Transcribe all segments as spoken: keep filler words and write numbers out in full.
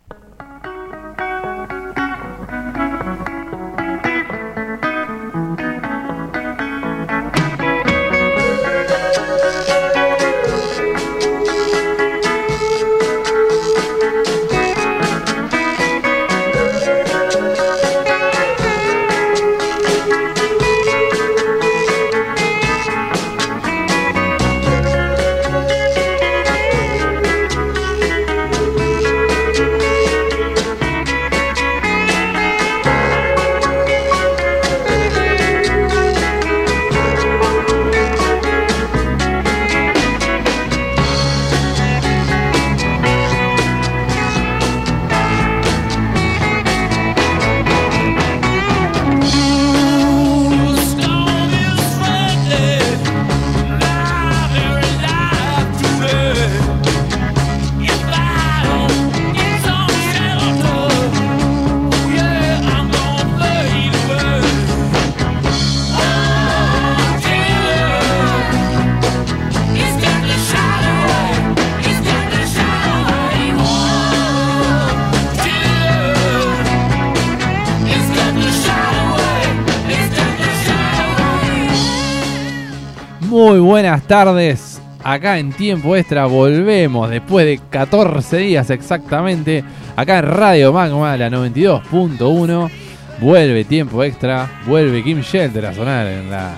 Muy buenas tardes, acá en Tiempo Extra volvemos después de catorce días exactamente, acá en Radio Magma, la noventa y dos punto uno, vuelve Tiempo Extra, vuelve Kim Shelter a sonar en, la,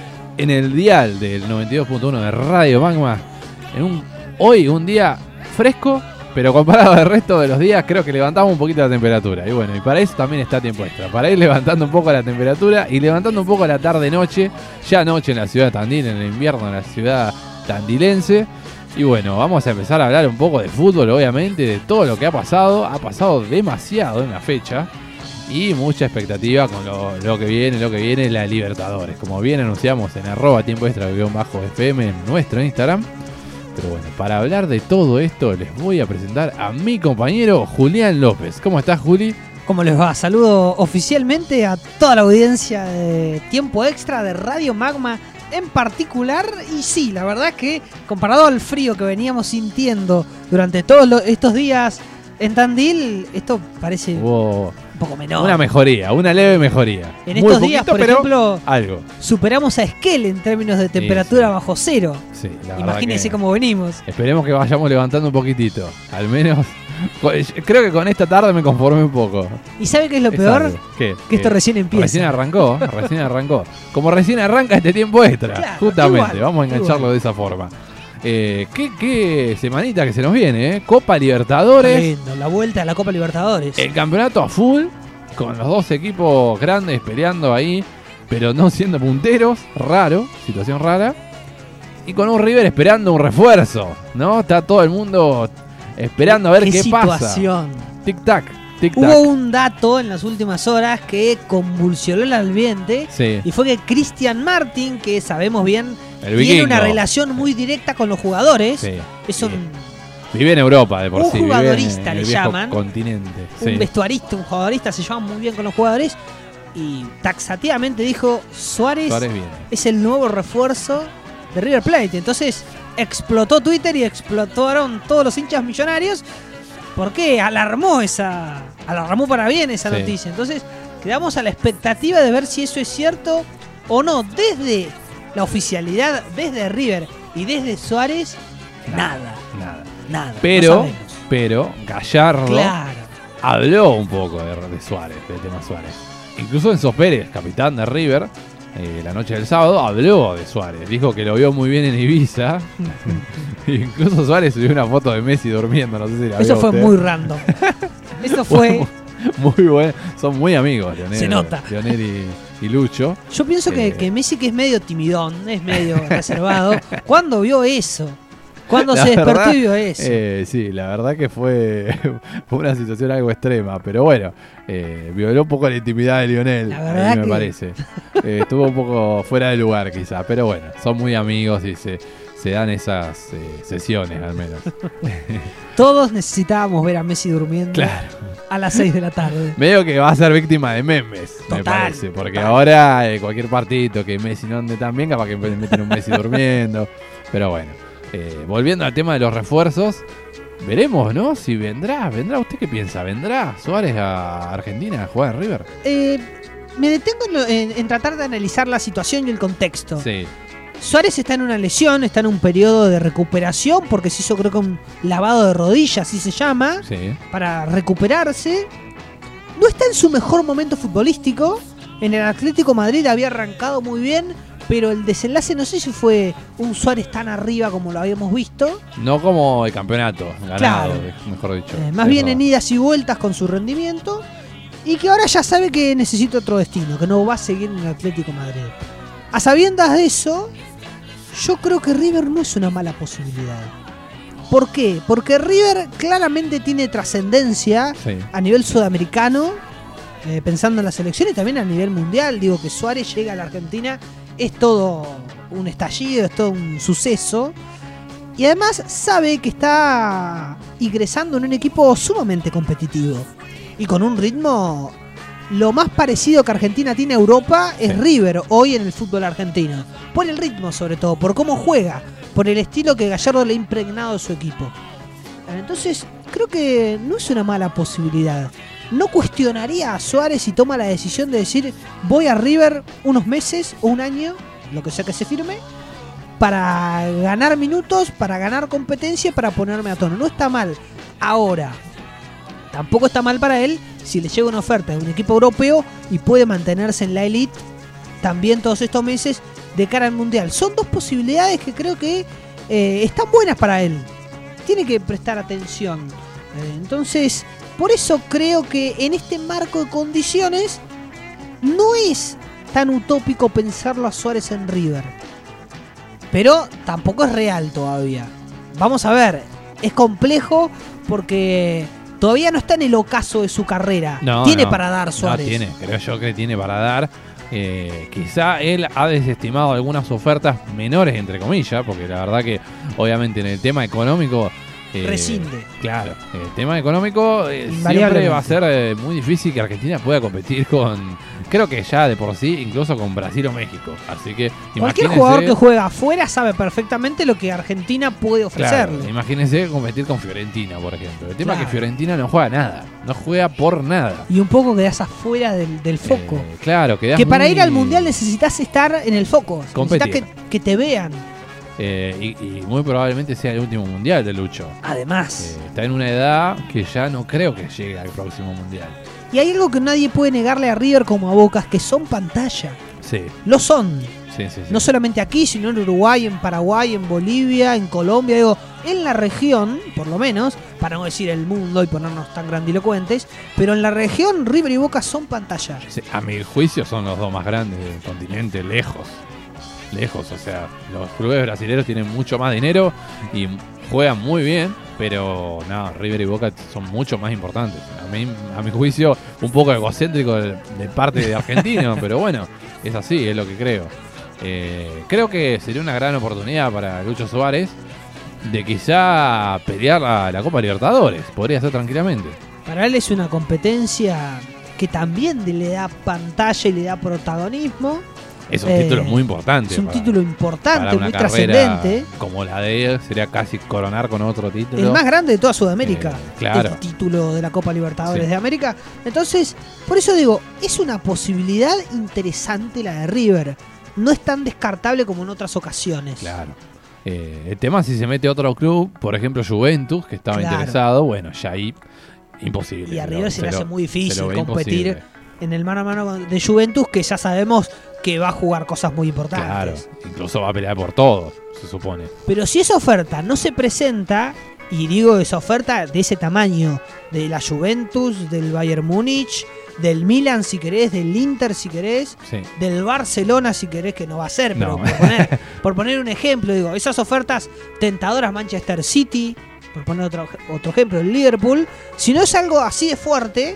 en el dial del noventa y dos punto uno de Radio Magma, en un, hoy un día fresco, pero comparado al resto de los días creo que levantamos un poquito la temperatura, y bueno, y para eso también está Tiempo Extra, para ir levantando un poco la temperatura y levantando un poco la tarde-noche, ya noche en la ciudad de Tandil, en el invierno en la ciudad tandilense. Y bueno, vamos a empezar a hablar un poco de fútbol, obviamente, de todo lo que ha pasado. Ha pasado demasiado en la fecha y mucha expectativa con lo, lo que viene, lo que viene la Libertadores. Como bien anunciamos en arroba tiempo extra guión bajo F M en nuestro Instagram. Pero bueno, para hablar de todo esto les voy a presentar a mi compañero Julián López. ¿Cómo estás, Juli? ¿Cómo les va? Saludo oficialmente a toda la audiencia de Tiempo Extra, de Radio Magma en particular. Y sí, la verdad es que comparado al frío que veníamos sintiendo durante todos los, estos días en Tandil, esto parece Hubo un poco menor. Una mejoría, una leve mejoría. En estos Muy días, poquito, por ejemplo, algo. superamos a Esquel en términos de temperatura sí, sí. bajo cero. Sí, la Imagínense que cómo venimos. Esperemos que vayamos levantando un poquitito. Al menos, creo que con esta tarde me conformé un poco. ¿Y sabe qué es lo Es peor? algo. ¿Qué? Que esto recién empieza. Recién arrancó, recién arrancó. Como recién arranca este Tiempo Extra. Claro, justamente, igual, vamos a engancharlo igual. de esa forma. Eh, ¿qué, qué semanita que se nos viene, ¿eh? Copa Libertadores. Lindo, la vuelta a la Copa Libertadores. El campeonato a full, con los dos equipos grandes peleando ahí, pero no siendo punteros. Raro, situación rara. Y con un River esperando un refuerzo, ¿no? Está todo el mundo esperando a ver qué, qué situación. pasa. Tic-tac, tic-tac. Hubo un dato en las últimas horas que convulsionó el ambiente. Sí. Y fue que Cristian Martin, que sabemos bien, El tiene vikingo. una relación muy directa con los jugadores. Sí. Es un, Sí. Vive en Europa de por Un sí. vive jugadorista en el le viejo llaman. continente. un Sí. vestuarista, un jugadorista, se lleva muy bien con los jugadores. Y taxativamente dijo, Suárez, Suárez viene. es el nuevo refuerzo de River Plate. Entonces explotó Twitter y explotaron todos los hinchas millonarios. Porque alarmó esa. Alarmó para bien esa Sí. noticia. Entonces, quedamos a la expectativa de ver si eso es cierto o no. Desde la oficialidad, desde River y desde Suárez, nada. Nada. Nada. Pero, no sabemos. pero, Gallardo Claro. habló un poco de, de Suárez, del tema Suárez. Incluso Enzo Pérez, capitán de River, eh, la noche del sábado, habló de Suárez. Dijo que lo vio muy bien en Ibiza. Incluso Suárez subió una foto de Messi durmiendo, no sé si la Eso vio fue usted. muy random. Eso fue. Muy bueno. Son muy amigos, Leonel, Se nota. Leonel y, y Lucho. Yo pienso que, Eh. que Messi, que es medio timidón, es medio reservado. ¿Cuándo vio eso? ¿Cuándo La se despertó verdad, y vio eso? Eh, sí, la verdad que fue, fue una situación algo extrema, pero bueno, eh, violó un poco la intimidad de Lionel, La verdad a mí me que- parece. Eh, estuvo un poco fuera de lugar quizá, pero bueno, son muy amigos y se, se dan esas eh, sesiones al menos. Todos necesitábamos ver a Messi durmiendo Claro. a las seis de la tarde. Medio que va a ser víctima de memes, me Total, parece, porque total. ahora eh, cualquier partito que Messi no ande tan bien, capaz que meten un Messi durmiendo, pero bueno. Eh, volviendo al tema de los refuerzos, veremos, ¿no? Si vendrá, vendrá. ¿Usted qué piensa? ¿Vendrá Suárez a Argentina a jugar en River? Eh, me detengo en, lo- en- en tratar de analizar la situación y el contexto. Sí, Suárez está en una lesión, está en un periodo de recuperación porque se hizo creo que un lavado de rodillas, así se llama, sí. para recuperarse. No está en su mejor momento futbolístico. En el Atlético Madrid había arrancado muy bien, pero el desenlace no sé si fue un Suárez tan arriba como lo habíamos visto. No como el campeonato ganado, Claro. mejor dicho. Eh, más Es bien en verdad. idas y vueltas con su rendimiento. Y que ahora ya sabe que necesita otro destino, que no va a seguir en el Atlético Madrid. A sabiendas de eso, yo creo que River no es una mala posibilidad. ¿Por qué? Porque River claramente tiene trascendencia Sí. a nivel sudamericano, eh, pensando en la selección y también a nivel mundial. Digo que Suárez llega a la Argentina, es todo un estallido, es todo un suceso. Y además sabe que está ingresando en un equipo sumamente competitivo y con un ritmo lo más parecido que Argentina tiene a Europa es Sí. River hoy en el fútbol argentino. Por el ritmo sobre todo, por cómo juega, por el estilo que Gallardo le ha impregnado a su equipo. Entonces creo que no es una mala posibilidad. No cuestionaría a Suárez si toma la decisión de decir voy a River unos meses o un año, lo que sea que se firme, para ganar minutos, para ganar competencia, para ponerme a tono. No está mal. Ahora, tampoco está mal para él si le llega una oferta de un equipo europeo y puede mantenerse en la elite también todos estos meses de cara al Mundial. Son dos posibilidades que creo que eh, están buenas para él. Tiene que prestar atención. Eh, entonces, por eso creo que en este marco de condiciones no es tan utópico pensarlo a Suárez en River. Pero tampoco es real todavía. Vamos a ver, es complejo porque todavía no está en el ocaso de su carrera. No, tiene no. para dar Suárez. No tiene, creo yo que tiene para dar. Eh, quizá él ha desestimado algunas ofertas menores, entre comillas, porque la verdad que obviamente en el tema económico... eh, Rescinde. Claro, el tema económico eh, siempre Invariablemente. va a ser eh, muy difícil que Argentina pueda competir con... Creo que ya de por sí, incluso con Brasil o México. Así que Cualquier imagínense- jugador que juega afuera sabe perfectamente lo que Argentina puede Claro, ofrecerle. imagínense competir con Fiorentina, por ejemplo. El tema Claro. es que Fiorentina no juega nada, no juega por nada. Y un poco quedás afuera del, del foco. Eh, claro, quedás que para muy- ir al mundial necesitas estar en el foco. Competir. Necesitas que, que te vean. Eh, y, y muy probablemente sea el último mundial de Lucho. Además. Eh, está en una edad que ya no creo que llegue al próximo mundial. Y hay algo que nadie puede negarle a River como a Boca, que son pantalla. Sí, Lo son. sí, sí. sí. No solamente aquí, sino en Uruguay, en Paraguay, en Bolivia, en Colombia. Digo, en la región, por lo menos, para no decir el mundo y ponernos tan grandilocuentes, pero en la región River y Boca son pantalla. Sí, a mi juicio son los dos más grandes del continente, lejos. Lejos, o sea, los clubes brasileños tienen mucho más dinero y juegan muy bien, pero no, River y Boca son mucho más importantes. A mí, a mi juicio, un poco egocéntrico de, de parte de argentino, pero bueno, es así, es lo que creo. Eh, creo que sería una gran oportunidad para Lucho Suárez de quizá pelear la, la Copa Libertadores, podría ser tranquilamente. Para él es una competencia que también le da pantalla y le da protagonismo. Es un Eh, título muy importante. Es un para- título para importante, una muy carrera trascendente. como la de él, sería casi coronar con otro título. El más grande de toda Sudamérica. Eh, claro. El título de la Copa Libertadores Sí. de América. Entonces, por eso digo, es una posibilidad interesante la de River. No es tan descartable como en otras ocasiones. Claro. Eh, el tema es si se mete otro club, por ejemplo Juventus, que estaba Claro. interesado, bueno, ya ahí imposible. Y a Se River lo- se le lo- hace muy se lo difícil ve competir imposible. en el mano a mano con- de Juventus, que ya sabemos que va a jugar cosas muy importantes. Claro, incluso va a pelear por todo, se supone. Pero si esa oferta no se presenta, y digo esa oferta de ese tamaño, de la Juventus, del Bayern Múnich, del Milan si querés, del Inter si querés, Sí. del Barcelona si querés, que no va a ser, pero No. por, poner, por poner un ejemplo, digo, esas ofertas tentadoras, Manchester City, por poner otro, otro ejemplo, el Liverpool, si no es algo así de fuerte,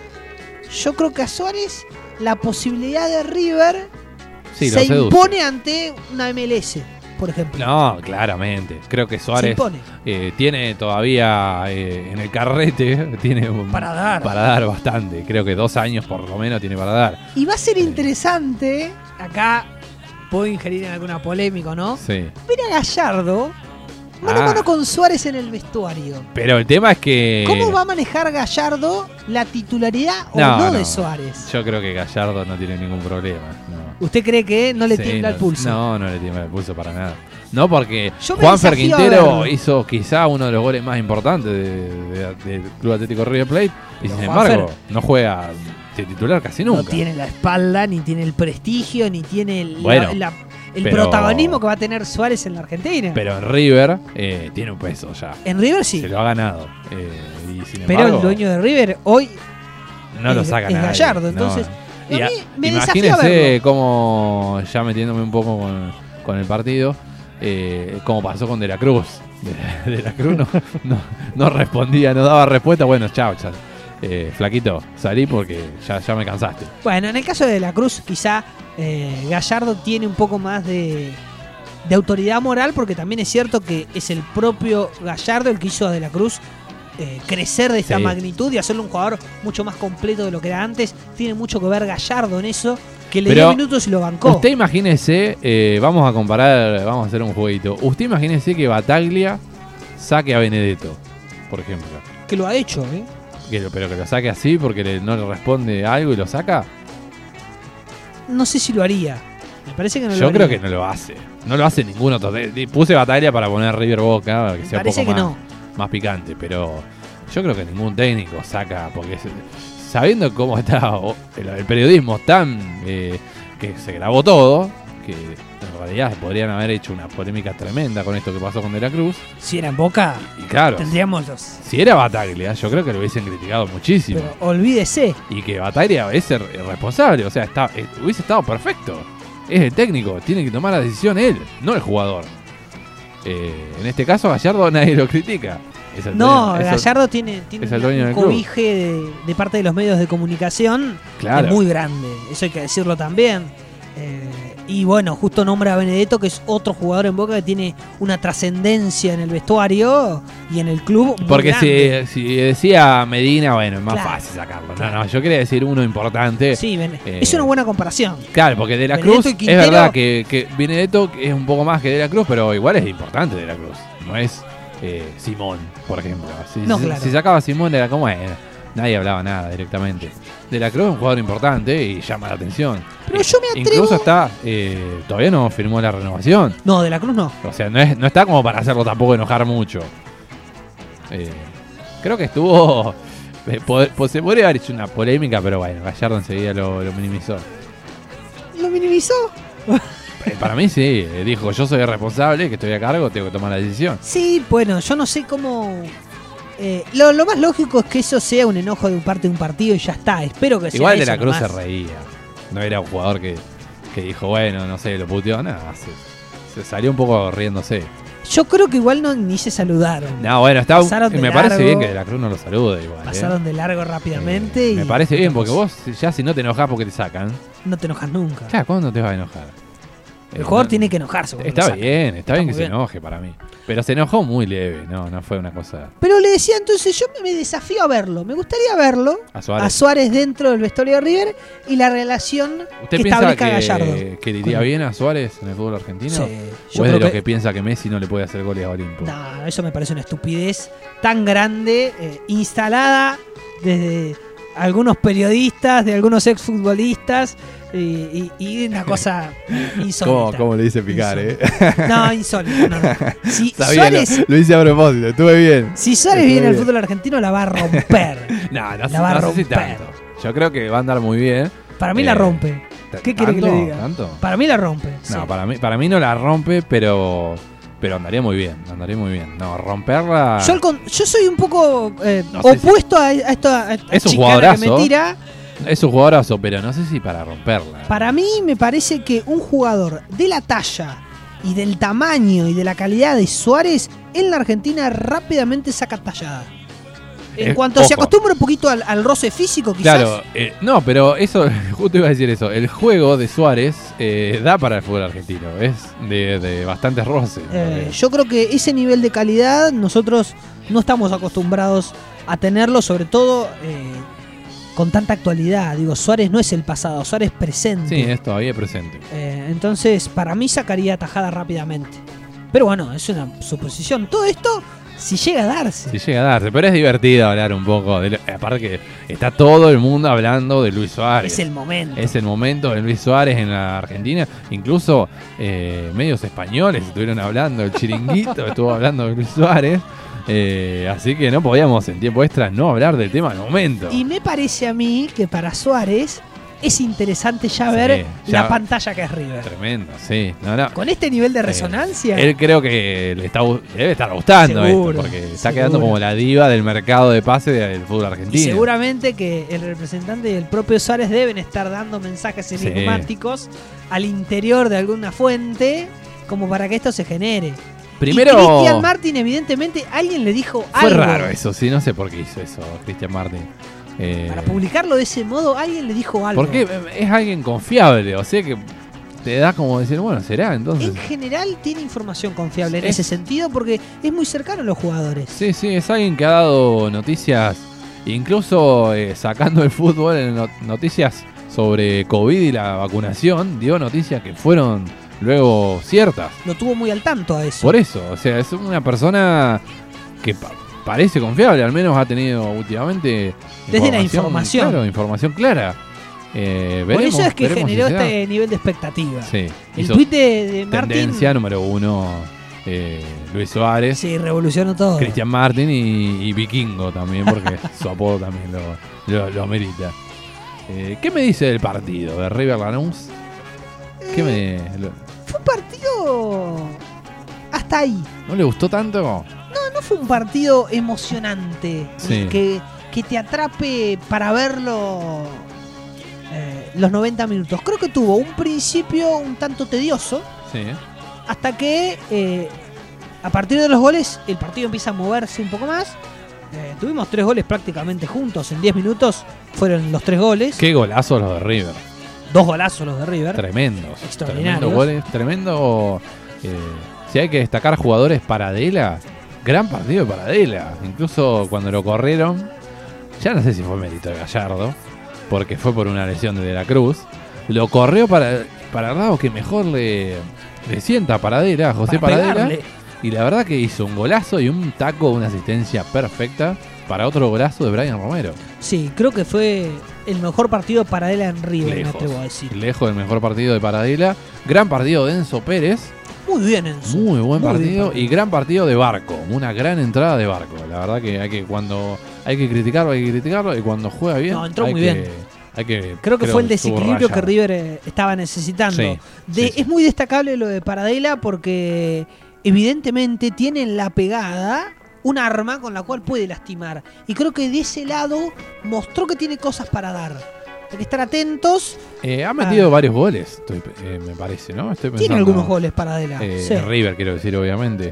yo creo que a Suárez la posibilidad de River Sí, lo se seduce. impone ante una M L S, por ejemplo. No, claramente. Creo que se Suárez impone. eh, tiene todavía eh, en el carrete, tiene un- Para dar. para dar bastante. Creo que dos años por lo menos tiene para dar. Y va a ser interesante, acá puedo ingerir en alguna polémica, ¿no? Sí. Ver a Gallardo Mano a Ah. mano con Suárez en el vestuario. Pero el tema es que... ¿Cómo va a manejar Gallardo la titularidad o No, no, no. de Suárez? Yo creo que Gallardo no tiene ningún problema. No. ¿Usted cree que no le Sí, tiembla no, el pulso? No, no le tiembla el pulso para nada. No, porque Yo me Juanfer desafío a Quintero verlo. hizo quizá uno de los goles más importantes de- de- del Club Atlético River Plate. Y sin Pero embargo, Juanfer- no juega de titular casi nunca. No tiene la espalda, ni tiene el prestigio, ni tiene el, Bueno, la- la- el pero- protagonismo que va a tener Suárez en la Argentina. Pero en River eh, tiene un peso ya. en River sí. Se lo ha ganado. Eh, y sin Pero embargo, el dueño de River hoy no lo es- saca es nadie. Gallardo, No. entonces, Y a mí a- me desafío a imagínese verlo. cómo, ya metiéndome un poco con, con el partido, eh, cómo pasó con De la Cruz. De, De la Cruz no, no, no respondía, no daba respuesta. Bueno, chao, chao. Eh, flaquito, salí porque ya, ya me cansaste. Bueno, en el caso de la Cruz, quizá eh, Gallardo tiene un poco más de, de autoridad moral, porque también es cierto que es el propio Gallardo el que hizo a De la Cruz eh, crecer de esta Sí. magnitud y hacerlo un jugador mucho más completo de lo que era antes. Tiene mucho que ver Gallardo en eso, que le Pero dio minutos y lo bancó. Usted imagínese, eh, vamos a comparar, vamos a hacer un jueguito. Usted imagínese que Bataglia saque a Benedetto, por ejemplo. Que lo ha hecho, ¿eh? Que lo- pero que lo saque así porque le- no le responde algo y lo saca. No sé si lo haría. Me parece que no lo Yo haría. creo que no lo hace. No lo hace ningún otro. De- de- Puse Bataglia para poner River Boca, que Me sea un parece poco que más, no. más picante. Pero yo creo que ningún técnico saca, porque es- sabiendo cómo está o- el, el periodismo tan eh, que se grabó todo, que en realidad podrían haber hecho una polémica tremenda con esto que pasó con De la Cruz. Si era en Boca, Y claro, tendríamos los... si era Bataglia, yo creo que lo hubiesen criticado muchísimo. Pero olvídese. Y que Bataglia es el el responsable, o sea, está, eh, hubiese estado perfecto. Es el técnico, tiene que tomar la decisión él, no el jugador. Eh, en este caso, Gallardo nadie lo critica. Es el No, dueño- es el- Gallardo tiene, tiene es el una- dueño un del club. cobije de, de parte de los medios de comunicación Claro. muy grande. Eso hay que decirlo también. Eh, y bueno, justo nombra a Benedetto, que es otro jugador en Boca que tiene una trascendencia en el vestuario y en el club. muy Porque grande. si, si decía Medina, bueno, es más Claro. fácil sacarlo. No, Claro. no, yo quería decir uno importante. Sí, Ben- eh, es una buena comparación. Claro, porque De la Benedetto Cruz y es Quintero- verdad que, que Benedetto es un poco más que De la Cruz, pero igual es importante De la Cruz. No es eh, Simón, por ejemplo. Si, No, si- claro. si sacaba a Simón era como, eh, nadie hablaba nada directamente. De la Cruz es un jugador importante y llama la atención. Pero yo me atrevo- Incluso está, eh, todavía no firmó la renovación. No, de la Cruz no. O sea, no, es, no está como para hacerlo tampoco enojar mucho. Eh, creo que estuvo... eh, pod- po- se podría haber hecho una polémica, pero bueno, Gallardo enseguida lo, lo minimizó. ¿Lo minimizó? Eh, Para mí sí, eh, dijo, yo soy el responsable, que estoy a cargo, tengo que tomar la decisión. Sí, bueno, yo no sé cómo... eh, lo, lo más lógico es que eso sea un enojo de parte de un partido y ya está. Espero que sea Igual De eso la Cruz nomás. se reía. No era un jugador que, que dijo, bueno, no sé, lo puteó. Nada, se, se salió un poco riéndose. Yo creo que igual no ni se saludaron. No, bueno, está, Pasaron de me parece largo. bien que De la Cruz no lo salude igual. eh. Pasaron de largo rápidamente Eh, y... Me parece bien, porque vos ya si no te enojas porque te sacan, No te enojas nunca. ya, ¿cuándo te vas a enojar? El Eh, jugador no- tiene que enojarse. cuando Está lo sacan. bien, está, bien que muy se bien. enoje para mí. Pero se enojó muy leve, no, no fue una cosa Pero le decía entonces, yo me desafío a verlo. Me gustaría verlo a a Suárez. Suárez dentro del vestuario de River y la relación ¿Usted que piensa establezca Gallardo. que, que le iría Con- bien a Suárez en el fútbol argentino? Sí, ¿O yo es de creo lo que- que... piensa que Messi no le puede hacer goles a Olimpo? No, eso me parece una estupidez tan grande, eh, instalada desde algunos periodistas, de algunos exfutbolistas, y, y, y una cosa insólita. ¿Cómo, cómo le dice picar, eh? No, insólito. No, no. Si Sabía, Suárez, lo, lo hice a propósito, estuve bien. si Suárez Estuve viene al bien. fútbol argentino, la va a romper. No, no, La sé- va a no sé si romper. tanto. Yo creo que va a andar muy bien. Para mí Eh, la rompe. ¿Qué quiere que le ¿Tanto? diga? ¿Tanto? Para mí la rompe. No, sí. para mí, para mí no la rompe, pero pero andaría muy bien, andaría muy bien. No, romperla... Yo, al con- yo soy un poco eh, No sé si- opuesto a, a esto a, a Es un chicana que me jugadorazo. tira. Es un jugadorazo, pero no sé si para romperla. Para mí me parece que un jugador de la talla y del tamaño y de la calidad de Suárez en la Argentina rápidamente saca tallada. En Eh, cuanto se ojo. acostumbra un poquito al, al roce físico, quizás. Claro, eh, no, pero eso, justo iba a decir eso. El juego de Suárez eh, da para el fútbol argentino. Es de, de bastantes roces. Eh, porque- yo creo que ese nivel de calidad nosotros no estamos acostumbrados a tenerlo, sobre todo eh, con tanta actualidad. Digo, Suárez no es el pasado, Suárez es presente. Sí, es todavía presente. Eh, entonces, para mí sacaría tajada rápidamente. Pero bueno, es una suposición. Todo esto, si llega a darse. Si llega a darse, pero es divertido hablar un poco. De lo, aparte que está todo el mundo hablando de Luis Suárez. Es el momento. Es el momento de Luis Suárez en la Argentina. Incluso eh, medios españoles estuvieron hablando, el Chiringuito estuvo hablando de Luis Suárez. Eh, así que no podíamos en tiempo extra no hablar del tema del momento. Y me parece a mí que para Suárez es interesante ya Sí, ver ya- la pantalla que es River. Tremendo, sí. No, no. Con este nivel de resonancia. Eh, él creo que le, está, le debe estar gustando Seguro, esto, porque está seguro. quedando como la diva del mercado de pase del fútbol y argentino. seguramente que el representante y el propio Suárez deben estar dando mensajes Sí. enigmáticos al interior de alguna fuente como para que esto se genere. Primero, Y Cristian Martin, evidentemente, alguien le dijo fue algo. raro eso, sí, no sé por qué hizo eso Cristian Martin. Eh, Para publicarlo de ese modo, alguien le dijo algo. porque es alguien confiable, o sea que te da como decir, bueno, será entonces. En general tiene información confiable en Es- ese sentido porque es muy cercano a los jugadores. Sí, sí, es alguien que ha dado noticias, incluso eh, sacando el fútbol, en no- noticias sobre COVID y la vacunación, dio noticias que fueron luego ciertas. Lo tuvo muy al tanto a eso. Por eso, o sea, es una persona que pa- parece confiable, al menos ha tenido últimamente Desde la información. Claro, información clara. Eh, Por veremos, eso es que veremos si generó se da. este nivel de expectativa. Sí, El hizo tuit de, de Martin tendencia número uno, eh, Luis Suárez, sí, revolucionó todo. Cristian Martin y, y Vikingo también, porque su apodo también lo, lo, lo amerita. Eh, ¿Qué me dice del partido de River Lanús? ¿Qué Eh, me, lo- Fue un partido hasta ahí. ¿No le gustó tanto? No fue un partido emocionante Sí. que, que te atrape para verlo eh, los noventa minutos. Creo que tuvo un principio un tanto tedioso Sí. hasta que eh, a partir de los goles el partido empieza a moverse un poco más. Eh, tuvimos tres goles prácticamente juntos en diez minutos. Fueron los tres goles. Qué golazos los de River. Dos golazos los de River. Tremendos. Extraordinarios. Tremendos goles. Tremendo. eh, si hay que destacar jugadores, Paradela. Gran partido de Paradela. Incluso cuando lo corrieron. Ya no sé si fue mérito de Gallardo. Porque fue por una lesión de De la Cruz. Lo corrió para, para el lado que mejor le, le sienta a Paradela, a José Para Paradela. pegarle. Y la verdad que hizo un golazo y un taco, una asistencia perfecta para otro golazo de Brian Romero. Sí, creo que fue el mejor partido para él en River, Lejos. me atrevo a decir. Lejos del mejor partido de Paradela. Gran partido de Enzo Pérez. Muy bien, Enzo. Muy buen Muy partido. bien partido. Y gran partido de Barco. Una gran entrada de Barco. La verdad que hay que cuando hay que criticarlo, hay que criticarlo. Y cuando juega bien, No, entró hay muy que, bien. Hay que, Creo que fue el desequilibrio que subrayar. River eh, estaba necesitando. Sí, De- sí, sí. Es muy destacable lo de Paradela porque evidentemente tiene en la pegada un arma con la cual puede lastimar. Y creo que de ese lado mostró que tiene cosas para dar. Hay que estar atentos. Eh, ha metido Ah. varios goles, estoy, eh, me parece, ¿no? Estoy Tiene pensando, algunos goles Paradela. Eh, sí. River, quiero decir, obviamente.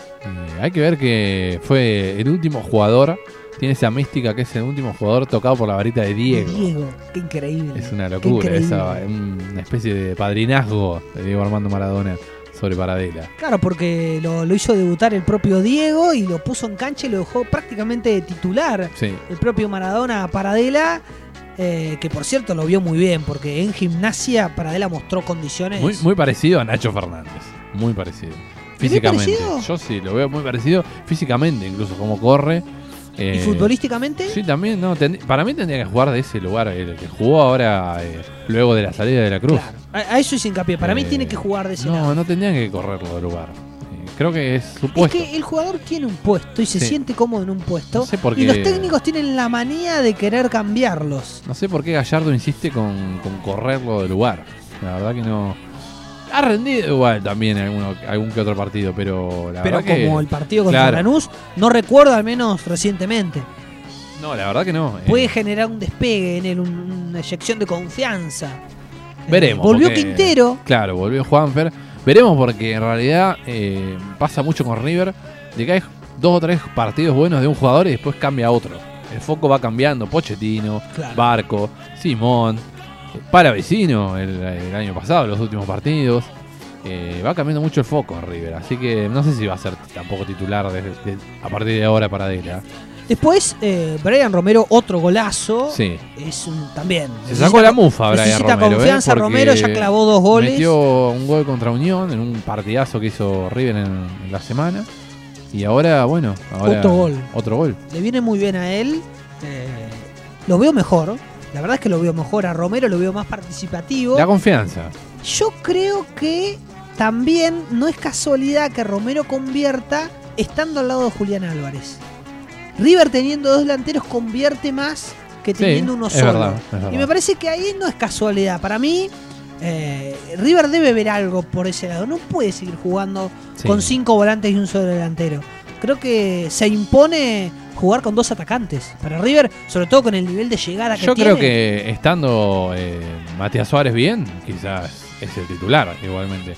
Eh, hay que ver que fue el último jugador. Tiene esa mística que es el último jugador tocado por la varita de Diego. Diego, qué increíble. Es una Qué locura, increíble. esa, una especie de padrinazgo de Diego Armando Maradona sobre Paradela. Claro, porque lo, lo hizo debutar el propio Diego y lo puso en cancha y lo dejó prácticamente de titular. Sí, El propio Maradona a Paradela, eh, que por cierto lo vio muy bien, porque en Gimnasia Paradela mostró condiciones. muy, muy parecido a Nacho Fernández. Muy parecido. ¿Te ve Físicamente. parecido? Yo sí, lo veo muy parecido. Físicamente, incluso como corre. ¿Y Eh, futbolísticamente? Sí, también, no. tend- para mí tendría que jugar de ese lugar, el que jugó ahora eh, luego de la salida de la Cruz. Claro. A, a eso es hincapié. Para mí Eh, tiene que jugar de ese No, lado. no tendrían que correrlo del lugar. Eh, creo que es su Es puesto. que el jugador tiene un puesto y se Sí. siente cómodo en un puesto. No sé por Y qué- los técnicos tienen la manía de querer cambiarlos. No sé por qué Gallardo insiste con, con correrlo del lugar. La verdad que no. Ha rendido igual también alguno, algún que otro partido, pero la Pero verdad que. como el partido contra Claro. Lanús, no recuerdo al menos recientemente. No, la verdad que no. eh, Puede generar un despegue en él, un- una eyección de confianza. Eh, Veremos. volvió porque- Quintero. Claro, volvió Juanfer. Veremos porque en realidad eh, pasa mucho con River de que hay dos o tres partidos buenos de un jugador y después cambia a otro. El foco va cambiando. Pochettino, Claro. Barco, Simón, eh, Palavecino el, el año pasado, los últimos partidos. Eh, va cambiando mucho el foco en River. Así que no sé si va a ser tampoco titular desde- de- a partir de ahora para Dela. Después, eh, Brian Romero, otro golazo. Sí. Es un, también. Se sacó la mufa, Brian necesita Romero. confianza, ¿eh? Porque Romero ya clavó dos goles. Metió un gol contra Unión en un partidazo que hizo River en, en la semana. Y ahora, bueno, ahora Otro gol. Otro gol. Le viene muy bien a él. Eh, lo veo mejor. La verdad es que lo veo mejor a Romero, lo veo más participativo. La confianza. Yo creo que también no es casualidad que Romero convierta estando al lado de Julián Álvarez. River teniendo dos delanteros convierte más que teniendo Sí, uno es solo. verdad, es verdad. Y me parece que ahí no es casualidad. Para mí, eh, River debe ver algo por ese lado. No puede seguir jugando Sí. con cinco volantes y un solo delantero. Creo que se impone jugar con dos atacantes para River, sobre todo con el nivel de llegada que Yo tiene. creo que estando eh, Matías Suárez bien, quizás es el titular igualmente.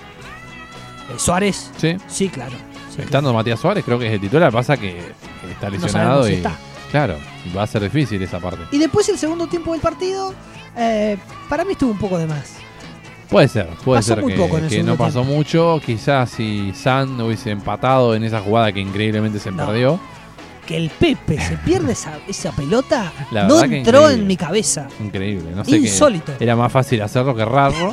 Eh, Suárez, Sí. sí, claro. Sí, Estando Matías Suárez creo que es el titular. Pasa que está No lesionado sabemos si y está. claro, va a ser difícil esa parte. Y después el segundo tiempo del partido, eh, para mí estuvo un poco de más. Puede ser, puede Pasó ser muy que, poco en el que no segundo pasó mucho. Quizás si San hubiese empatado en esa jugada que increíblemente se No. perdió. Que el Pepe se pierde esa, esa pelota, La no verdad que entró increíble. en mi cabeza. Increíble. No sé Insólito. qué. Era más fácil hacerlo que errarlo.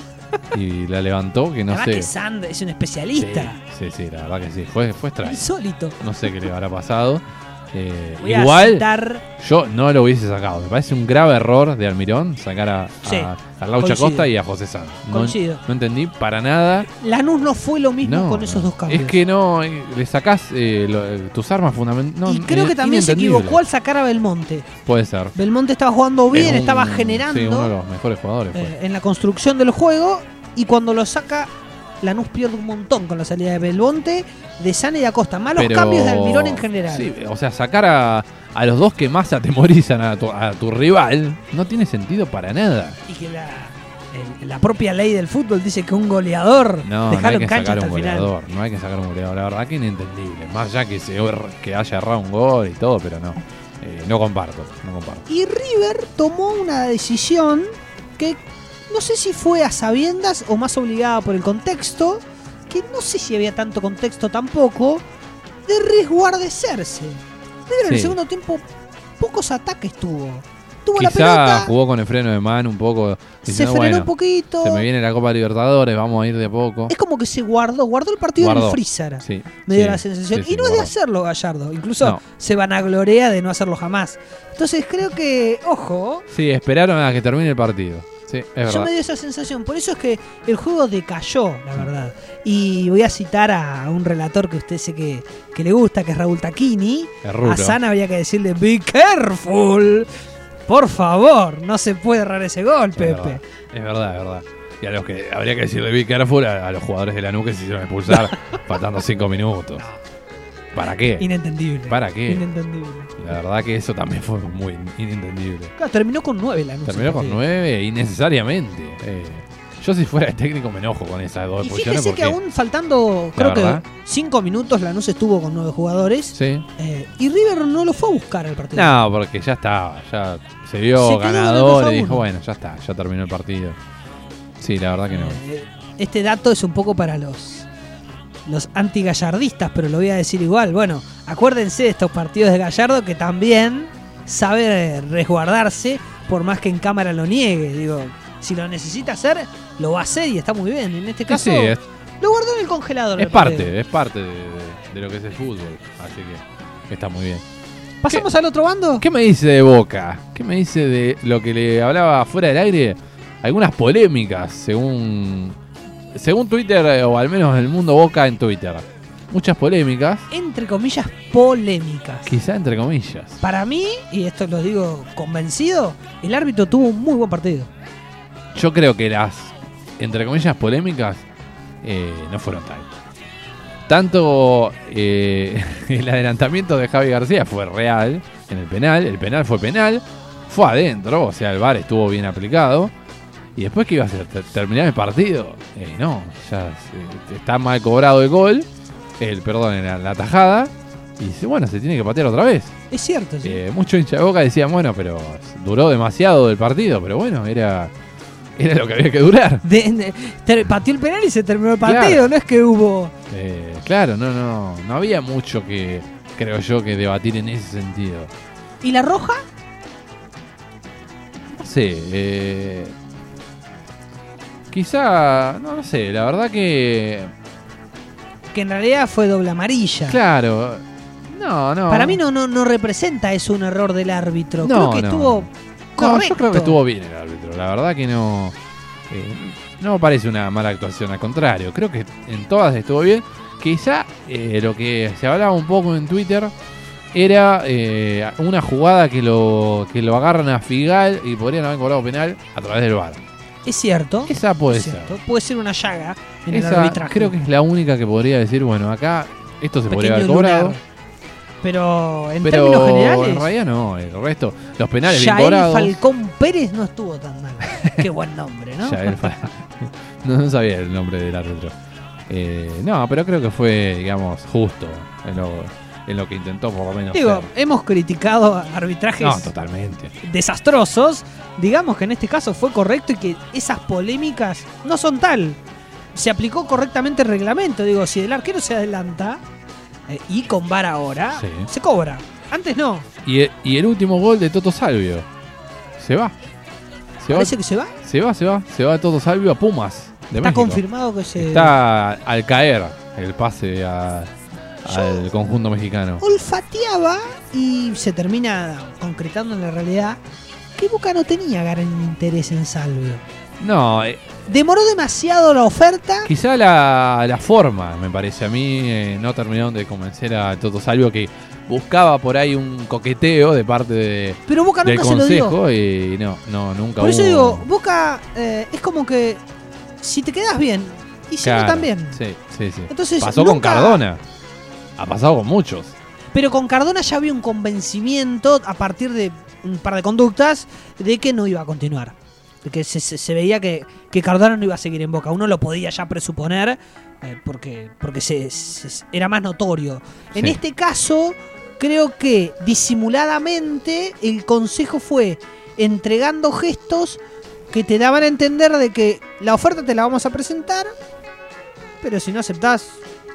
Y la levantó que no la verdad sé. que Sand es un especialista. Sí, sí, sí, la verdad que sí. Fue, fue extraño. Insólito. No sé qué le habrá pasado. Eh, Voy a igual, citar- yo no lo hubiese sacado. Me parece un grave error de Almirón sacar a, Sí, a, a Laucha coincido. Costa y a José Sanz. No, Coincido. no entendí para nada. Lanús no fue lo mismo No, con esos no. dos cambios. Es que no, eh, le sacás eh, lo- eh, tus armas fundamentales. y creo que también se equivocó al sacar a Belmonte. Puede ser. Belmonte estaba jugando bien, Es un- estaba Sí, uno de generando los mejores jugadores. fue. eh, en la construcción del juego. Y cuando lo saca, Lanús pierde un montón con la salida de Belmonte, de Sane y de Acosta. Malos Pero- cambios de Almirón en general. Sí, o sea, sacar a, a los dos que más atemorizan a tu, a tu rival no tiene sentido para nada. Y que la, el- la propia ley del fútbol dice que un goleador No, no dejarlo hay en que cancha sacar hasta un el final. goleador. No hay que sacar un goleador. La verdad que inentendible. Más allá que, se, que haya errado un gol y todo, pero no. Eh, no comparto, no comparto. Y River tomó una decisión que no sé si fue a sabiendas o más obligada por el contexto, que no sé si había tanto contexto tampoco, de resguardecerse. River en el Sí. segundo tiempo pocos ataques tuvo. Tuvo la Quizá pelota, jugó con el freno de mano un poco. se diciendo, frenó bueno, un poquito. se me viene la Copa Libertadores, vamos a ir de a poco. Es como que se guardó, guardó el partido en Guardó. el freezer. Sí, Me dio sí, la sensación. sí, sí, y no lo es de guardó. hacerlo Gallardo. Incluso No. se vanaglorea de no hacerlo jamás. Entonces creo que, ojo, Sí, esperaron a que termine el partido. Sí, es yo verdad. me dio esa sensación. Por eso es que el juego decayó, la verdad. Y voy a citar a un relator que usted sé que, que le gusta, que es Raúl Tacchini. Es rulo. A Sana habría que decirle, be careful. Por favor, no se puede errar ese gol, Es Pepe. verdad, es verdad, es verdad. Y a los que habría que decirle be careful a, a los jugadores de Lanús que se hicieron expulsar faltando cinco minutos. ¿Para qué? Inentendible. ¿Para qué? Inentendible. La verdad que eso también fue muy inentendible. Claro, terminó con nueve la Terminó con nueve innecesariamente. Eh, yo si fuera el técnico me enojo con esas dos Y expulsiones fíjese que porque... aún faltando, La creo verdad. que cinco minutos, Lanús estuvo con nueve jugadores. Sí. eh, y River no lo fue a buscar al partido. No, porque ya estaba, ya se vio Se quedó ganador en el y dos a dijo, uno. bueno, ya está, ya terminó el partido. Sí, la verdad que no. Eh, este dato es un poco para los los anti-gallardistas, pero lo voy a decir igual. Bueno, acuérdense de estos partidos de Gallardo que también sabe resguardarse, por más que en cámara lo niegue. Digo, si lo necesita hacer, lo va a hacer y está muy bien. En este Sí, caso, sí, es, lo guardó en el congelador. es el partido. parte, es parte de, de- de lo que es el fútbol. Así que está muy bien. ¿Pasamos al otro bando? ¿Qué me dice de Boca? ¿Qué me dice de lo que le hablaba fuera del aire? Algunas polémicas, según según Twitter, eh, o al menos el mundo Boca en Twitter. Muchas polémicas, Entre comillas, polémicas. quizá entre comillas. Para mí, y esto lo digo convencido, el árbitro tuvo un muy buen partido. Yo creo que las, entre comillas, polémicas eh, no fueron tal. Tanto eh, el adelantamiento de Javi García fue real en el penal, el penal fue penal, fue adentro, o sea, el V A R estuvo bien aplicado. Y después, ¿qué iba a hacer? ¿Ter- ¿Terminar el partido? Eh, no, ya se- está mal cobrado el gol, el perdón, la, la tajada, y dice, bueno, se tiene que patear otra vez. Es cierto, sí. Eh, mucho hincha de Boca decían, bueno, pero duró demasiado del partido, pero bueno, era, era lo que había que durar. De- de- ter- pateó el penal y se terminó el partido, Claro. no es que hubo... Eh, claro, no, no, no había mucho que, creo yo, que debatir en ese sentido. ¿Y la roja? No sé, eh, quizá, no, no sé, la verdad que... Que en realidad fue doble amarilla. Claro, no, no. Para mí no, no, no representa eso un error del árbitro. No, creo que no. estuvo correcto. No, yo creo que estuvo bien el árbitro, la verdad que no... Eh, no me parece una mala actuación, al contrario, creo que en todas estuvo bien. Quizá eh, lo que se hablaba un poco en Twitter era eh, una jugada que lo que lo agarran a Figal y podrían haber cobrado penal a través del V A R. Es cierto. Esa puede es ser. cierto. Puede ser una llaga en el Esa arbitraje. creo que es la única que podría decir, bueno, acá esto se podría Pequeño haber cobrado. lunar. Pero en Pero términos generales, en realidad no, el resto, los penales bien Yael cobrados. Falcón Pérez no estuvo tan mal. Qué buen nombre, ¿no? Yael Fal- no, no sabía el nombre del árbitro. Eh, no, pero creo que fue, digamos, justo en lo, en lo que intentó por lo menos Digo, ser. hemos criticado arbitrajes No, totalmente. desastrosos. Digamos que en este caso fue correcto y que esas polémicas no son tal. Se aplicó correctamente el reglamento. Digo, si el arquero se adelanta eh, y con V A R ahora, Sí. se cobra. Antes no. Y el, y el último gol de Toto Salvio. Se va. Se va, Parece que se va. se va, se va. Se va Toto Salvio a Pumas de Está México. confirmado que se... Está al caer el pase a- al Yo- conjunto mexicano. olfateaba y se termina concretando en la realidad que Boca no tenía gran interés en Salvio. No, eh, Demoró demasiado la oferta. quizá la, la forma, me parece a mí, eh, no terminaron de convencer a Toto Salvio, que buscaba por ahí un coqueteo de parte de, Pero Boca del nunca se lo dio. consejo y no, no, nunca Por eso hubo- digo, Boca eh, es como que si te quedas bien y si Claro, no también. Sí, sí, sí. Entonces, Pasó con nunca- Cardona. Ha pasado con muchos. Pero con Cardona ya había un convencimiento a partir de un par de conductas de que no iba a continuar. De que se, se- se veía que, que Cardona no iba a seguir en Boca. Uno lo podía ya presuponer eh, porque, porque se, se- era más notorio. En Sí. este caso, creo que disimuladamente el consejo fue entregando gestos que te daban a entender de que la oferta te la vamos a presentar, pero si no aceptás,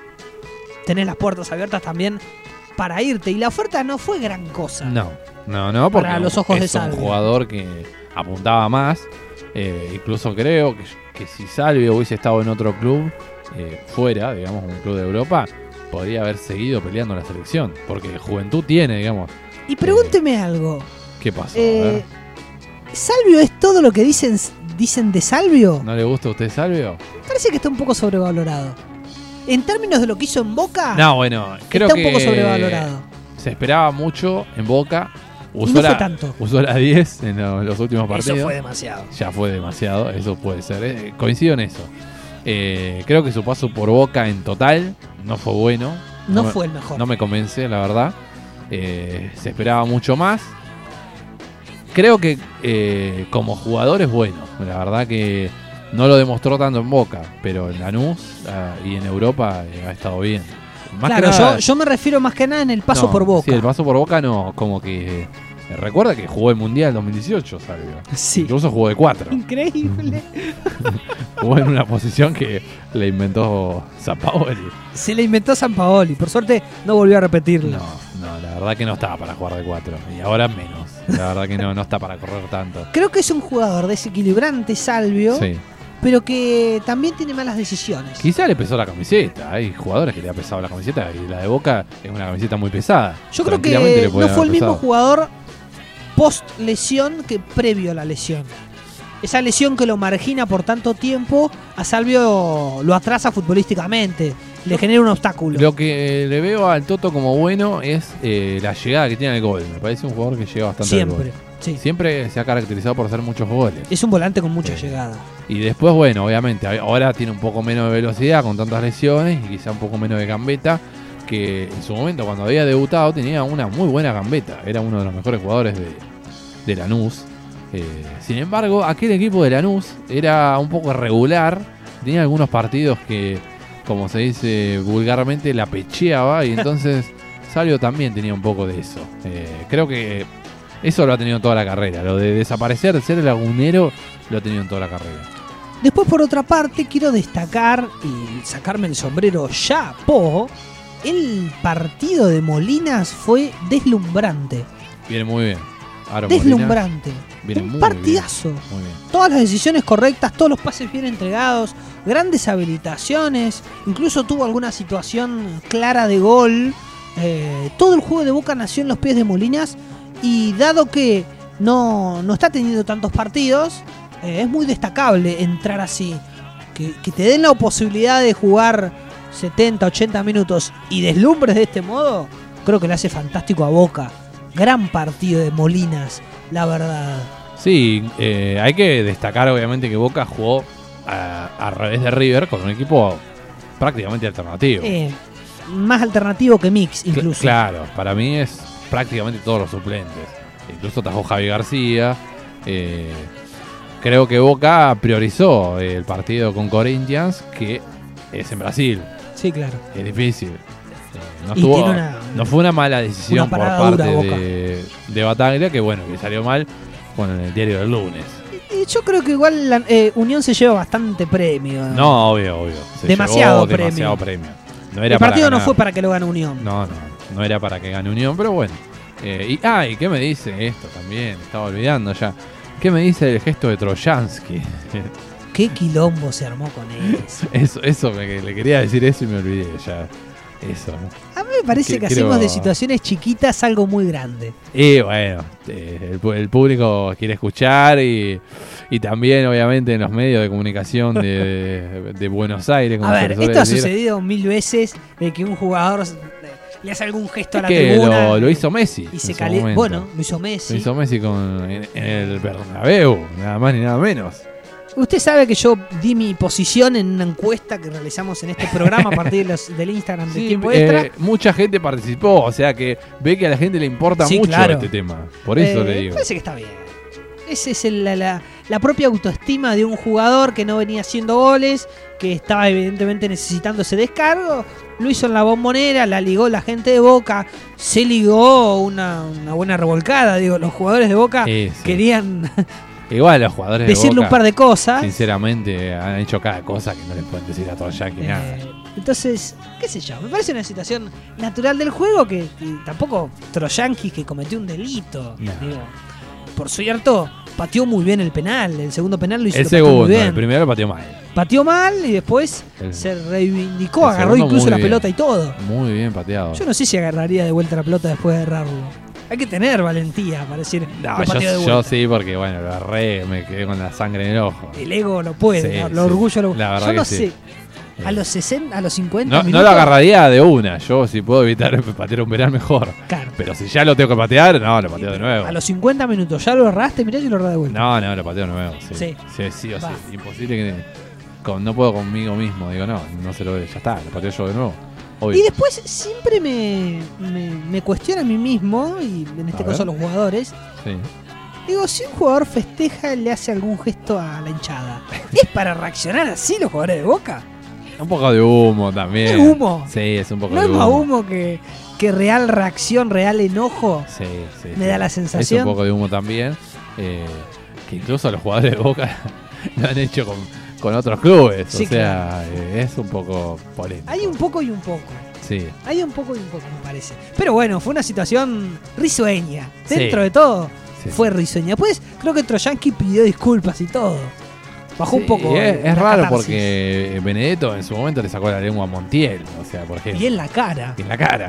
tenés las puertas abiertas también para irte. Y la oferta no fue gran cosa. No, no, no, porque Para los ojos de es un Salvio. jugador que apuntaba más. Eh, incluso creo que, que si Salvio hubiese estado en otro club, eh, fuera, digamos, un club de Europa, podría haber seguido peleando la selección. Porque Juventud tiene, digamos. Y pregúnteme algo. ¿Qué pasó? A Eh, ver. ¿Salvio es todo lo que dicen, dicen de Salvio? ¿No le gusta a usted Salvio? Parece que está un poco sobrevalorado. En términos de lo que hizo en Boca, No, bueno, creo está que un poco sobrevalorado. se esperaba mucho en Boca. Y Usó, no la, fue tanto. usó la diez en lo- los últimos partidos. Eso fue demasiado. Ya fue demasiado, eso puede ser. eh, Coincido en eso. Eh, creo que su paso por Boca en total no fue bueno. No me- fue el mejor. No me convence, la verdad. Eh, se esperaba mucho más. Creo que eh, como jugador es bueno. La verdad que no lo demostró tanto en Boca, pero en Lanús ah, y en Europa eh, ha estado bien. Más Claro, que nada- yo, yo me refiero más que nada en el paso no, por Boca. Sí, el paso por Boca no, como que... eh, recuerda que jugó el Mundial dos mil dieciocho, Salvio. Sí. Incluso jugó de cuatro. Increíble. Jugó en una posición que le inventó Sampaoli. Se le inventó San Paoli. Por suerte no volvió a repetirlo. No, no, la verdad que no estaba para jugar de cuatro. Y ahora menos. La verdad que no, no está para correr tanto. Creo que es un jugador desequilibrante, Salvio, Sí. pero que también tiene malas decisiones. Quizá le pesó la camiseta. Hay jugadores que le ha pesado la camiseta y la de Boca es una camiseta muy pesada. Yo creo Tranquilamente que le puede no fue haber el mismo pesado. jugador post lesión que previo a la lesión. Esa lesión que lo margina por tanto tiempo, a Salvio lo atrasa futbolísticamente, le genera un obstáculo. Lo que le veo al Toto como bueno es eh, la llegada que tiene al gol. Me parece un jugador que llega bastante al Siempre, gol. sí. Siempre se ha caracterizado por hacer muchos goles. Es un volante con mucha Sí. llegada. Y después, bueno, obviamente, ahora tiene un poco menos de velocidad con tantas lesiones y quizá un poco menos de gambeta, que en su momento cuando había debutado tenía una muy buena gambeta. Era uno de los mejores jugadores de, de Lanús. Eh, sin embargo, aquel equipo de Lanús era un poco regular. Tenía algunos partidos que, como se dice vulgarmente, la pecheaba y entonces Salvio también tenía un poco de eso. Eh, creo que eso lo ha tenido toda la carrera. Lo de desaparecer, de ser el lagunero, lo ha tenido en toda la carrera. Después, por otra parte, quiero destacar y sacarme el sombrero chapo. El partido de Molinas fue deslumbrante. Viene muy bien. Aaron Deslumbrante. Molina viene Un muy partidazo. bien, muy bien. Todas las decisiones correctas, todos los pases bien entregados, grandes habilitaciones, incluso tuvo alguna situación clara de gol. Eh, todo el juego de Boca nació en los pies de Molinas y dado que no, no está teniendo tantos partidos, eh, es muy destacable entrar así. Que, que te den la posibilidad de jugar setenta, ochenta minutos y deslumbres de este modo, creo que le hace fantástico a Boca. Gran partido de Molinas, la verdad. Sí, eh, hay que destacar obviamente que Boca jugó a, a revés de River con un equipo prácticamente alternativo. Eh, más alternativo que Mix, incluso. Claro, para mí es prácticamente todos los suplentes. Incluso tajó Javi García. Eh, creo que Boca priorizó el partido con Corinthians, que es en Brasil. Sí, claro. Es difícil. Eh, no, Y estuvo- tiene una- no fue una mala decisión una por parada parte dura, Boca. de, de Bataglia, que bueno, que salió mal bueno, en el diario del lunes. Y yo creo que igual la eh, Unión se lleva bastante premio. No, obvio, obvio. Se Demasiado llevó demasiado premio. No era El para partido no ganar. fue para que lo gane Unión. No, no, no era para que gane Unión, pero bueno. Eh, y, ah, ¿y qué me dice esto también? Estaba olvidando ya. ¿Qué me dice el gesto de Trojansky? Qué quilombo se armó con eso. eso, eso me, le quería decir eso y me olvidé ya. Eso. A mí me parece Que que quiero- hacemos de situaciones chiquitas algo muy grande. Y bueno, eh, el, pu- el público quiere escuchar y, y también obviamente en los medios de comunicación de, de- de Buenos Aires. Como A se ver, le suele esto ha decir. sucedido mil veces de que un jugador le hace algún gesto a Es la que tribuna lo, lo hizo Messi. y en se su calienta. momento. Bueno, lo hizo Messi. Lo hizo Messi con, en, en el Bernabéu, nada más ni nada menos. Usted sabe que yo di mi posición en una encuesta que realizamos en este programa a partir de los- del Instagram de Sí, Tiempo eh, Extra. mucha gente participó, o sea que ve que a la gente le importa Sí, mucho claro. este tema. Por eso Eh, le digo. Parece que está bien. Esa es el- la, la- la propia autoestima de un jugador que no venía haciendo goles, que estaba evidentemente necesitando ese descargo. Lo hizo en la Bombonera, la ligó la gente de Boca, se ligó una, una buena revolcada. Digo, los jugadores de Boca Eh, sí. querían Igual los jugadores decirle de Boca, un par de cosas. sinceramente, han hecho cada cosa que no les pueden decir a todos ya que nada. Eh, entonces, qué sé yo, me parece una situación natural del juego que, que tampoco Troyankis que cometió un delito. No. Digo, por cierto, pateó muy bien el penal, el segundo penal lo hizo El lo pateó segundo, muy bien. el primero lo pateó mal. Pateó mal y después El- se reivindicó, el agarró segundo incluso muy la bien. pelota y todo. Muy bien pateado. Yo no sé si agarraría de vuelta la pelota después de agarrarlo. Hay que tener valentía para decir, No, lo yo, pateó de yo vuelta. sí, porque bueno, lo agarré, me quedé con la sangre en el ojo. El ego lo puede, Sí, ¿no? el sí. orgullo lo La verdad Yo no que sé, sí. a los sesenta, a los cincuenta No, no minutos. lo agarraría de una, yo si puedo evitar patear un penal mejor. Claro. Pero si ya lo tengo que patear, no, lo pateo de nuevo. A los cincuenta minutos ya lo erraste, mirá si lo erras de vuelta. No, no, lo pateo de nuevo. Sí, Sí. sí, sí o sí. Va. Imposible que. con- no puedo conmigo mismo. Digo, no, no se lo ya está, lo pateo yo de nuevo. Obvio. Y después siempre me, me, me cuestiona a mí mismo, y en este A caso a ver. los jugadores. Sí. Digo, si un jugador festeja, le hace algún gesto a la hinchada. ¿Es para reaccionar así los jugadores de Boca? Un poco de humo también. ¿Es humo? Sí, es un poco ¿No de es humo. más humo que, que real reacción, real enojo? Sí, sí. Me sí. da la sensación. Es un poco de humo también. eh, que incluso los jugadores de Boca lo han hecho con, con otros clubes. Sí, o sea, eh, es un poco polémico. Hay un poco y un poco. Sí. Hay un poco y un poco, me parece. Pero bueno, fue una situación risueña. Sí. Dentro de todo, Sí, fue risueña. Después, creo que Troyansky pidió disculpas y todo. Bajó Sí, un poco. Es, la es raro catarsis. porque Benedetto en su momento le sacó la lengua a Montiel. O sea, por ejemplo. Y en la cara. En la cara.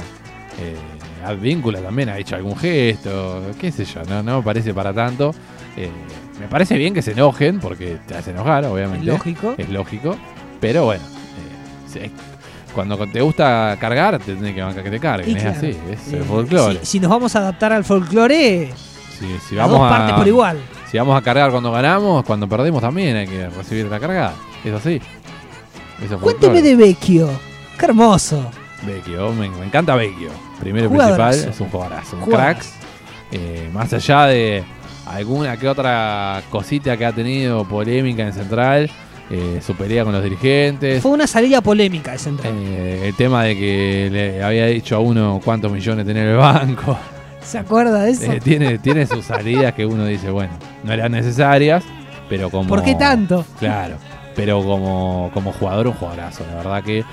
Eh, Advíncula también ha hecho algún gesto. Qué sé yo, no, no me parece para tanto. Eh, me parece bien que se enojen porque te hace enojar, obviamente. Es lógico. Es lógico. Pero bueno, eh, sí, cuando te gusta cargar, te tenés que bancar que te carguen. Y Es claro, así, es eh, el folclore. Si, si nos vamos a adaptar al folclore, Si, si las vamos dos a, partes por igual. Si vamos a cargar cuando ganamos, cuando perdemos también hay que recibir la cargada. Es así. Eso es Cuénteme folclore. de Vecchio. Qué hermoso. Vecchio, me, me encanta Vecchio. Primero y Jugadorazo. principal, es un jugadorazo, un Jugadorazo. crack. Eh, más allá de alguna que otra cosita que ha tenido polémica en Central, eh, su pelea con los dirigentes, Fue una salida polémica de Central. eh, el tema de que le había dicho a uno cuántos millones tenía en el banco. ¿Se acuerda de eso? Eh, tiene, tiene sus salidas que uno dice, bueno, no eran necesarias, pero como... ¿Por qué tanto? Claro, pero como, como jugador, un jugadorazo. La verdad que eh,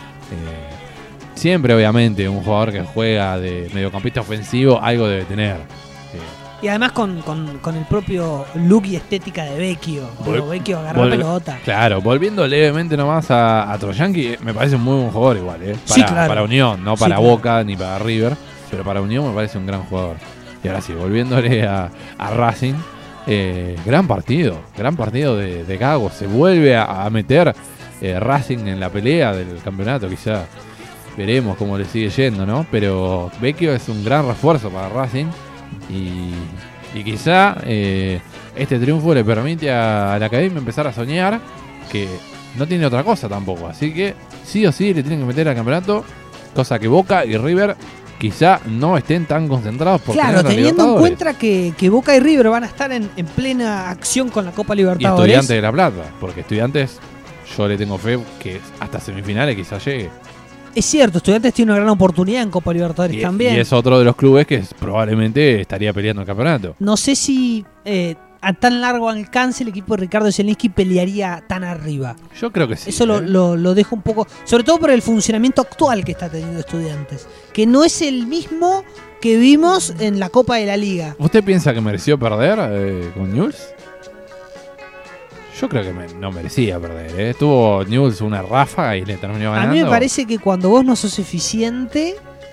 siempre, obviamente, un jugador que juega de mediocampista ofensivo algo debe tener. Eh, Y además con, con, con el propio look y estética de Vecchio. Digo, Vecchio agarra Volve- pelota. Claro, volviendo levemente nomás a, a Troyanqui, me parece un muy buen jugador igual, ¿eh? Para, Sí, claro. para Unión, no Sí, para claro. Boca ni para River, pero para Unión me parece un gran jugador. Y ahora sí, volviéndole a, a Racing, eh, gran partido, gran partido de, de Gago. Se vuelve a, a meter eh, Racing en la pelea del campeonato, quizá. Veremos cómo le sigue yendo, ¿no? Pero Vecchio es un gran refuerzo para Racing y, y quizá eh, este triunfo le permite a, a la academia empezar a soñar, que no tiene otra cosa tampoco. Así que sí o sí le tienen que meter al campeonato, cosa que Boca y River quizá no estén tan concentrados por Claro, tener a teniendo en Libertadores. cuenta que, que Boca y River van a estar en, en plena acción con la Copa Y Libertadores. Estudiantes de La Plata, porque Estudiantes yo le tengo fe que hasta semifinales quizá llegue. Es cierto, Estudiantes tiene una gran oportunidad en Copa Libertadores Y, también. y es otro de los clubes que probablemente estaría peleando el campeonato. No sé si eh, a tan largo alcance el equipo de Ricardo Zielinski pelearía tan arriba. Yo creo que sí. Eso lo, ¿eh? lo, lo dejo un poco, sobre todo por el funcionamiento actual que está teniendo Estudiantes, que no es el mismo que vimos en la Copa de la Liga. ¿Usted piensa que mereció perder eh, con Newell's? Yo creo que me- no merecía perder. ¿eh? Tuvo Newell's una ráfaga y le terminó A ganando. mí me parece que cuando vos no sos eficiente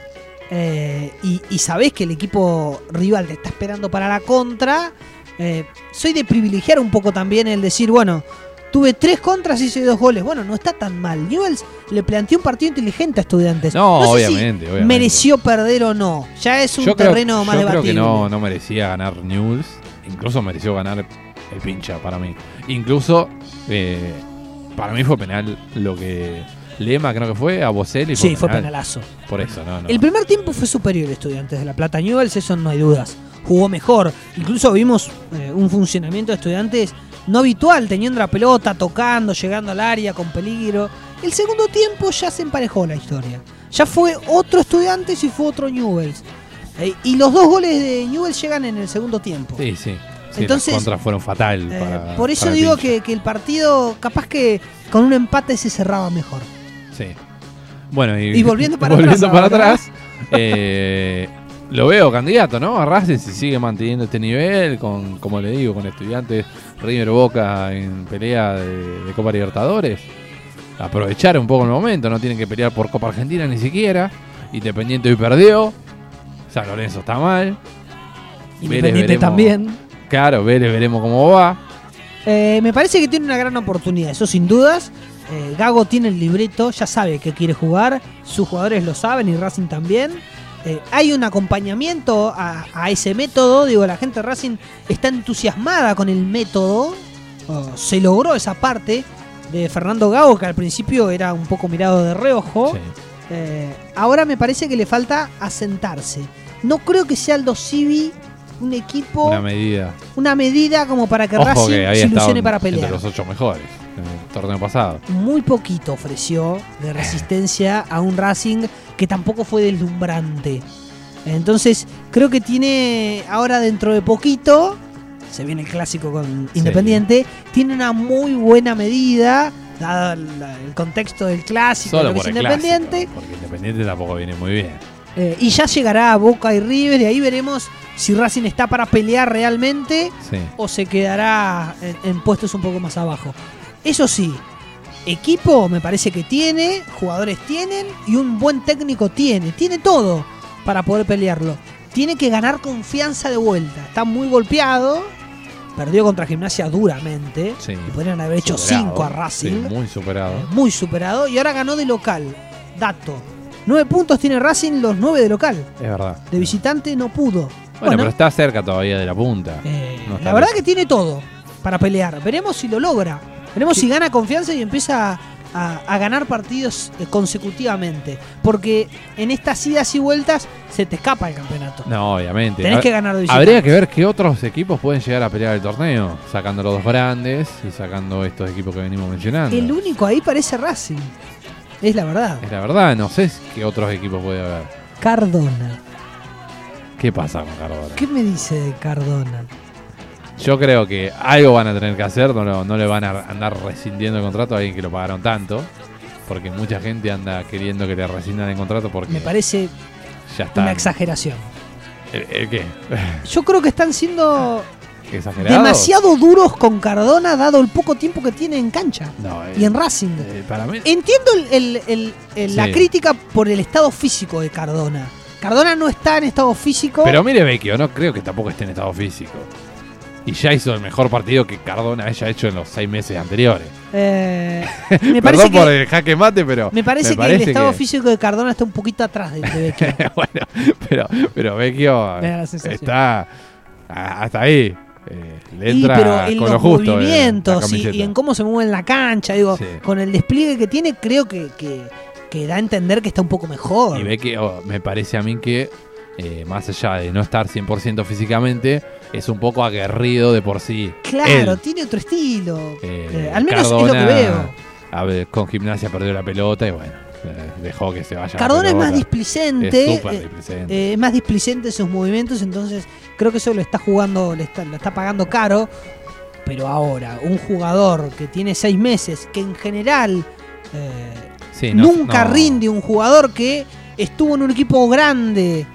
eh, y, y sabés que el equipo rival te está esperando para la contra, eh, soy de privilegiar un poco también el decir, bueno, tuve tres contras y hice dos goles. Bueno, no está tan mal. Newell's le planteó un partido inteligente a Estudiantes. No, sé si obviamente, obviamente. mereció perder o no. Ya es un Yo creo, terreno más yo creo debatible. que no, no merecía ganar Newell's. Incluso mereció ganar el pincha para mí. Incluso eh, para mí fue penal lo que Lema creo que fue a Boselli. Sí, fue penalazo. Por eso, no, no. El primer tiempo fue superior Estudiantes de La Plata. Newell's, eso no hay dudas. Jugó mejor. Incluso vimos eh, un funcionamiento de Estudiantes no habitual, teniendo la pelota, tocando, llegando al área con peligro. El segundo tiempo ya se emparejó la historia. Ya fue otro Estudiantes y fue otro Newell's. Eh, y los dos goles de Newell's llegan en el segundo tiempo. Sí, sí. Sí, Entonces, las contras fueron fatal. Eh, para, por eso para el digo pincha. que, que el partido, capaz que con un empate se cerraba mejor. Sí. Bueno, y, Y volviendo para volviendo atrás para ahora. atrás, eh, lo veo candidato, ¿no? A Racing si sigue manteniendo este nivel, con, como le digo, con Estudiantes, River, Boca en pelea de, de Copa Libertadores. Aprovechar un poco el momento, no tienen que pelear por Copa Argentina ni siquiera. Independiente hoy perdió. San Lorenzo está mal. Independiente veremos. también. Claro, Vélez veremos cómo va. Eh, me parece que tiene una gran oportunidad, eso sin dudas. Eh, Gago tiene el libreto, ya sabe que quiere jugar, sus jugadores lo saben y Racing también. Eh, hay un acompañamiento a, a ese método, digo, la gente de Racing está entusiasmada con el método. Oh, se logró esa parte de Fernando Gago, que al principio era un poco mirado de reojo. Sí. Eh, ahora me parece que le falta asentarse. No creo que sea Aldo Civi un equipo, Una una, medida. medida como para que Ojo Racing que había se estado ilusione en- para entre pelear. los ocho mejores en el torneo pasado. Muy poquito ofreció de resistencia a un Racing que tampoco fue deslumbrante. Entonces, creo que tiene ahora dentro de poquito, se viene el clásico con Independiente, tiene una muy buena medida, dado el, el contexto del clásico, Solo lo que por es el Independiente, clásico, porque Independiente tampoco viene muy bien. eh, y ya llegará a Boca y River, y ahí veremos si Racing está para pelear realmente Sí. o se quedará en, en puestos un poco más abajo. Eso sí, equipo me parece que tiene, jugadores tienen y un buen técnico tiene. Tiene todo para poder pelearlo. Tiene que ganar confianza de vuelta. Está muy golpeado. Perdió contra Gimnasia duramente. Sí. Y podrían haber hecho Superado. cinco a Racing. Sí, muy superado. Eh, muy superado. Y ahora ganó de local. Dato. Nueve puntos tiene Racing, los nueve de local. Es verdad. De visitante no pudo. Bueno, Bueno, pero está cerca todavía de la punta. eh, No está la verdad lejos. que tiene todo para pelear. Veremos si lo logra. Veremos Sí. si gana confianza y empieza a, a ganar partidos eh, consecutivamente. Porque en estas idas y vueltas se te escapa el campeonato. No, obviamente. Tenés Ha- que ganar de visitante. Habría que ver qué otros equipos pueden llegar a pelear el torneo, sacando los dos grandes y sacando estos equipos que venimos mencionando. El único ahí parece Racing. Es la verdad. Es la verdad, no sé qué otros equipos puede haber. Cardona. ¿Qué pasa con Cardona? ¿Qué me dice de Cardona? Yo creo que algo van a tener que hacer, no, lo- no le van a andar rescindiendo el contrato a alguien que lo pagaron tanto, porque mucha gente anda queriendo que le rescindan el contrato porque Me parece ya está. una exageración. ¿El, el qué? Yo creo que están siendo ¿Exagerados? demasiado duros con Cardona dado el poco tiempo que tiene en cancha No, eh, y en Racing. eh, para mí... Entiendo el, el- el- el- Sí. la crítica por el estado físico de Cardona. Cardona no está en estado físico. Pero mire Vecchio, no creo que tampoco esté en estado físico. Y ya hizo el mejor partido que Cardona haya hecho en los seis meses anteriores. eh, me parece Perdón por que, el jaque mate, pero... me parece me que el estado que- físico de Cardona está un poquito atrás del de Vecchio. bueno, pero, pero Vecchio Me da la sensación. está a- hasta ahí. Eh, le Y, entra pero en con los lo justo. eh, movimientos la y, camiseta. y en cómo se mueve en la cancha, digo, Sí. con el despliegue que tiene, creo que, que, que da a entender que está un poco mejor. Y Vecchio, me parece a mí que, eh, más allá de no estar cien por ciento físicamente, es un poco aguerrido de por sí. Claro, Él. tiene otro estilo. Eh, Eh, al menos es lo Cardona, que veo. A ver, con Gimnasia perdió la pelota y bueno, eh, dejó que se vaya. Cardona la es más pelota. displicente. Es súper eh, displicente. eh, es más displicente en sus movimientos, entonces creo que eso lo está jugando, le está, lo está pagando caro. Pero ahora, un jugador que tiene seis meses, que en general eh, Sí, no- nunca no. rinde, un jugador que estuvo en un equipo grande,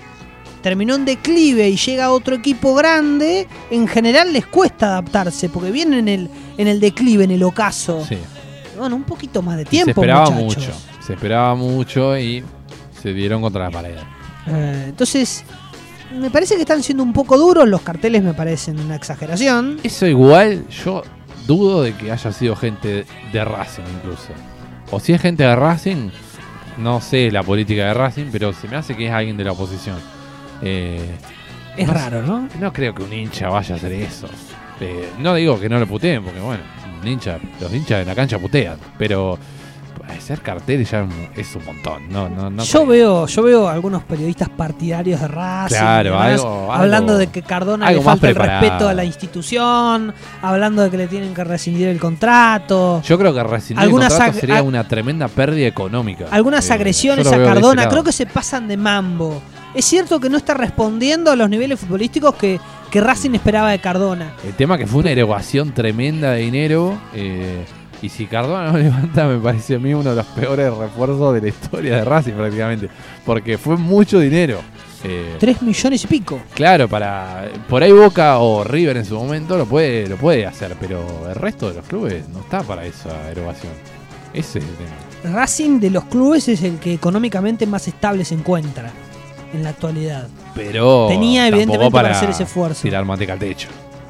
terminó en declive y llega a otro equipo grande, en general les cuesta adaptarse, porque vienen en el, en el declive, en el ocaso. Sí. Bueno, un poquito más de Y tiempo, se esperaba muchachos. mucho. Se esperaba mucho y se dieron contra la pared. Eh, entonces, me parece que están siendo un poco duros, los carteles me parecen una exageración. Eso igual, yo dudo de que haya sido gente de Racing incluso. O si es gente de Racing, no sé la política de Racing, pero se me hace que es alguien de la oposición. Eh, Es no raro, ¿no? No creo que un hincha vaya a hacer eso. Eh, no digo que no lo puteen, porque bueno, un hincha, los hinchas de la cancha putean, pero hacer carteles ya es un montón. No, no, no yo creo. veo, yo veo algunos periodistas partidarios de Racing, Claro, y demás, algo- hablando algo- de que Cardona algo le más falta el preparado. respeto a la institución, hablando de que le tienen que rescindir el contrato. Yo creo que rescindir el Algunas contrato ag- sería ag- una tremenda pérdida económica. Algunas Eh, agresiones yo lo a veo de ese Cardona, lado. creo que se pasan de mambo. Es cierto que no está respondiendo a los niveles futbolísticos que, que Racing esperaba de Cardona. El tema que fue una erogación tremenda de dinero. eh, y si Cardona no levanta, me parece a mí uno de los peores refuerzos de la historia de Racing prácticamente. Porque fue mucho dinero. Eh, Tres millones y pico. claro, para por ahí Boca o River en su momento lo puede, lo puede hacer, pero el resto de los clubes no está para esa erogación. Ese es el tema. Racing de los clubes es el que económicamente más estable se encuentra en la actualidad. Pero Tenía, tampoco evidentemente, para para hacer ese esfuerzo. tirar manteca al techo.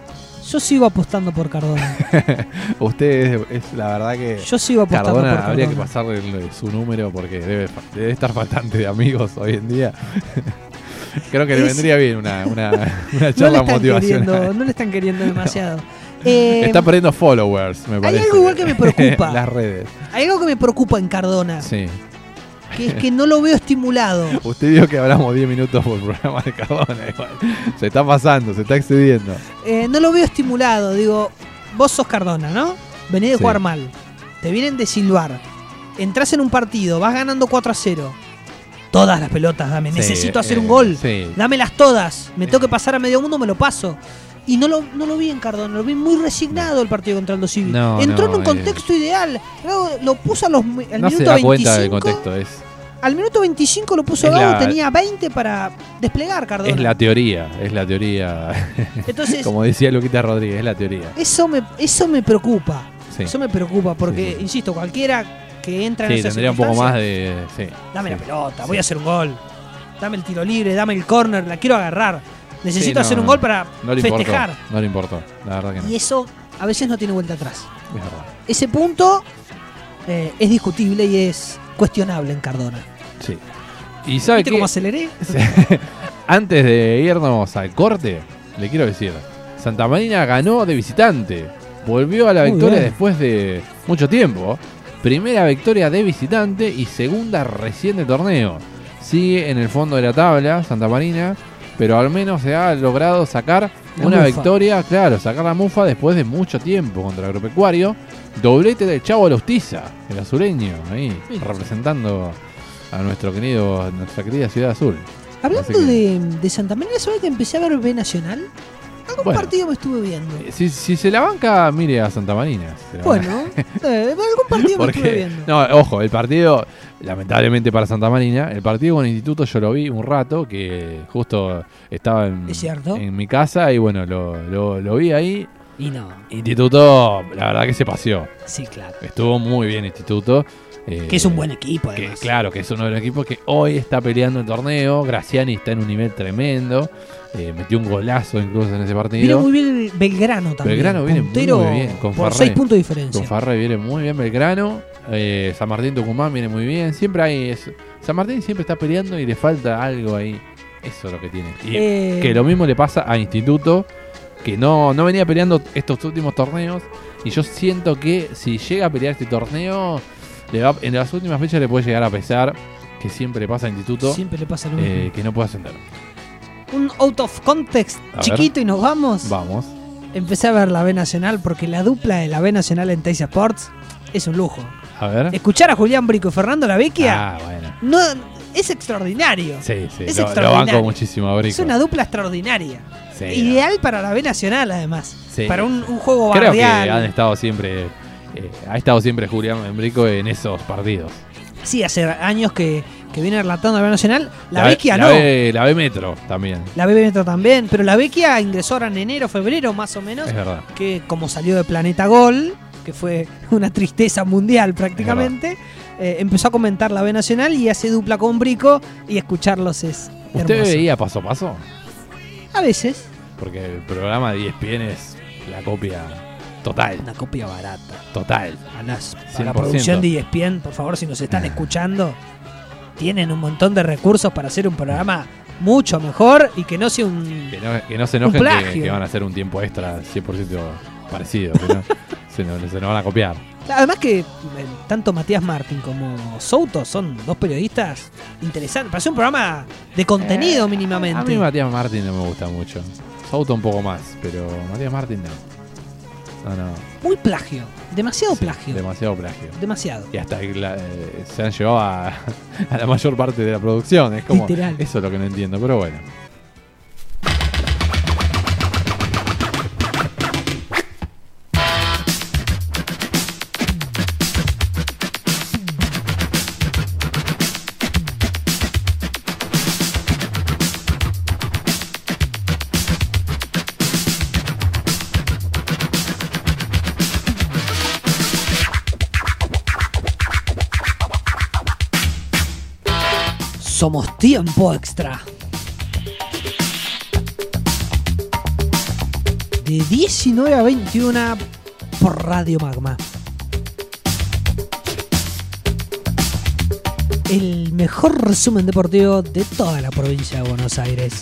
Yo sigo apostando por Cardona. Usted es, es la verdad que Yo sigo apostando Cardona por Cardona. habría que pasarle el- su número porque debe, fa- debe estar faltante de amigos hoy en día. Creo que le Es- vendría bien una, una, una no, le charla están queriendo, motivacional. no le están queriendo demasiado. Eh, Está perdiendo followers, me parece. algo igual que me preocupa. en las redes. hay algo que me preocupa en Cardona, Sí. que es que no lo veo estimulado. Usted vio que hablamos diez minutos por programa de Cardona. Igual. Se está pasando, se está excediendo. Eh, no lo veo estimulado. Digo, vos sos Cardona, ¿no? Venís de Sí. jugar mal. Te vienen de silbar. Entrás en un partido, vas ganando cuatro a cero. Todas las pelotas, dame. Sí, Necesito hacer eh, un gol. Sí. Dámelas todas. Me tengo que pasar a medio mundo, me lo paso. Y no lo, no lo vi en Cardona, lo vi muy resignado el partido contra Aldo Civi. No, Entró no, en un eh. contexto ideal. Luego lo puso a los, al No se minuto da cuenta del veinticinco. contexto. Es, Al minuto veinticinco lo puso Es Gago, la- tenía veinte para desplegar Cardona. es la teoría. Es la teoría. Entonces, Como decía Luquita Rodríguez, es la teoría. eso me, eso me preocupa. Sí. Eso me preocupa porque, Sí, sí. insisto, cualquiera que entra en Sí, esa tendría un poco más de. Sí. Dame sí. la pelota, Sí. voy a hacer un gol. Dame el tiro libre, dame el córner, la quiero agarrar. Necesito Sí, no, hacer un gol para No le festejar. importó. No le importó. La verdad que no. Y eso a veces no tiene vuelta atrás. Es verdad. Ese punto eh, es discutible y es cuestionable en Cardona. Sí. ¿Y sabe ¿Viste qué? cómo aceleré? Antes de irnos al corte, le quiero decir: Santa Marina ganó de visitante. Volvió a la Muy victoria bien. después de mucho tiempo. Primera victoria de visitante y segunda recién de torneo. Sigue en el fondo de la tabla Santa Marina, pero al menos se ha logrado sacar La una mufa. victoria, claro, sacar la mufa después de mucho tiempo contra el Agropecuario. Doblete del Chavo Lostiza, el azuleño, ahí, Sí. representando a nuestro querido, nuestra querida Ciudad Azul. Hablando Así que- de, de Santa Marina, ¿sabes que empecé a ver B Nacional? Algún Bueno. partido me estuve viendo. Eh, Si, si se la banca, mire a Santa Marina. si se la Bueno, eh, algún partido me estuve Porque, viendo. no, ojo, el partido, lamentablemente para Santa Marina, el partido con el instituto yo lo vi un rato, que justo estaba en, Es cierto. en mi casa y bueno, lo, lo, lo vi ahí. Y no, Instituto, la verdad que se paseó. sí, claro. Estuvo muy bien Instituto. eh, Que es un buen equipo, que, además. claro, que es uno de los equipos que hoy está peleando el torneo. Graciani está en un nivel tremendo. eh, metió un golazo incluso en ese Viene partido. muy bien el Belgrano también. Belgrano viene puntero muy bien, con por Farré. seis puntos de diferencia. Con Farré viene muy bien Belgrano. eh, San Martín Tucumán viene muy bien. Siempre hay eso. San Martín siempre está peleando y le falta algo ahí. Eso es lo que tiene. Y Eh, que lo mismo le pasa a Instituto, que no, no venía peleando estos últimos torneos. Y yo siento que si llega a pelear este torneo, le va- en las últimas fechas le puede llegar a pesar, que siempre le pasa a Instituto, Siempre le pasa lo mismo. eh, que no puede ascender. Un out of context A ver. chiquito y nos vamos. Vamos. Empecé a ver la B Nacional porque la dupla de la B Nacional en Teis Sports es un lujo. A ver. Escuchar a Julián Brico y Fernando Lavecchia Ah, bueno. no, es extraordinario. Sí, sí. Es Lo, lo extraordinario. banco muchísimo a Brico. Es una dupla extraordinaria. Sí, Ideal para la B Nacional, además. Sí. Para un, un juego Creo que barrial. han estado siempre. eh, ha estado siempre Julián Brico en esos partidos. Sí, hace años que, que viene relatando la B Nacional. La, B- Vecchia la no. B, la B Metro también. La B Metro también. Pero la Vecchia ingresó ahora en enero, febrero más o menos. Es verdad. Que como salió de Planeta Gol, que fue una tristeza mundial prácticamente, eh, empezó a comentar la B Nacional y hace dupla con Brico y escucharlos es ¿Usted hermoso. veía paso a paso? A veces. Porque el programa de E S P N es la copia total. Una copia barata. Total. A, las, a cien la por ciento. producción de E S P N, por favor, si nos están escuchando, tienen un montón de recursos para hacer un programa mucho mejor y que no sea un... Que no, que no se enojen Un que, plagio. que van a hacer un tiempo extra cien por ciento parecido. Que no, se, nos, se nos van a copiar. Además que eh, tanto Matías Martín como Souto son dos periodistas interesantes. Parece un programa de contenido Eh, mínimamente. A mí Matías Martín no me gusta mucho. Souto un poco más, pero Matías Martín no. No, no. Muy plagio. Demasiado Sí, plagio. Demasiado plagio. Demasiado. Y hasta la- eh, se han llevado a, a la mayor parte de la producción. Es como. Literal. Eso es lo que no entiendo, pero bueno. Somos tiempo extra. De diecinueve a veintiuna por Radio Magma. El mejor resumen deportivo de toda la provincia de Buenos Aires.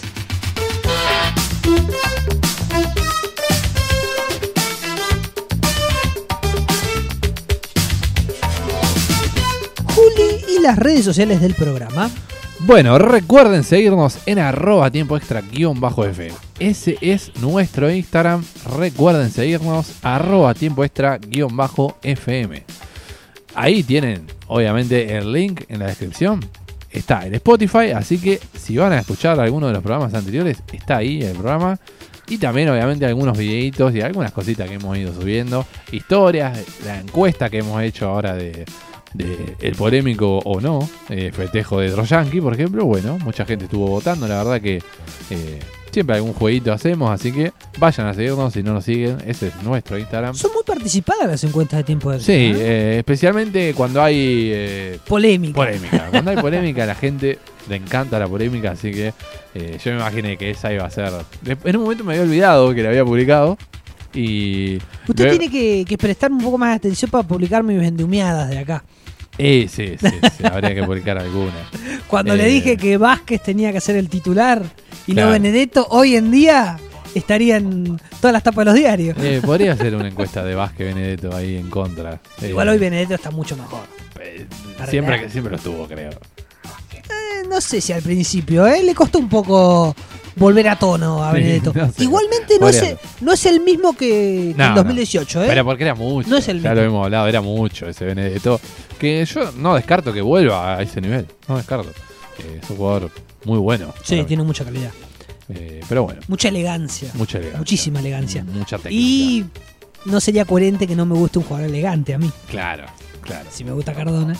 Juli y las redes sociales del programa. Bueno, recuerden seguirnos en arroba tiempo extra guión bajo F. Ese es nuestro Instagram. Recuerden seguirnos arroba tiempo extra guión bajo F M. Ahí tienen, obviamente, el link en la descripción. Está en Spotify, así que si van a escuchar alguno de los programas anteriores, está ahí el programa. Y también, obviamente, algunos videitos y algunas cositas que hemos ido subiendo. Historias, la encuesta que hemos hecho ahora de... de el polémico o no eh, festejo de Troyanqui, por ejemplo. Bueno, mucha gente estuvo votando, la verdad que eh, siempre algún jueguito hacemos, así que vayan a seguirnos si no nos siguen. Ese es nuestro Instagram. Son muy participadas las encuestas de tiempo extra. Sí, ¿eh? eh, especialmente cuando hay eh, Polémica. polémica. Cuando hay polémica a la gente le encanta la polémica, así que eh, yo me imaginé que esa iba a ser... En un momento me había olvidado que la había publicado y... Usted luego- tiene que, que prestar un poco más de atención para publicar mis vendumeadas de acá. Eh, sí, sí, sí, habría que publicar alguna. Cuando Eh. le dije que Vázquez tenía que ser el titular y Claro. no Benedetto, hoy en día estaría en todas las tapas de los diarios. Eh, podría ser una encuesta de Vázquez Benedetto ahí en contra. Eh, Igual hoy Benedetto está mucho mejor. eh, Para siempre, nada. que siempre lo estuvo, creo. Eh, no sé si al principio, ¿eh? Le costó un poco volver a tono a Sí, Benedetto. no sé. Igualmente no es, Podría el, no es el mismo que, que No, en no. dos mil dieciocho, ¿eh? Pero porque era mucho. No es el ya mismo. lo hemos hablado, era mucho ese Benedetto. Que yo no descarto que vuelva a ese nivel. No descarto. Eh, es un jugador muy bueno. Sí, para mí. tiene mucha calidad. Eh, pero bueno. Mucha elegancia. Mucha elegancia. Muchísima elegancia. Mucha técnica. Y no sería coherente que no me guste un jugador elegante a mí. Claro, claro. Si me gusta Cardona.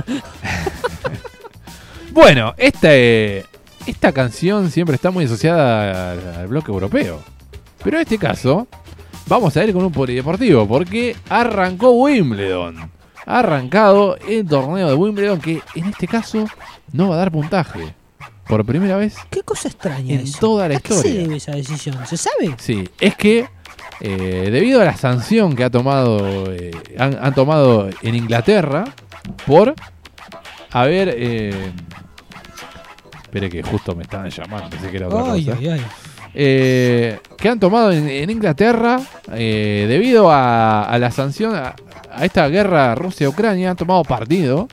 Bueno, este, esta canción siempre está muy asociada al, al bloque europeo. Pero en este caso, vamos a ir con un polideportivo, porque arrancó Wimbledon. Ha arrancado el torneo de Wimbledon, que en este caso no va a dar puntaje. Por primera vez Qué cosa extraña en eso. toda la ¿A qué historia. se debe esa decisión? ¿Se sabe? Sí, es que eh, debido a la sanción que ha tomado, eh, han, han tomado en Inglaterra por haber... Eh, espere que justo me estaban llamando, pensé que era otra Ay, cosa. ay, ay. Eh, que han tomado en, en Inglaterra eh, debido a, a la sanción, a, a esta guerra Rusia-Ucrania, han tomado partido.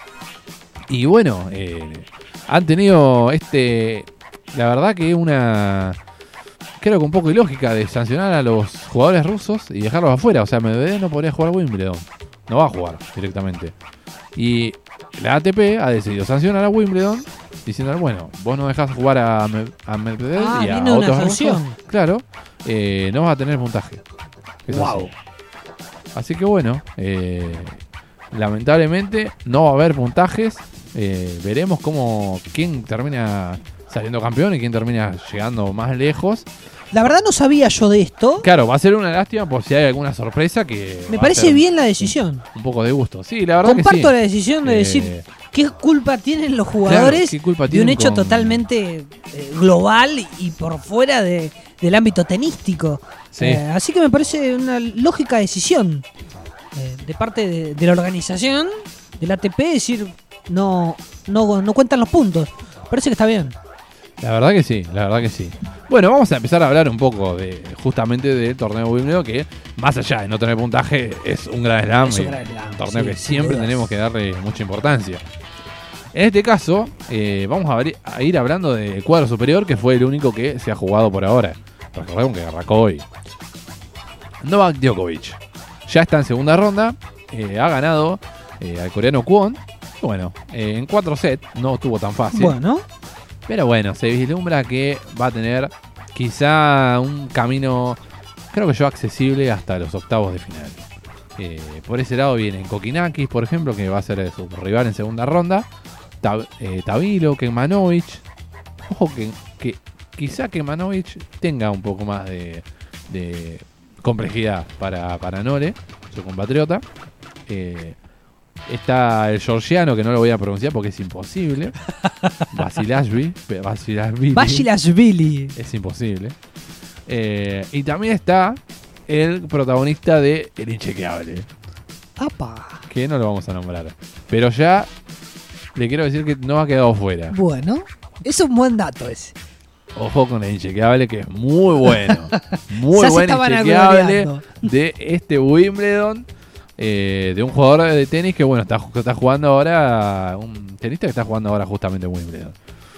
Y bueno, eh, han tenido este, la verdad que una, creo que un poco ilógica de sancionar a los jugadores rusos y dejarlos afuera. O sea, Medvedev no podría jugar Wimbledon, no va a jugar directamente. Y la A T P ha decidido sancionar a Wimbledon diciendo, bueno, vos no dejás jugar a, Me- a Medvedev Ah, y a viene una otros sanción. rusos. Claro, eh, no vas a tener puntaje. Es Wow. así. Así que bueno, eh, lamentablemente no va a haber puntajes. Eh, veremos cómo quién termina saliendo campeón y quién termina llegando más lejos. La verdad no sabía yo de esto. Claro, va a ser una lástima por si hay alguna sorpresa que Me va a parece ser bien la decisión. un poco de gusto. Sí, la verdad Comparto que sí. la decisión de Eh, decir qué culpa tienen los claro, jugadores ¿qué culpa de un tienen hecho con- totalmente eh, global y por fuera de, del ámbito tenístico. Sí. Eh, así que me parece una lógica decisión eh, de parte de, de la organización, del A T P, decir no, no, no cuentan los puntos. Parece que está bien. La verdad que sí, la verdad que sí. Bueno, vamos a empezar a hablar un poco de justamente del torneo de Wimbledon, que más allá de no tener puntaje es un gran slam, Es un y gran slam, un torneo sí, que sin siempre dudas. tenemos que darle mucha importancia. En este caso, eh, vamos a, ver- a ir hablando del cuadro superior, que fue el único que se ha jugado por ahora. Recordemos que arrancó hoy. Novak Djokovic ya está en segunda ronda, eh, ha ganado eh, al coreano Kwon. Bueno, eh, en cuatro sets, no estuvo tan fácil. Bueno, Pero bueno, se vislumbra que va a tener quizá un camino, creo que yo, accesible hasta los octavos de final. Eh, por ese lado vienen Kokinakis, por ejemplo, que va a ser su rival en segunda ronda. Tab- eh, Tabilo, Kekmanovic. Ojo que, que quizá Kekmanovic tenga un poco más de, de complejidad para, para Nole, su compatriota. Eh, Está el georgiano, que no lo voy a pronunciar porque es imposible. Basilashvili. Basilashvili. Basilashvili. Es imposible. Eh, y también está el protagonista de El Inchequeable, Apa. que no lo vamos a nombrar. Pero ya le quiero decir que no ha quedado fuera. Bueno, es un buen dato ese. Ojo con El Inchequeable, que es muy bueno. Muy Ya se buen estaban Inchequeable agloriando. de este Wimbledon. Eh, de un jugador de tenis que bueno está, está jugando ahora, un tenista que está jugando ahora justamente en Wimbledon.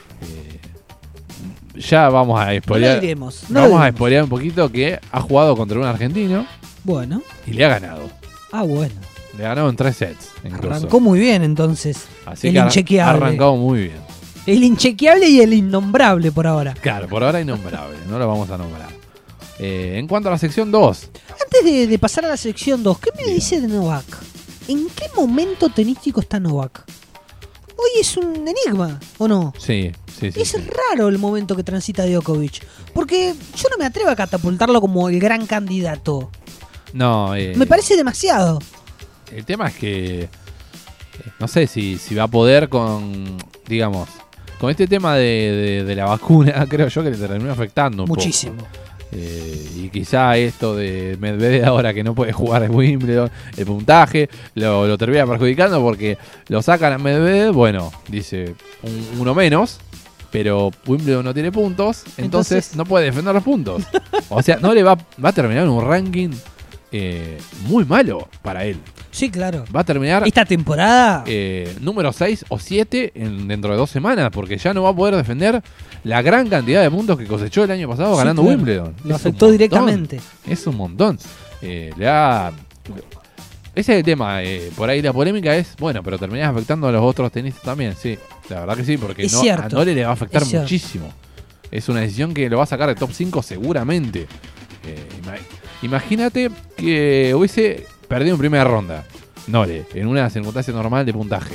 Eh, ya vamos a No lo spoilear, diremos. No lo vamos a diremos. spoilear un poquito que ha jugado contra un argentino Bueno. y le ha ganado. Ah, bueno. Le ha ganado en tres sets incluso. Arrancó muy bien entonces. Así el que ha- ha inchequeable. arrancado muy bien. El inchequeable y el innombrable por ahora. Claro, por ahora innombrable, no lo vamos a nombrar. Eh, en cuanto a la sección dos, Antes de, de pasar a la sección dos, ¿qué me Bien. dice de Novak? ¿En qué momento tenístico está Novak? Hoy es un enigma, ¿o no? sí, sí, sí. es sí. raro el momento que transita Djokovic. Porque yo no me atrevo a catapultarlo como el gran candidato. No, eh, Me parece demasiado. el tema es que eh, no sé si, si va a poder con, digamos, con este tema de, de- de la vacuna, creo yo que le terminó afectando un Muchísimo. poco. Eh, y quizá esto de Medvedev ahora que no puede jugar en Wimbledon, el puntaje, lo, lo termina perjudicando porque lo sacan a Medvedev, bueno, dice un- uno menos, pero Wimbledon no tiene puntos, entonces, Entonces- no puede defender los puntos. O sea, no le va, va a terminar en un ranking eh, muy malo para él. Sí, claro. Va a terminar Esta temporada... eh, número seis o siete en, dentro de dos semanas, porque ya no va a poder defender la gran cantidad de puntos que cosechó el año pasado Sí, ganando claro. Wimbledon. Lo Es un afectó montón, directamente. Es un montón. Eh, le ha... Ese es el tema. eh, por ahí la polémica es, bueno, pero terminás afectando a los otros tenistas también, sí. La verdad que sí, porque Es no, cierto. a Nole le va a afectar Es cierto. muchísimo. Es una decisión que lo va a sacar de top cinco seguramente. Eh, Imagínate que hubiese perdido en primera ronda Nole, en una circunstancia normal de puntaje.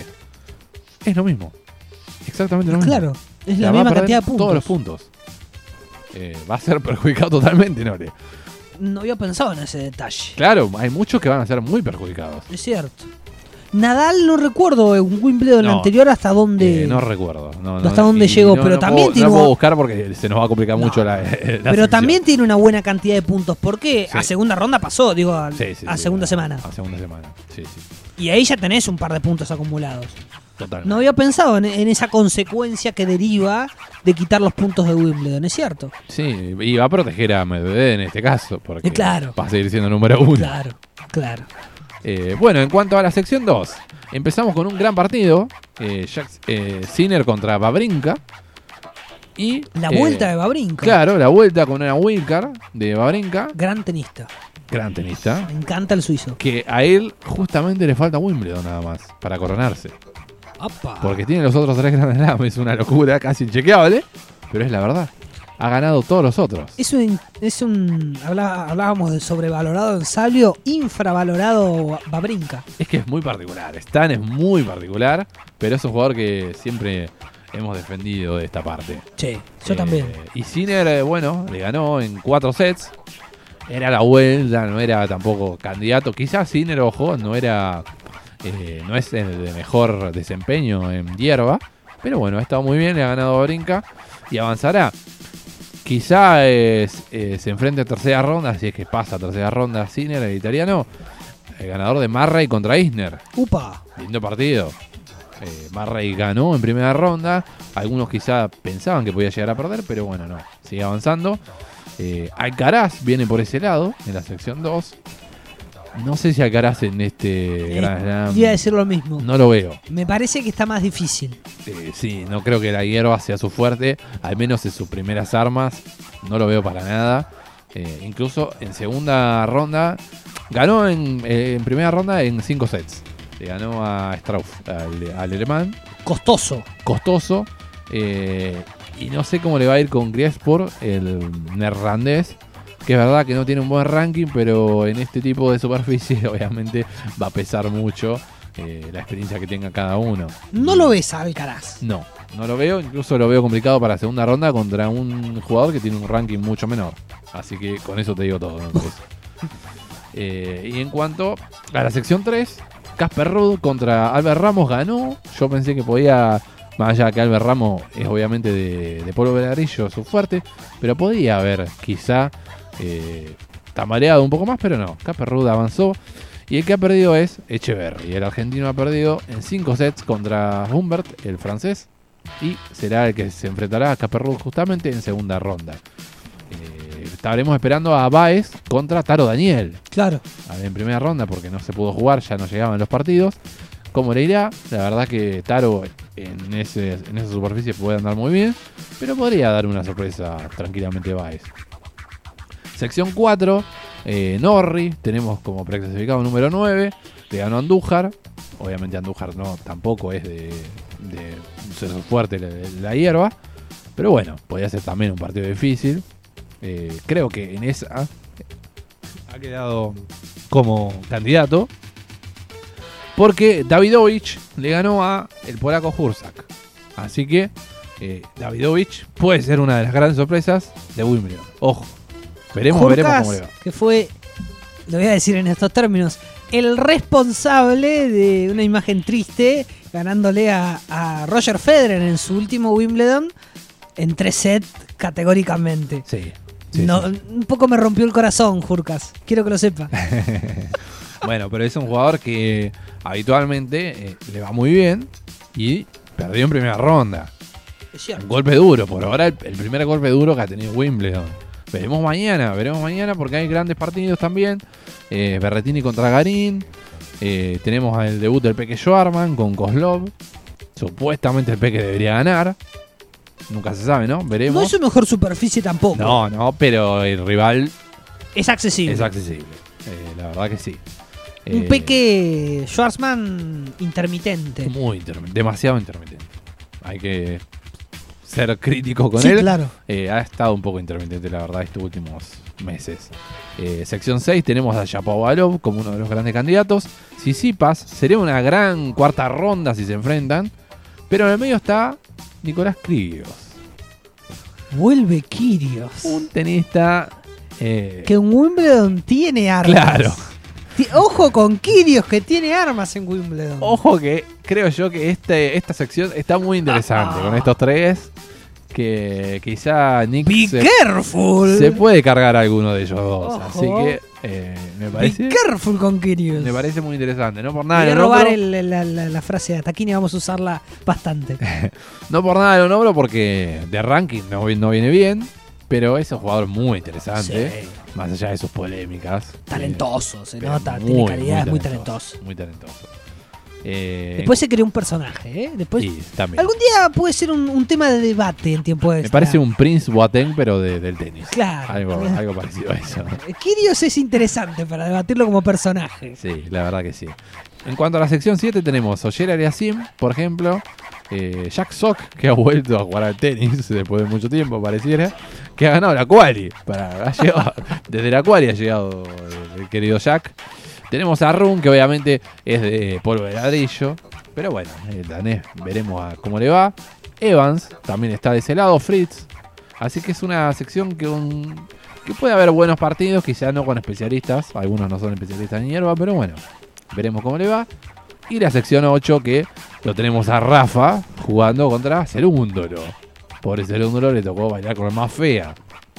Es lo mismo. Exactamente lo mismo. Claro, es la, la misma cantidad de puntos. Todos los puntos. Eh, va a ser perjudicado totalmente, Nole. No había pensado en ese detalle. Claro, hay muchos que van a ser muy perjudicados. Es cierto. Nadal no recuerdo en Wimbledon no, anterior hasta dónde. Eh, no recuerdo. No, hasta no, dónde y, llegó, no, pero no también puedo, tiene. No puedo buscar porque se nos va a complicar no, mucho la, la Pero sección. también tiene una buena cantidad de puntos. Porque sí. a segunda ronda pasó, digo, a, sí, sí, a sí, segunda a, semana. A segunda semana, sí, sí. Y ahí ya tenés un par de puntos acumulados. Totalmente. No había pensado en, en esa consecuencia que deriva de quitar los puntos de Wimbledon, ¿es cierto? Sí, y va a proteger a Medvedev en este caso, porque eh, claro. va a seguir siendo número uno. Claro, claro. Eh, bueno, en cuanto a la sección dos, empezamos con un gran partido, eh, Jack, eh, Sinner contra Wawrinka. Y, la eh, vuelta de Wawrinka. Claro, la vuelta con una wildcard de Wawrinka. Gran tenista. Gran tenista. Me encanta el suizo. Que a él justamente le falta Wimbledon nada más para coronarse. Opa. Porque tiene los otros tres Grand Slam, es una locura, casi inchequeable, pero es la verdad. Ha ganado todos los otros. Es un, es un hablá, hablábamos de sobrevalorado en Salvio, infravalorado Wawrinka. Es que es muy particular, Stan es muy particular, pero es un jugador que siempre hemos defendido de esta parte. Sí, yo eh, también. Y Sinner, eh, bueno, le ganó en cuatro sets. Era la vuelta, no era tampoco candidato. Quizás Sinner, ojo, no era... Eh, no es el de mejor desempeño en hierba, pero bueno, ha estado muy bien, le ha ganado a Wawrinka y avanzará. Quizá eh, eh, se enfrente a tercera ronda, si es que pasa a tercera ronda Sinner, el italiano, el ganador de Murray contra Isner. Upa. Lindo partido. Eh, Murray ganó en primera ronda, algunos quizá pensaban que podía llegar a perder, pero bueno, no, sigue avanzando. Eh, Alcaraz viene por ese lado, en la sección dos. No sé si Alcaraz en este eh, Grand Slam. Iba a decir lo mismo. No lo veo. Me parece que está más difícil. Eh, sí, no creo que la hierba sea su fuerte. Al menos en sus primeras armas. No lo veo para nada. Eh, incluso en segunda ronda. Ganó en, eh, en primera ronda en cinco sets. Le ganó a Strauss, al, al alemán. Costoso. Costoso. Eh, y no sé cómo le va a ir con Griespor, el neerlandés. Que es verdad que no tiene un buen ranking, pero en este tipo de superficie obviamente va a pesar mucho eh, la experiencia que tenga cada uno. ¿No lo ves a Alcaraz? No, no lo veo. Incluso lo veo complicado para la segunda ronda contra un jugador que tiene un ranking mucho menor. Así que con eso te digo todo. eh, y en cuanto a la sección tres, Casper Ruud contra Albert Ramos ganó. Yo pensé que podía... Más allá que Albert Ramos es obviamente de, de polvo de ladrillo su fuerte, pero podía haber quizá eh, tambaleado un poco más, pero no. Casper Ruud avanzó y el que ha perdido es Echeverry. El argentino ha perdido en cinco sets contra Humbert, el francés, y será el que se enfrentará a Casper Ruud justamente en segunda ronda. Eh, estaremos esperando a Baez contra Taro Daniel. Claro. En primera ronda porque no se pudo jugar, ya no llegaban los partidos. ¿Cómo le irá? La verdad que Taro en, ese, en esa superficie puede andar muy bien, pero podría dar una sorpresa tranquilamente Baez. Sección cuatro, eh, Norrie, tenemos como preclasificado número nueve, le ganó Andújar. Obviamente Andújar no, tampoco es de, de ser fuerte la, la hierba, pero bueno, podría ser también un partido difícil. Eh, creo que en esa ha quedado como candidato. Porque Davidovich le ganó a el polaco Hursak. Así que eh, Davidovich puede ser una de las grandes sorpresas de Wimbledon. Ojo. Veremos, Hurkacz, veremos cómo le va. Que fue, lo voy a decir en estos términos, el responsable de una imagen triste ganándole a, a Roger Federer en su último Wimbledon en tres sets categóricamente. Sí. sí, no, sí. Un poco me rompió el corazón, Hurkacz. Quiero que lo sepa. Bueno, pero es un jugador que habitualmente eh, le va muy bien y perdió en primera ronda. Es cierto. Un golpe duro, por ahora el, el primer golpe duro que ha tenido Wimbledon. Veremos mañana, veremos mañana porque hay grandes partidos también. Eh, Berrettini contra Garín. Eh, tenemos el debut del Peque Schwarman con Kozlov. Supuestamente el Peque debería ganar. Nunca se sabe, ¿no? Veremos. No es su mejor superficie tampoco. No, no, pero el rival es accesible. Es accesible. Eh, la verdad que sí. Un eh, Peque Schwarzman intermitente. Muy intermitente, demasiado intermitente. Hay que ser crítico con Sí, él. claro. Eh, ha estado un poco intermitente, la verdad, estos últimos meses. Eh, sección seis tenemos a Shapovalov como uno de los grandes candidatos. Tsitsipas sería una gran cuarta ronda si se enfrentan. Pero en el medio está Nicolás Kyrgios. Vuelve Kyrgios. Un tenista... Eh, Que en Wimbledon tiene armas. Claro. Ti- Ojo con Kyrgios, que tiene armas en Wimbledon. Ojo que creo yo que este, esta sección está muy interesante Ah. con estos tres. Que quizá Nick Be se, careful. se puede cargar a alguno de ellos dos. Ojo. Así que eh, me Be parece careful con Kyrgios. me parece muy interesante. No por nada Voy a lo robar nombro, el- la, la- la frase de Taquini, vamos a usarla bastante. no por nada lo nombro porque de ranking no, vi- no viene bien. Pero es un jugador muy interesante. Sí. Más allá de sus polémicas. Talentoso, se Pero nota, muy, tiene calidad, es muy muy talentoso. Muy talentoso. Eh, Después se creó un personaje, ¿eh? Después, sí, también. algún día puede ser un, un tema de debate en tiempo extra. Me parece un Prince Boateng, pero de- del tenis. Claro. Algo, algo parecido a eso. Kyrgios es interesante para debatirlo como personaje. Sí, la verdad que sí. En cuanto a la sección siete tenemos Ogier Aliassime, por ejemplo. Eh, Jack Sock, que ha vuelto a jugar al tenis después de mucho tiempo, pareciera. Que ha ganado la quali. Para, ha llegado- desde la quali ha llegado el, el querido Jack. Tenemos a Rune, que obviamente es de polvo de ladrillo. Pero bueno, el danés veremos a cómo le va. Evans también está de ese lado, Fritz. Así que es una sección que, un, que puede haber buenos partidos, quizá no con especialistas. Algunos no son especialistas en hierba, pero bueno, veremos cómo le va. Y la sección ocho, que lo tenemos a Rafa jugando contra Cerúndolo. Pobre Cerúndolo, le tocó bailar con la más fea.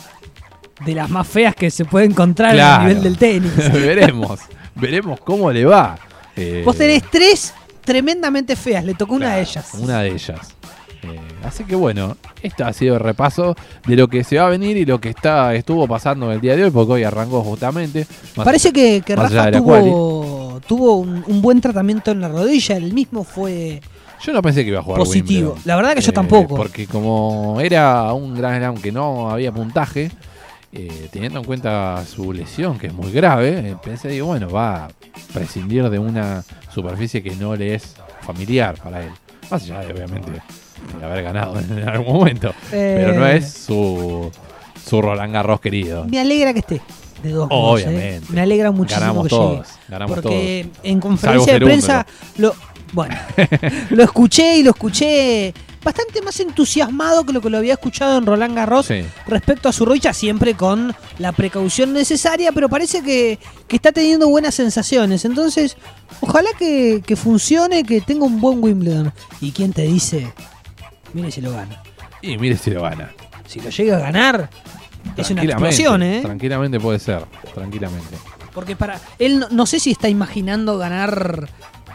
De las más feas que se puede encontrar Claro. a nivel del tenis. veremos, veremos cómo le va. Eh, Vos tenés tres tremendamente feas, le tocó una claro, de ellas. Una de ellas. Eh, así que bueno, este ha sido el repaso de lo que se va a venir y lo que está estuvo pasando el día de hoy, porque hoy arrancó justamente. Más- Parece que, que más allá Rafa de la tuvo, tuvo un, un buen tratamiento en la rodilla, el mismo fue Yo no pensé que iba a jugar positivo. Wimbledon. La verdad que yo Eh, tampoco. Porque como era un Grand Slam que no había puntaje, eh, teniendo en cuenta su lesión, que es muy grave, eh, pensé, digo, bueno, va a prescindir de una superficie que no le es familiar para él. Más allá de, obviamente, de haber ganado en algún momento. Eh, Pero no es su, su Roland Garros querido. Me alegra que esté. De dos modos, ¿eh? Obviamente. Me alegra muchísimo Ganamos que todos, llegue. ganamos Porque en Salvo conferencia de Cerúndolo. prensa lo, bueno, lo escuché y lo escuché bastante más entusiasmado que lo que lo había escuchado en Roland Garros Sí. respecto a su rodilla, siempre con la precaución necesaria, pero parece que, que está teniendo buenas sensaciones. Entonces, ojalá que, que funcione, que tenga un buen Wimbledon. ¿Y quién te dice? Mire si lo gana. Y mire si lo gana. Si lo llega a ganar, es una Tranquilamente, explosión, ¿eh? Tranquilamente puede ser. Tranquilamente. Porque para él no, no sé si está imaginando ganar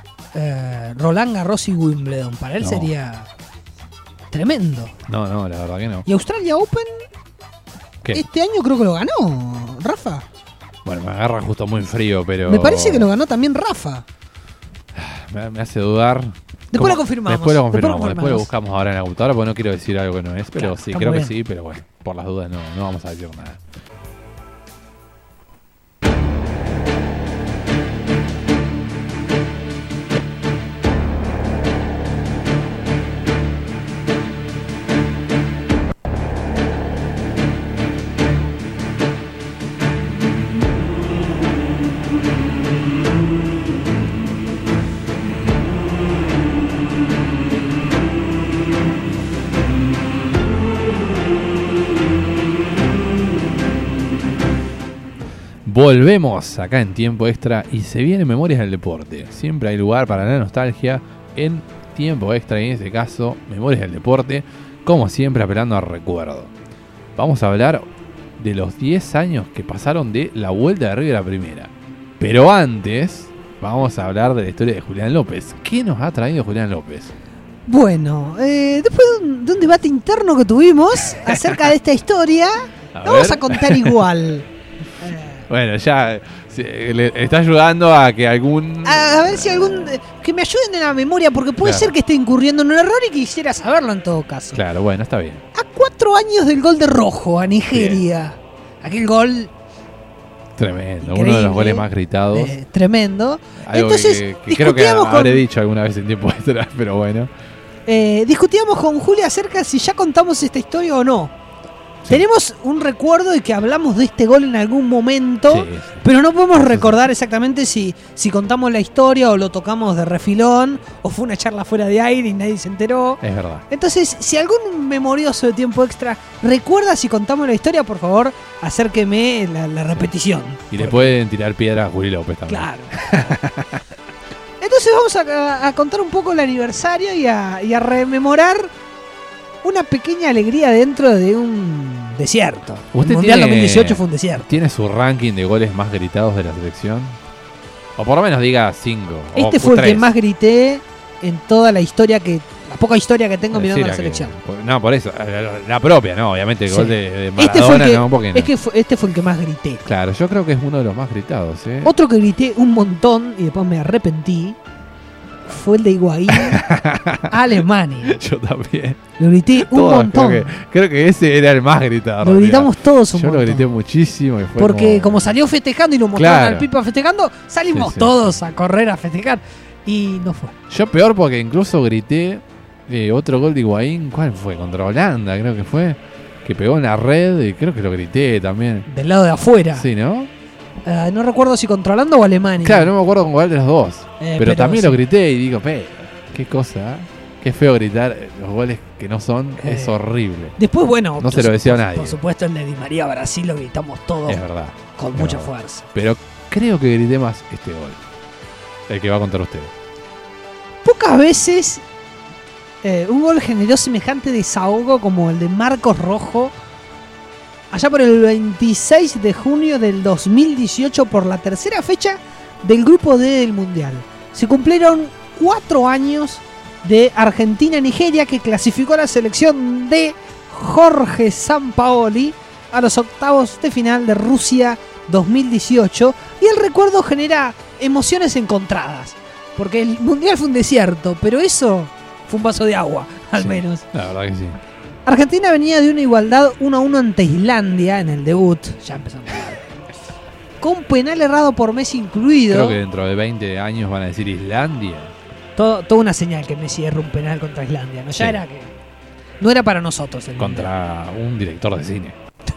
eh, Roland Garros y Wimbledon. Para él No. sería tremendo. No, no, la verdad que no. Y Australia Open ¿Qué? este año creo que lo ganó Rafa. Bueno, me agarra justo muy frío, pero. Me parece que lo ganó también Rafa. Me, me hace dudar. Después ¿Cómo? lo confirmamos. Después lo Después lo confirmamos. Después lo confirmamos. buscamos ahora en la computadora porque no quiero decir algo que no es. Pero Claro, sí, está creo muy que bien. sí, pero bueno, por las dudas no, no vamos a decir nada. Volvemos acá en tiempo extra y se viene Memorias del Deporte. Siempre hay lugar para la nostalgia en tiempo extra y en este caso Memorias del Deporte, como siempre apelando al recuerdo. Vamos a hablar de los diez años que pasaron de la Vuelta de River a Primera. Pero antes vamos a hablar de la historia de Julián López. ¿Qué nos ha traído Julián López? Bueno, eh, después de un, de un debate interno que tuvimos acerca de esta historia, A la vamos ver. a contar igual. Eh, Bueno, ya se- le está ayudando a que algún... A, a ver si algún. eh, Que me ayuden en la memoria, porque puede Claro. ser que esté incurriendo en un error y quisiera saberlo en todo caso. Claro, bueno, está bien. A cuatro años del gol de Rojo a Nigeria. Aquel gol Tremendo, uno de Increíble. los goles más gritados. eh, tremendo. Algo Entonces, que, que creo que discutíamos habré con- dicho alguna vez en tiempo extra, pero bueno. Eh, discutíamos con Julia acerca de si ya contamos esta historia o no. Sí. Tenemos un recuerdo de que hablamos de este gol en algún momento, sí, sí. pero no podemos recordar exactamente si, si contamos la historia o lo tocamos de refilón o fue una charla fuera de aire y nadie se enteró. Es verdad. Entonces, si algún memorioso de Tiempo Extra recuerda si contamos la historia, por favor, acérqueme la, la repetición. Y le pueden tirar piedra a Juli López también. Claro. Entonces vamos a, a contar un poco el aniversario y a, y a rememorar una pequeña alegría dentro de un desierto. ¿Usted el Mundial tiene, dos mil dieciocho fue un desierto. ¿Tiene su ranking de goles más gritados de la selección? O por lo menos diga cinco. Este o fue tres. El que más grité en toda la historia que... La poca historia que tengo mirando la selección. Que, no, por eso. La, la propia, no. Obviamente el sí. gol de, de Maradona, este fue el que, no, porque no. Es que fue, este fue el que más grité. Claro, yo creo que es uno de los más gritados. ¿eh? Otro que grité un montón y después me arrepentí fue el de Higuaín a Alemania. Yo también. Lo grité un todos, montón. Creo que, creo que ese era el más gritado. Lo gritamos todos un Yo montón. Yo lo grité muchísimo. Y fue Porque como... como salió festejando y lo mostraron claro. al Pipa festejando, salimos sí, sí. todos a correr a festejar. Y no fue. Yo peor porque incluso grité eh, otro gol de Higuaín. ¿Cuál fue? Contra Holanda, creo que fue. Que pegó en la red y creo que lo grité también. Del lado de afuera. Sí, ¿no? Uh, no recuerdo si contra Holanda o Alemania. Claro, no me acuerdo con cuál de los dos. Eh, pero, pero también sí. lo grité y digo, pe, qué cosa, ¿eh? Qué feo gritar los goles que no son, eh. es horrible. Después, bueno, no se lo decía a nadie. Por supuesto, el de Di María Brasil lo gritamos todos. Es verdad. Con es mucha verdad. fuerza. Pero creo que grité más este gol. El que va a contar usted. Pocas veces eh, un gol generó semejante desahogo como el de Marcos Rojo. Allá por el veintiséis de junio del dos mil dieciocho, por la tercera fecha del grupo D del Mundial. Se cumplieron cuatro años de Argentina-Nigeria, que clasificó a la selección de Jorge Sampaoli a los octavos de final de Rusia dos mil dieciocho. Y el recuerdo genera emociones encontradas, porque el Mundial fue un desierto, pero eso fue un vaso de agua, al sí, menos. La verdad que sí. Argentina venía de una igualdad uno a uno ante Islandia en el debut. Ya empezamos. Con penal errado por Messi incluido. Creo que dentro de veinte años van a decir Islandia. Todo, toda una señal que Messi erró un penal contra Islandia. ¿No? Ya sí. era que. No era para nosotros el contra mundial. Un director de cine.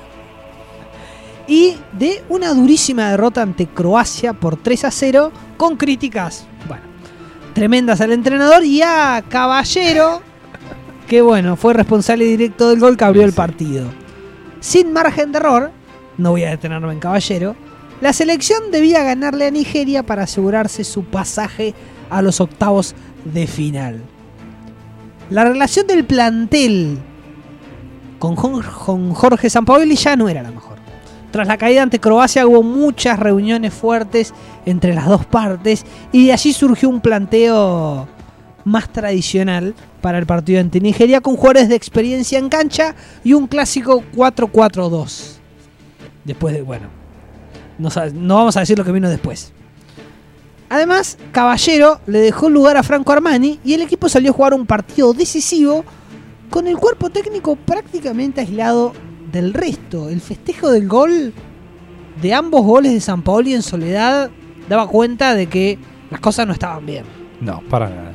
Y de una durísima derrota ante Croacia por tres a cero. Con críticas, bueno, tremendas al entrenador y a Caballero. Que bueno, fue responsable directo del gol que abrió sí, el partido. Sin margen de error, no voy a detenerme en Caballero, la selección debía ganarle a Nigeria para asegurarse su pasaje a los octavos de final. La relación del plantel con Jorge Sampaoli ya no era la mejor. Tras la caída ante Croacia hubo muchas reuniones fuertes entre las dos partes y de allí surgió un planteo más tradicional para el partido ante Nigeria, con jugadores de experiencia en cancha y un clásico cuatro cuatro dos. Después de, bueno, no, no vamos a decir lo que vino después. Además, Caballero le dejó lugar a Franco Armani y el equipo salió a jugar un partido decisivo con el cuerpo técnico prácticamente aislado del resto. El festejo del gol, de ambos goles de Sampaoli en soledad, daba cuenta de que las cosas no estaban bien. No, para nada.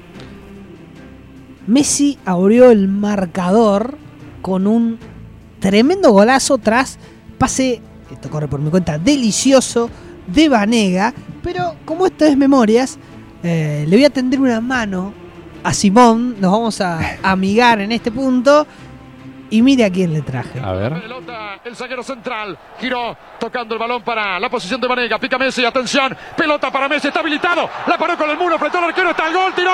Messi abrió el marcador con un tremendo golazo tras pase, esto corre por mi cuenta, delicioso de Banega. Pero como esto es memorias, eh, le voy a tender una mano a Simón. Nos vamos a amigar en este punto. Y mire a quién le traje. A ver. Pelota, el zaguero central. Giró, tocando el balón para la posición de Banega. Pica Messi, atención. Pelota para Messi, está habilitado. La paró con el muro, apretó al arquero, está el gol, tiró.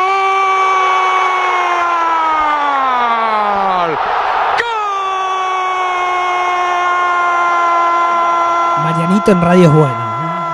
Marianito en radio es bueno.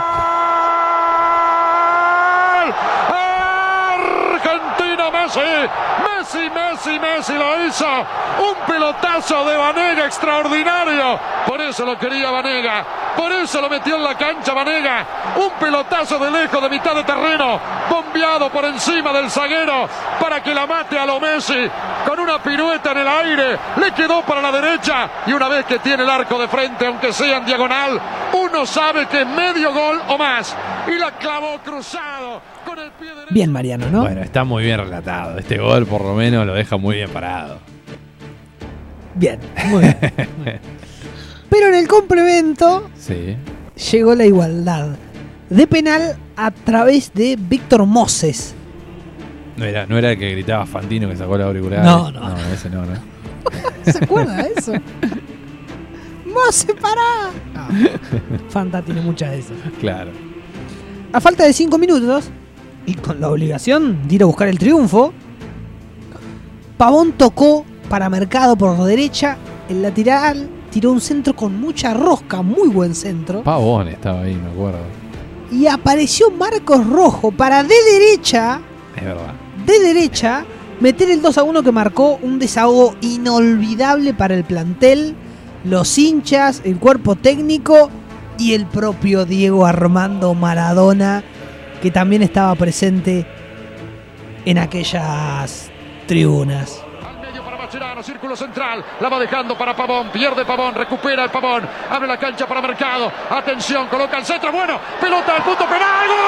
Argentina, Messi. Messi, Messi, Messi lo hizo. Un pelotazo de Banega extraordinario. Por eso lo quería Banega. Por eso lo metió en la cancha Banega. Un pelotazo de lejos, de mitad de terreno. Bombeado por encima del zaguero para que la mate a lo Messi. Con una pirueta en el aire. Le quedó para la derecha. Y una vez que tiene el arco de frente, aunque sea en diagonal, uno sabe que es medio gol o más. Y la clavó cruzado con el pie derecho. Bien, Mariano, ¿no? Bueno, está muy bien relatado. Este gol por lo menos lo deja muy bien parado. Bien, muy bien. Pero en el complemento Sí. llegó la igualdad de penal a través de Víctor Moses. No era, no era el que gritaba Fantino que sacó la auricular. No, no. No, ese no, ¿no? ¿Se acuerda de eso? ¡Moses, pará! Ah, Fanta tiene muchas de esas. Claro. A falta de cinco minutos y con la obligación de ir a buscar el triunfo, Pavón tocó para Mercado por derecha, el lateral tiró un centro con mucha rosca, muy buen centro, Pavón estaba ahí, me acuerdo. y apareció Marcos Rojo para de derecha, Es verdad. de derecha, meter el dos a uno que marcó un desahogo inolvidable para el plantel, los hinchas, el cuerpo técnico y el propio Diego Armando Maradona, que también estaba presente en aquellas tribunas. Al medio para Mascherano, círculo central, la va dejando para Pavón, pierde Pavón, recupera el Pavón, abre la cancha para Mercado, atención, coloca el centro, bueno, pelota al punto penal, ¡gol!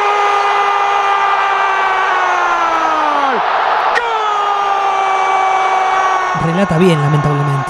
¡Gol! Relata bien, lamentablemente.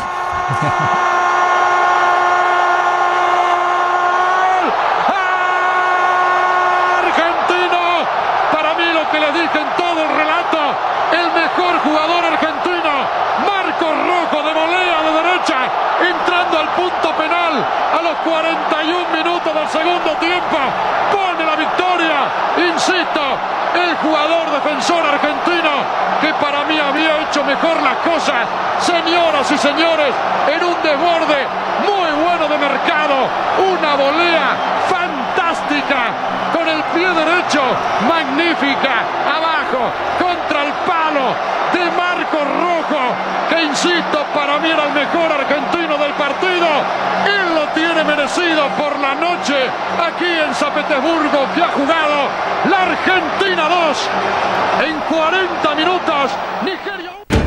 Argentino, para mí lo que les dije en todo el relato, el mejor jugador argentino, Marcos Rojo de volea de derecha, entrando al punto penal a los cuarenta y un minutos del segundo tiempo, pone la victoria, insisto, el jugador defensor argentino que para mí había hecho mejor las cosas, señoras y señores, en un desborde muy bueno de Mercado, una volea fantástica con el pie derecho, magnífica, abajo, contra el palo de Marcos Rojo, que insisto, para mí era el mejor argentino del partido. Él lo tiene merecido por la noche aquí en San Petersburgo, que ha jugado la Argentina dos en cuarenta minutos, Nigeria uno.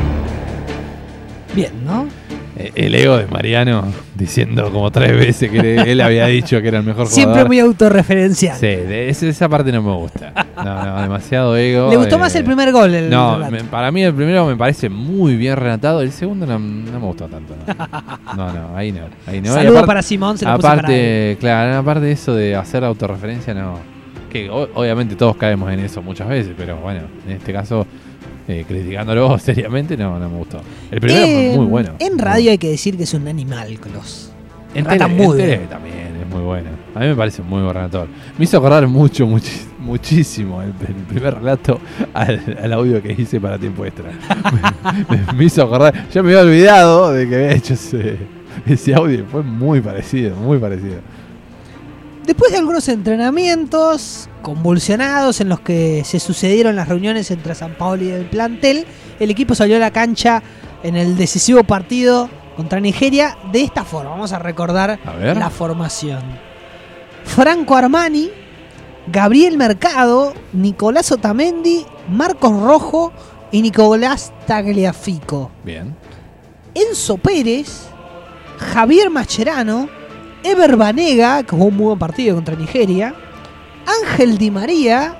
Bien, ¿no? El ego de Mariano diciendo como tres veces que él había dicho que era el mejor jugador. Siempre muy autorreferencial. Sí, de esa, esa parte no me gusta. No, no, demasiado ego. ¿Le gustó eh, más el primer gol? El No, relato? me- para mí el primero me parece muy bien relatado. El segundo no, no me gustó tanto. No, no, no, ahí no. Ahí no. Y Saludo aparte- para Simón, se lo puse para él. Aparte, claro, aparte de eso de hacer autorreferencia, no. Que o- obviamente todos caemos en eso muchas veces, pero bueno, en este caso, eh, criticándolo seriamente, no, no me gustó. El primero Eh, fue muy bueno. En radio hay que decir que es un animal, Clos. En Relata tele, muy en tele bien. también es muy bueno. A mí me parece muy buen relator. Me hizo acordar mucho, muchi- muchísimo el, el primer relato al, al audio que hice para Tiempo Extra. me, me hizo acordar. Yo me había olvidado de que había hecho ese, ese audio. Fue muy parecido, muy parecido. Después de algunos entrenamientos convulsionados en los que se sucedieron las reuniones entre San Paolo y el plantel, el equipo salió a la cancha en el decisivo partido contra Nigeria de esta forma. Vamos a recordar A ver. la formación. Franco Armani, Gabriel Mercado, Nicolás Otamendi, Marcos Rojo y Nicolás Tagliafico. Bien. Enzo Pérez, Javier Mascherano, Ever Banega, que jugó un muy buen partido contra Nigeria, Ángel Di María,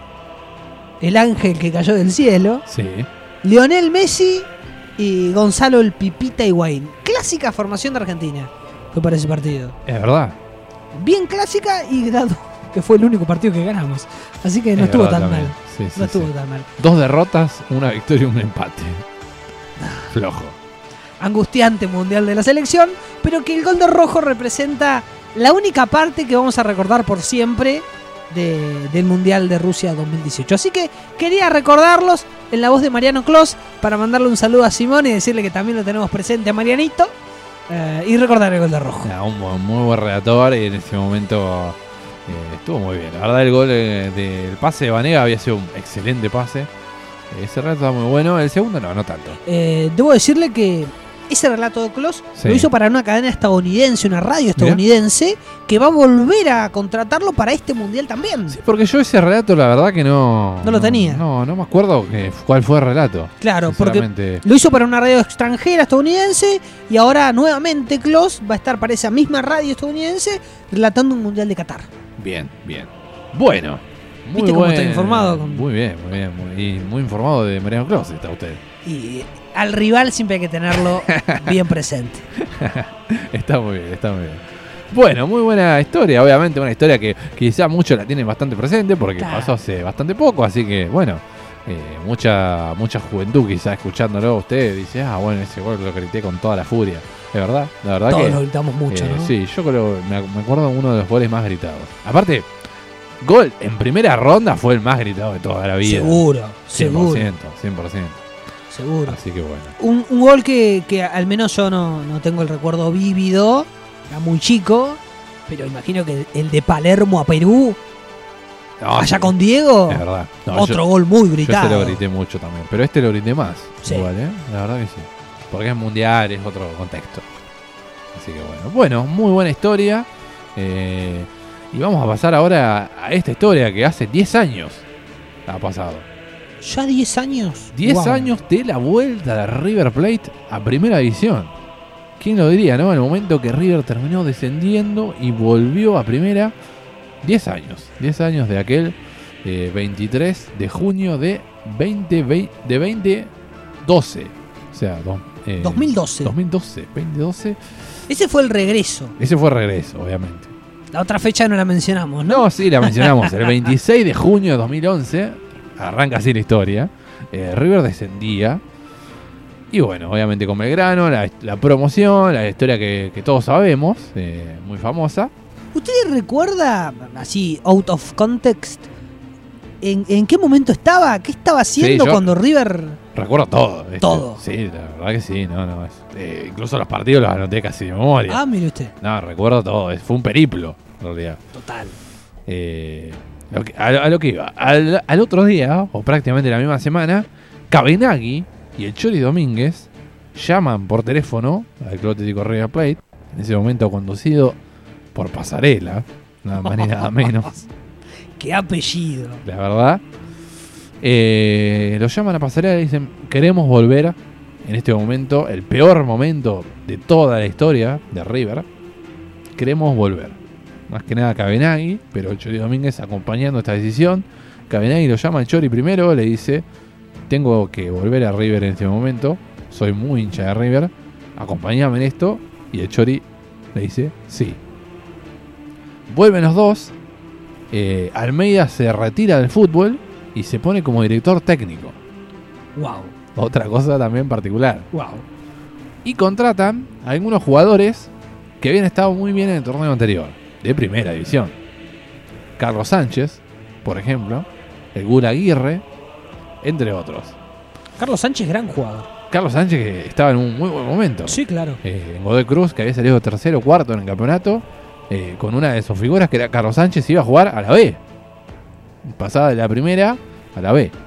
el ángel que cayó del cielo, Sí. Lionel Messi y Gonzalo el Pipita Higuaín. Clásica formación de Argentina fue para ese partido. Es verdad. Bien clásica y dado que fue el único partido que ganamos. Así que no Es estuvo verdad tan también. mal. Sí, sí, No estuvo sí. tan mal. Dos derrotas, una victoria y un empate. Flojo. Angustiante mundial de la selección, pero que el gol de Rojo representa la única parte que vamos a recordar por siempre de- del Mundial de Rusia dos mil dieciocho. Así que quería recordarlos en la voz de Mariano Clos para mandarle un saludo a Simón y decirle que también lo tenemos presente a Marianito eh, y recordar el gol de Rojo. Era un bu- muy buen relator y en ese momento eh, estuvo muy bien. La verdad, el gol eh, del pase de Banega había sido un excelente pase. Ese relato estaba muy bueno. El segundo no, no tanto. Eh, debo decirle que ese relato de Kloss Sí. lo hizo para una cadena estadounidense, una radio estadounidense, que va a volver a contratarlo para este mundial también. Sí, porque yo ese relato, la verdad que no. No lo tenía. No, no me acuerdo que, cuál fue el relato. Claro, porque Sinceramente. lo hizo para una radio extranjera estadounidense y ahora nuevamente Kloss va a estar para esa misma radio estadounidense relatando un mundial de Qatar. Bien, bien. Bueno. Muy ¿Viste cómo buen- está informado? Con- Muy bien, muy bien. Muy, y muy informado de Mariano Kloss está usted. Y al rival siempre hay que tenerlo bien presente. Está muy bien, está muy bien. Bueno, muy buena historia, obviamente, una historia que quizá muchos la tienen bastante presente porque Claro. pasó hace bastante poco, así que bueno, eh, mucha mucha juventud quizá escuchándolo a usted dice, ah, bueno, ese gol lo grité con toda la furia. Es verdad, la verdad Todos que... lo gritamos mucho, eh, ¿no? Sí, yo creo, me, me acuerdo de uno de los goles más gritados. Aparte, gol en primera ronda fue el más gritado de toda la vida. Seguro, cien por seguro, ciento, cien por ciento. seguro. Así que bueno. Un, un gol que, que al menos yo no, no tengo el recuerdo vívido, era muy chico, pero imagino que el de Palermo a Perú, No, allá sí, con Diego, es verdad. No, otro yo- gol muy Yo gritado. este lo grité mucho también, pero este lo grité más. Sí. Igual, ¿eh? La verdad que sí. Porque es mundial, es otro contexto. Así que bueno. Bueno, muy buena historia. Eh, y vamos a pasar ahora a esta historia que hace diez años ha pasado. Ya diez años. diez Wow. años de la vuelta de River Plate a Primera División. ¿Quién lo diría, no? El momento que River terminó descendiendo y volvió a Primera. diez años. diez años de aquel eh, veintitrés de junio de, veinte, ve- de veinte doce. O sea, do- eh, dos mil doce. dos mil doce. veinte doce. Ese fue el regreso. Ese fue regreso, obviamente. La otra fecha no la mencionamos, ¿no? No, sí, la mencionamos. El veintiséis de junio de dos mil once. Arranca así la historia. eh, River descendía. Y bueno, obviamente con Belgrano, la, la promoción, la historia que, que todos sabemos, eh, muy famosa. ¿Usted recuerda, así, out of context, en, en qué momento estaba? ¿Qué estaba haciendo yo- cuando River... Recuerdo todo. ¿viste? Todo. Sí, la verdad que sí. No, no, es- eh, incluso los partidos los anoté casi de memoria. Ah, mire usted. No, recuerdo todo. es- Fue un periplo, en realidad. Total. Eh, lo que- a, a lo que iba. Al, al otro día, o prácticamente la misma semana, Cabenagui y el Chori Domínguez llaman por teléfono al Club Atlético River Plate, en ese momento conducido por Pasarela, nada más ni nada menos, Qué apellido. la verdad. Eh, lo llaman a Pasarela y dicen, queremos volver en este momento, el peor momento de toda la historia de River, queremos volver. Más que nada Cabenagui, pero el Chori Domínguez acompañando esta decisión. Cabenagui lo llama al Chori primero, le dice, tengo que volver a River en este momento, soy muy hincha de River, acompáñame en esto. Y el Chori le dice, sí. Vuelven los dos, eh, Almeida se retira del fútbol y se pone como director técnico. Wow. Otra cosa también particular. Wow. Y contratan a algunos jugadores que habían estado muy bien en el torneo anterior, de primera división. Carlos Sánchez, por ejemplo, el Gul Aguirre, entre otros. Carlos Sánchez, gran jugador. Carlos Sánchez que estaba en un muy buen momento. Sí, claro. Eh, en Godoy Cruz, que había salido tercero o cuarto en el campeonato, eh, con una de sus figuras que era Carlos Sánchez, iba a jugar a la B. Pasaba de la primera a la B.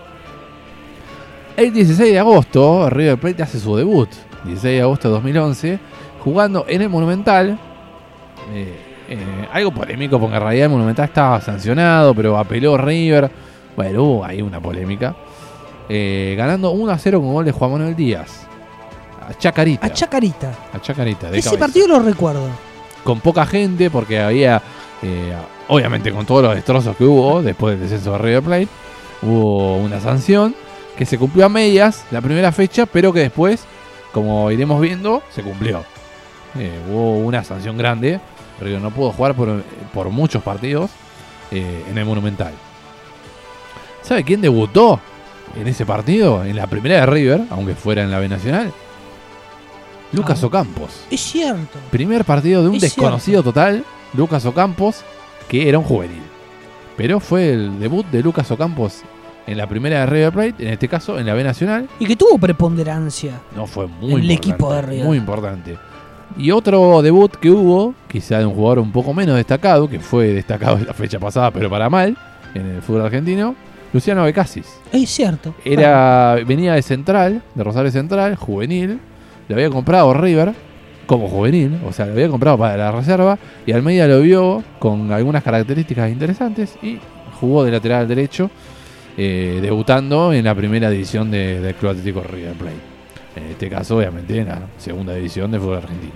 El dieciséis de agosto, River Plate hace su debut. dieciséis de agosto de dos mil once, jugando en el Monumental. Eh, eh, algo polémico porque en realidad el Monumental estaba sancionado, pero apeló River. Bueno, hubo ahí una polémica. Eh, ganando uno a cero con gol de Juan Manuel Díaz. A Chacarita. A Chacarita. A Chacarita. De Ese cabeza. partido lo recuerdo. Con poca gente, porque había, eh, obviamente con todos los destrozos que hubo después del descenso de River Plate, hubo una sanción que se cumplió a medias la primera fecha, pero que después, como iremos viendo, se cumplió. Eh, hubo una sanción grande. River no pudo jugar por, por muchos partidos eh, en el Monumental. ¿Sabe quién debutó en ese partido? En la primera de River, aunque fuera en la B Nacional. Lucas Ah. Ocampos. Es cierto. Primer partido de un Es desconocido total, Lucas Ocampos, que era un juvenil. Pero fue el debut de Lucas Ocampos en la primera de River Plate, en este caso en la B Nacional. Y que tuvo preponderancia. No, fue muy El importante. equipo de River. Muy importante. Y otro debut que hubo, quizá de un jugador un poco menos destacado, que fue destacado en la fecha pasada, pero para mal, en el fútbol argentino, Luciano Becasis. Es cierto. Era, venía de Central, de Rosario Central, juvenil. lo había comprado River como juvenil, o sea, lo había comprado para la reserva y Almeida lo vio con algunas características interesantes y jugó de lateral derecho, eh, debutando en la primera división de, del Club Atlético River Plate. En este caso, obviamente, en la segunda división del fútbol argentino.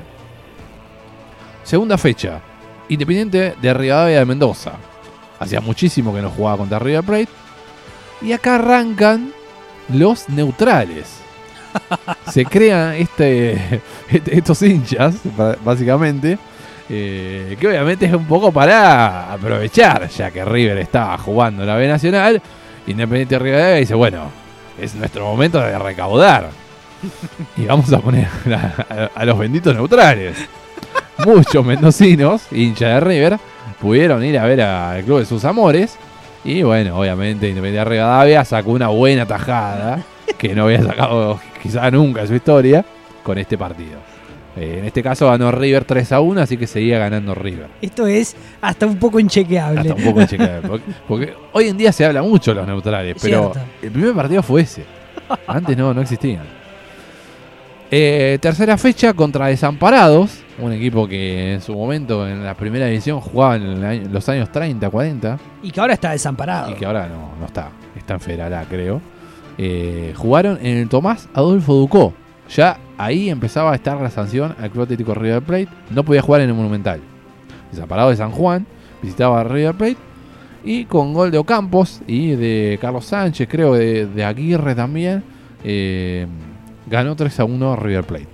Segunda fecha, Independiente de Rivadavia de Mendoza. Hacía muchísimo que no jugaba contra River Plate. Y acá arrancan los neutrales. Se crean este, estos hinchas, básicamente, eh, que obviamente es un poco para aprovechar, ya que River estaba jugando en la B Nacional. Independiente de Rivadavia dice, bueno, es nuestro momento de recaudar. Y vamos a poner a, a, a los benditos neutrales. Muchos mendocinos, hinchas de River, pudieron ir a ver al club de sus amores. Y bueno, obviamente Independiente de Rivadavia sacó una buena tajada que no había sacado quizá nunca en su historia con este partido. Eh, en este caso ganó River tres a uno, así que seguía ganando River. Esto es hasta un poco inchequeable. Hasta un poco inchequeable. Porque, porque hoy en día se habla mucho de los neutrales, pero Cierto. El primer partido fue ese. Antes no, no existían. Eh, tercera fecha contra Desamparados, un equipo que en su momento en la primera división jugaba en el año, los años treinta, cuarenta. Y que ahora está desamparado. Y que ahora no, no está, está en Federal A, creo. Eh, jugaron en el Tomás Adolfo Ducó. Ya ahí empezaba a estar la sanción al Club Atlético River Plate. No podía jugar en el Monumental. Desamparado de San Juan, visitaba a River Plate. Y con gol de Ocampos y de Carlos Sánchez, creo de, de Aguirre también, eh, ganó tres a uno a River Plate.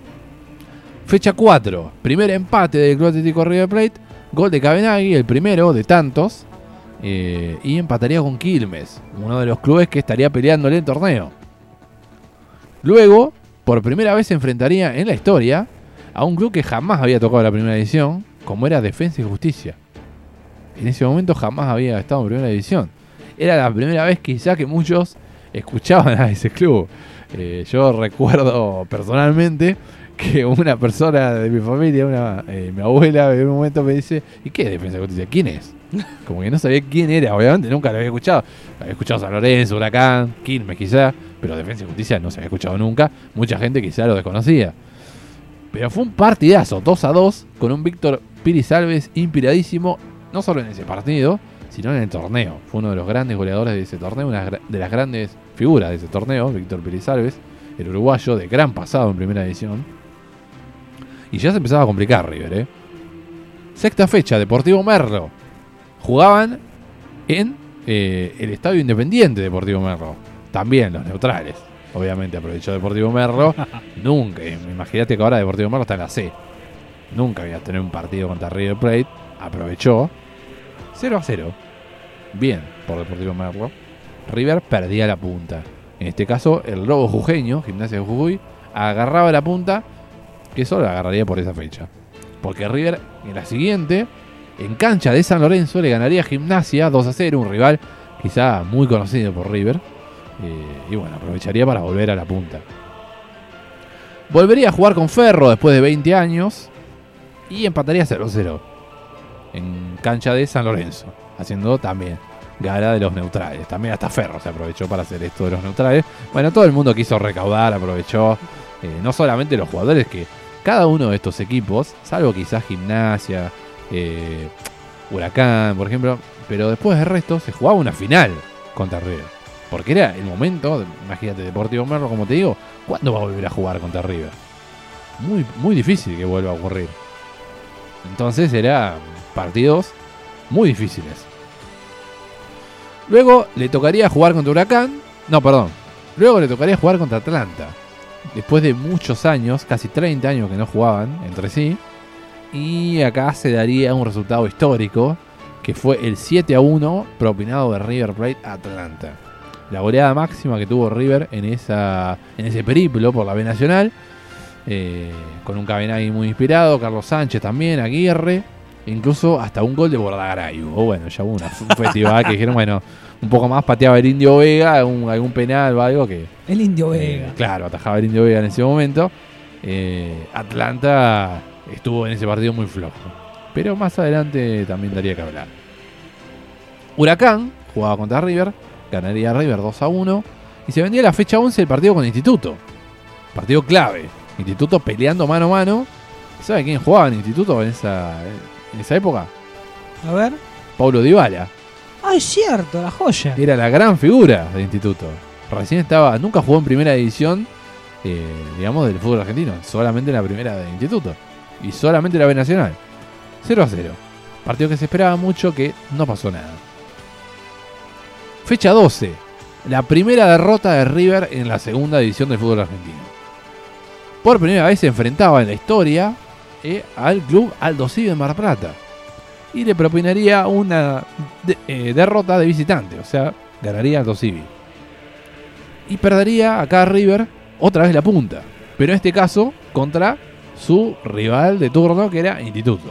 Fecha cuatro, primer empate del Club Atlético River Plate. Gol de Cabenagui, el primero de tantos. Eh, y empataría con Quilmes, uno de los clubes que estaría peleándole el torneo. Luego, por primera vez se enfrentaría en la historia a un club que jamás había tocado la primera división, como era Defensa y Justicia. En ese momento jamás había estado en primera división. Era la primera vez quizá que muchos escuchaban a ese club. Eh, yo recuerdo personalmente que una persona de mi familia, una, eh, mi abuela, en un momento me dice, ¿y qué es Defensa y Justicia? ¿Quién es? Como que no sabía quién era, obviamente nunca lo había escuchado. Había escuchado San Lorenzo, Huracán, Quilmes quizá, pero Defensa y Justicia no se había escuchado nunca. Mucha gente quizá lo desconocía. Pero fue un partidazo, dos a dos, con un Víctor Piris Alves inspiradísimo, no solo en ese partido, sino en el torneo. Fue uno de los grandes goleadores de ese torneo, una de las grandes figuras de ese torneo, Víctor Piris Alves, el uruguayo de gran pasado en primera división. Y ya se empezaba a complicar River, ¿eh? Sexta fecha, Deportivo Merlo. Jugaban en eh, el Estadio Independiente Deportivo Merlo. También los neutrales. Obviamente aprovechó Deportivo Merlo. Nunca, imagínate que ahora Deportivo Merlo está en la C. Nunca había tenido un partido contra River Plate. Aprovechó. cero a cero. Bien por Deportivo Merlo. River perdía la punta. En este caso, el Lobo Jujeño, Gimnasia de Jujuy, agarraba la punta, que solo la agarraría por esa fecha. Porque River, en la siguiente, en cancha de San Lorenzo, le ganaría a Gimnasia dos a cero, un rival quizá muy conocido por River. Eh, y bueno, aprovecharía para volver a la punta. Volvería a jugar con Ferro después de veinte años y empataría cero a cero en cancha de San Lorenzo, haciendo también gala de los neutrales. También hasta Ferro se aprovechó para hacer esto de los neutrales. Bueno, todo el mundo quiso recaudar, aprovechó. Eh, no solamente los jugadores, que cada uno de estos equipos, salvo quizás Gimnasia, eh, Huracán, por ejemplo, pero después del resto se jugaba una final contra River. Porque era el momento, imagínate, Deportivo Merlo, como te digo, ¿cuándo va a volver a jugar contra River? Muy, muy difícil que vuelva a ocurrir. Entonces eran partidos muy difíciles. Luego le tocaría jugar contra Huracán. No, perdón. Luego le tocaría jugar contra Atlanta. Después de muchos años, casi treinta años que no jugaban entre sí. Y acá se daría un resultado histórico, que fue el siete a uno propinado de River Plate a Atlanta. La goleada máxima que tuvo River en, esa, en ese periplo por la B Nacional. Eh, con un Cabenagui muy inspirado, Carlos Sánchez también, Aguirre. Incluso hasta un gol de Bordagaray. O bueno, ya hubo una, un festival que dijeron, bueno, un poco más pateaba el Indio Vega, un, algún penal o algo que... El Indio Vega. Eh, claro, atajaba el Indio Vega en ese momento. Eh, Atlanta estuvo en ese partido muy flojo. Pero más adelante también daría que hablar. Huracán jugaba contra River, ganaría River dos a uno. Y se vendía la fecha once el partido con Instituto. Partido clave. Instituto peleando mano a mano. ¿Sabe quién jugaba en Instituto en esa, en esa época? A ver. Paulo Dybala. Ah, es cierto, la joya. Era la gran figura de Instituto. Recién estaba, nunca jugó en primera división, eh, digamos, del fútbol argentino. Solamente en la primera de Instituto. Y solamente la B Nacional. cero a cero. Partido que se esperaba mucho, que no pasó nada. Fecha doce. La primera derrota de River en la segunda división del fútbol argentino. Por primera vez se enfrentaba en la historia eh, al club Aldo Civi de Mar del Plata. Y le propinaría una de, eh, derrota de visitante. O sea, ganaría Aldo Civi. Y perdería acá River otra vez la punta. Pero en este caso contra su rival de turno, que era Instituto.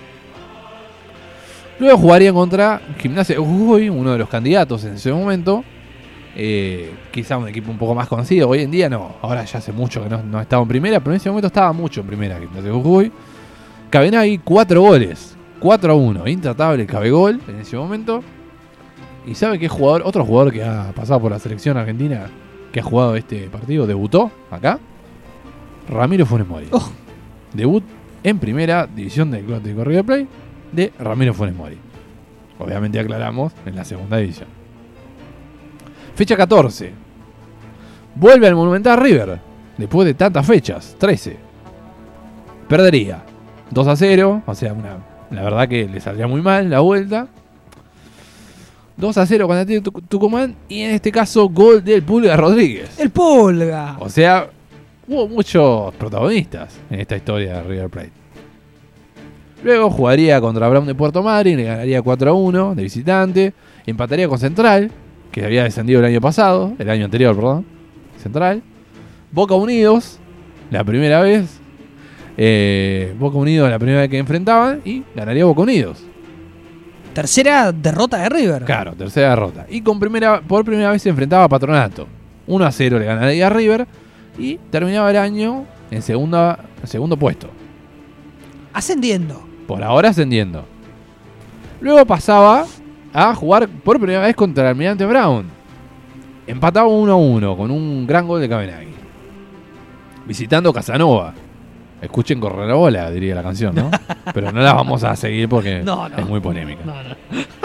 Luego jugaría contra Gimnasia de Jujuy, uno de los candidatos en ese momento. Eh, quizá un equipo un poco más conocido. Hoy en día no, ahora ya hace mucho que no, no estaba en primera, pero en ese momento estaba mucho en primera Gimnasia de Jujuy. Cabenagui, cuatro goles, cuatro a uno, intratable Cabegol en ese momento. ¿Y sabe qué jugador, otro jugador que ha pasado por la selección argentina, que ha jugado este partido, debutó acá? Ramiro Funes Mori. Oh. Debut en primera división del Club Atlético River Plate de Ramiro Funes Mori. Obviamente aclaramos, en la segunda división. Fecha catorce. Vuelve al Monumental River. Después de tantas fechas. trece. Perdería. dos a cero. O sea, una, la verdad que le saldría muy mal la vuelta. dos a cero con el Atlético Tucumán. Y en este caso, gol del Pulga Rodríguez. El Pulga. O sea, hubo muchos protagonistas en esta historia de River Plate. Luego jugaría contra Brown de Puerto Madryn. Le ganaría cuatro a uno de visitante. Empataría con Central, que había descendido el año pasado, el año anterior, perdón, Central. Boca Unidos, la primera vez, eh, Boca Unidos la primera vez que enfrentaban, y ganaría Boca Unidos. Tercera derrota de River. Claro, tercera derrota. Y con primera, por primera vez se enfrentaba a Patronato. uno a cero le ganaría a River, y terminaba el año en segunda, segundo puesto. Ascendiendo. Por ahora ascendiendo. Luego pasaba a jugar por primera vez contra el Almirante Brown. Empataba uno a uno con un gran gol de Cabenagui. Visitando Casanova. Escuchen correr la bola, diría la canción, ¿no? Pero no la vamos a seguir porque no, no. es muy polémica. No, no.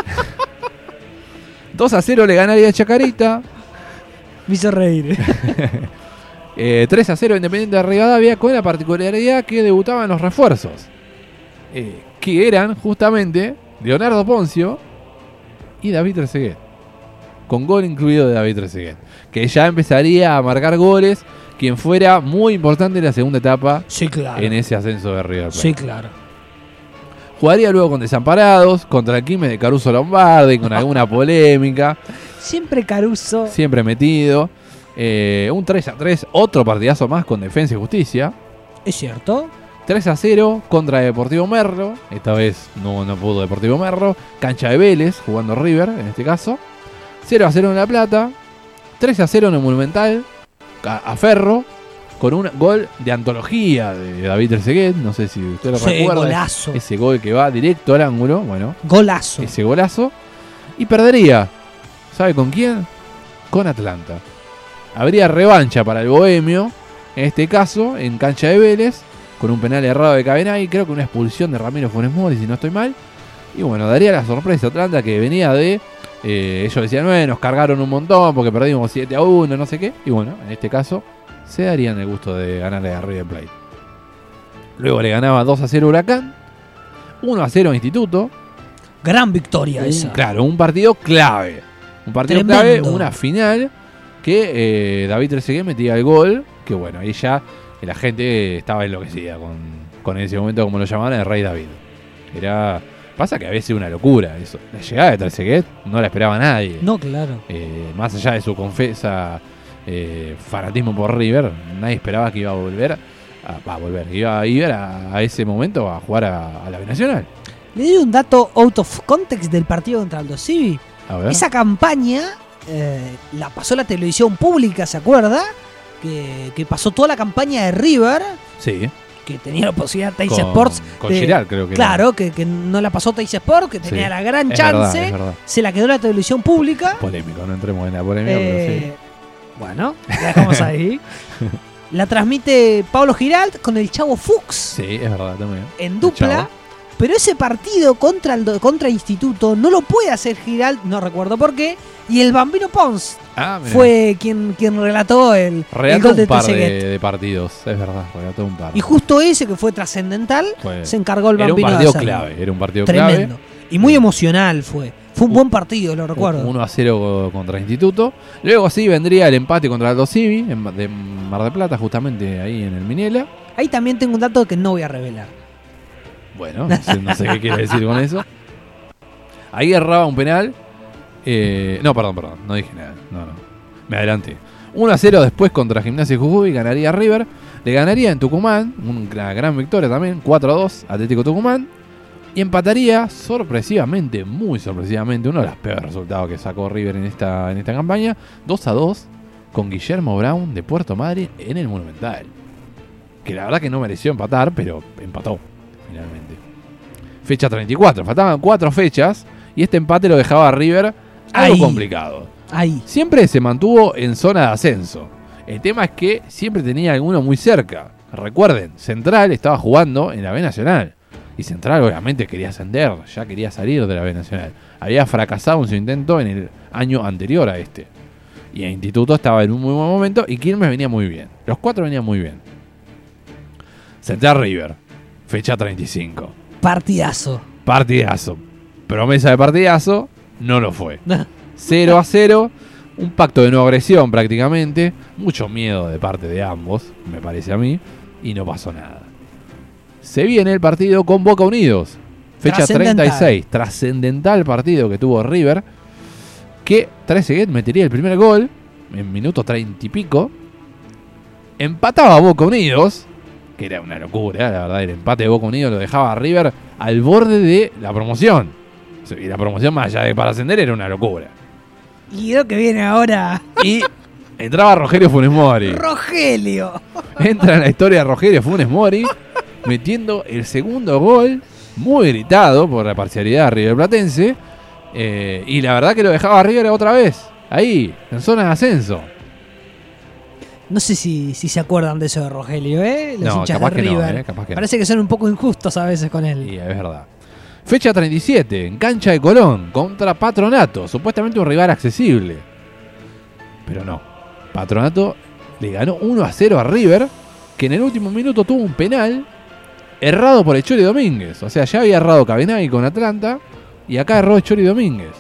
dos a cero le ganaría a Chacarita. Me hizo reír. eh, tres a cero Independiente de Rivadavia, con la particularidad que debutaban los refuerzos. Eh, que eran justamente Leonardo Poncio y David Trezeguet, con gol incluido de David Trezeguet, que ya empezaría a marcar goles, quien fuera muy importante en la segunda etapa. Sí, claro. En ese ascenso de River Plate. Sí, claro. Jugaría luego con Desamparados, contra el Quilmes de Caruso Lombardi, con alguna polémica, Siempre Caruso. siempre metido. Eh, un tres a tres, otro partidazo más con Defensa y Justicia. Es cierto. tres a cero contra Deportivo Merlo. Esta vez no, no pudo Deportivo Merlo. Cancha de Vélez, jugando River en este caso. cero a cero en La Plata. tres a cero en el Monumental. A, a Ferro. Con un gol de antología de David Trezeguet. No sé si usted lo Sí, recuerda. golazo. Ese gol que va directo al ángulo. Bueno, Golazo. ese golazo. Y perdería. ¿Sabe con quién? Con Atlanta. Habría revancha para el Bohemio. En este caso, en cancha de Vélez. Con un penal errado de Cabenagui, creo que una expulsión de Ramiro Funes Mori, si no estoy mal. Y bueno, daría la sorpresa a Atlanta, que venía de... Eh, ellos decían, bueno, nos cargaron un montón porque perdimos siete a uno, no sé qué. Y bueno, en este caso, se darían el gusto de ganarle a River Plate. Luego le ganaba dos a cero Huracán, uno a cero Instituto. Gran victoria Un, esa. claro, un partido clave. Un partido Tremendo. clave, una final que eh, David Trezeguet metía el gol. Que bueno, ahí ya... La gente estaba enloquecida con, con ese momento, como lo llamaban, el Rey David. Era. Pasa que a veces una locura eso. La llegada de Trezeguet no la esperaba nadie. No, claro. Eh, más allá de su confesa eh, fanatismo por River, nadie esperaba que iba a volver a, a volver, iba a ir a, a ese momento a jugar a, a la B Nacional. Le doy un dato out of context del partido contra Aldo Civi. A ver. Esa campaña eh, la pasó la televisión pública, ¿se acuerda? Que, que pasó toda la campaña de River, Sí. que tenía la posibilidad Teis Con, Sports. con de- Giral, creo que Claro, que, que no la pasó Teis Sports, que tenía Sí. la gran Es chance. verdad, es verdad. Se la quedó la televisión pública. Polémico, no entremos en la polémica, Eh, pero sí. Bueno, la dejamos ahí. La transmite Pablo Giralt con el Chavo Fuchs. Sí, es verdad también. En El dupla. Chavo. Pero ese partido contra el do- contra Instituto no lo puede hacer Giralt, no recuerdo por qué. Y el Bambino Pons Ah, mirá. fue quien, quien relató el, el Relató gol de un par de, Trezeguet. de partidos, es verdad, relató un par. Y justo ese que fue trascendental, Fue- se encargó el Era un Bambino de partido hacerlo. clave, era un partido Tremendo. clave. Y muy emocional fue. Fue un buen partido, lo recuerdo. uno a cero contra Instituto. Luego sí vendría el empate contra Aldo Civi en Ma- de Mar del Plata, justamente ahí en el Minela. Ahí también tengo un dato que no voy a revelar. Bueno, no sé, no sé qué quiere decir con eso. Ahí erraba un penal. Eh, no, perdón, perdón, no dije nada. No, no. Me adelanté. uno a cero después contra Gimnasia de Jujuy, ganaría River. Le ganaría en Tucumán, una gran victoria también, cuatro a dos, Atlético Tucumán. Y empataría sorpresivamente, muy sorpresivamente, uno de los peores resultados que sacó River en esta, en esta campaña, dos a dos con Guillermo Brown de Puerto Madryn en el Monumental. Que la verdad que no mereció empatar, pero empató finalmente. Fecha treinta y cuatro, faltaban cuatro fechas y este empate lo dejaba a River algo Ahí. complicado. Ahí. Siempre se mantuvo en zona de ascenso. El tema es que siempre tenía alguno muy cerca. Recuerden, Central estaba jugando en la B Nacional. Y Central obviamente quería ascender, ya quería salir de la B Nacional. Había fracasado en su intento en el año anterior a este. Y el Instituto estaba en un muy buen momento y Quilmes venía muy bien. Los cuatro venían muy bien. Central River, fecha treinta y cinco. Partidazo. Partidazo. Promesa de partidazo, no lo fue. cero a cero, un pacto de no agresión prácticamente, mucho miedo de parte de ambos, me parece a mí, y no pasó nada. Se viene el partido con Boca Unidos, fecha treinta y seis, trascendental partido que tuvo River, que Trezeguet metería el primer gol en minuto treinta y pico, empataba a Boca Unidos, que era una locura, la verdad, el empate de Boca Unidos lo dejaba a River al borde de la promoción, y la promoción más allá de para ascender era una locura. Y lo que viene ahora. Y entraba Rogelio Funes Mori. Rogelio. Entra en la historia de Rogelio Funes Mori metiendo el segundo gol, muy gritado por la parcialidad de River Platense. Eh, y la verdad que lo dejaba a River otra vez, ahí, en zona de ascenso. No sé si, si se acuerdan de eso de Rogelio, ¿eh? Los No, hinchas capaz de que no, River. eh, capaz que no. Parece que son un poco injustos a veces con él. Y es verdad. Fecha treinta y siete, en cancha de Colón, contra Patronato, supuestamente un rival accesible. Pero no. Patronato le ganó uno a cero a River, que en el último minuto tuvo un penal errado por el Chori Domínguez. O sea, ya había errado Cabenagui con Atlanta y acá erró el Chori Domínguez.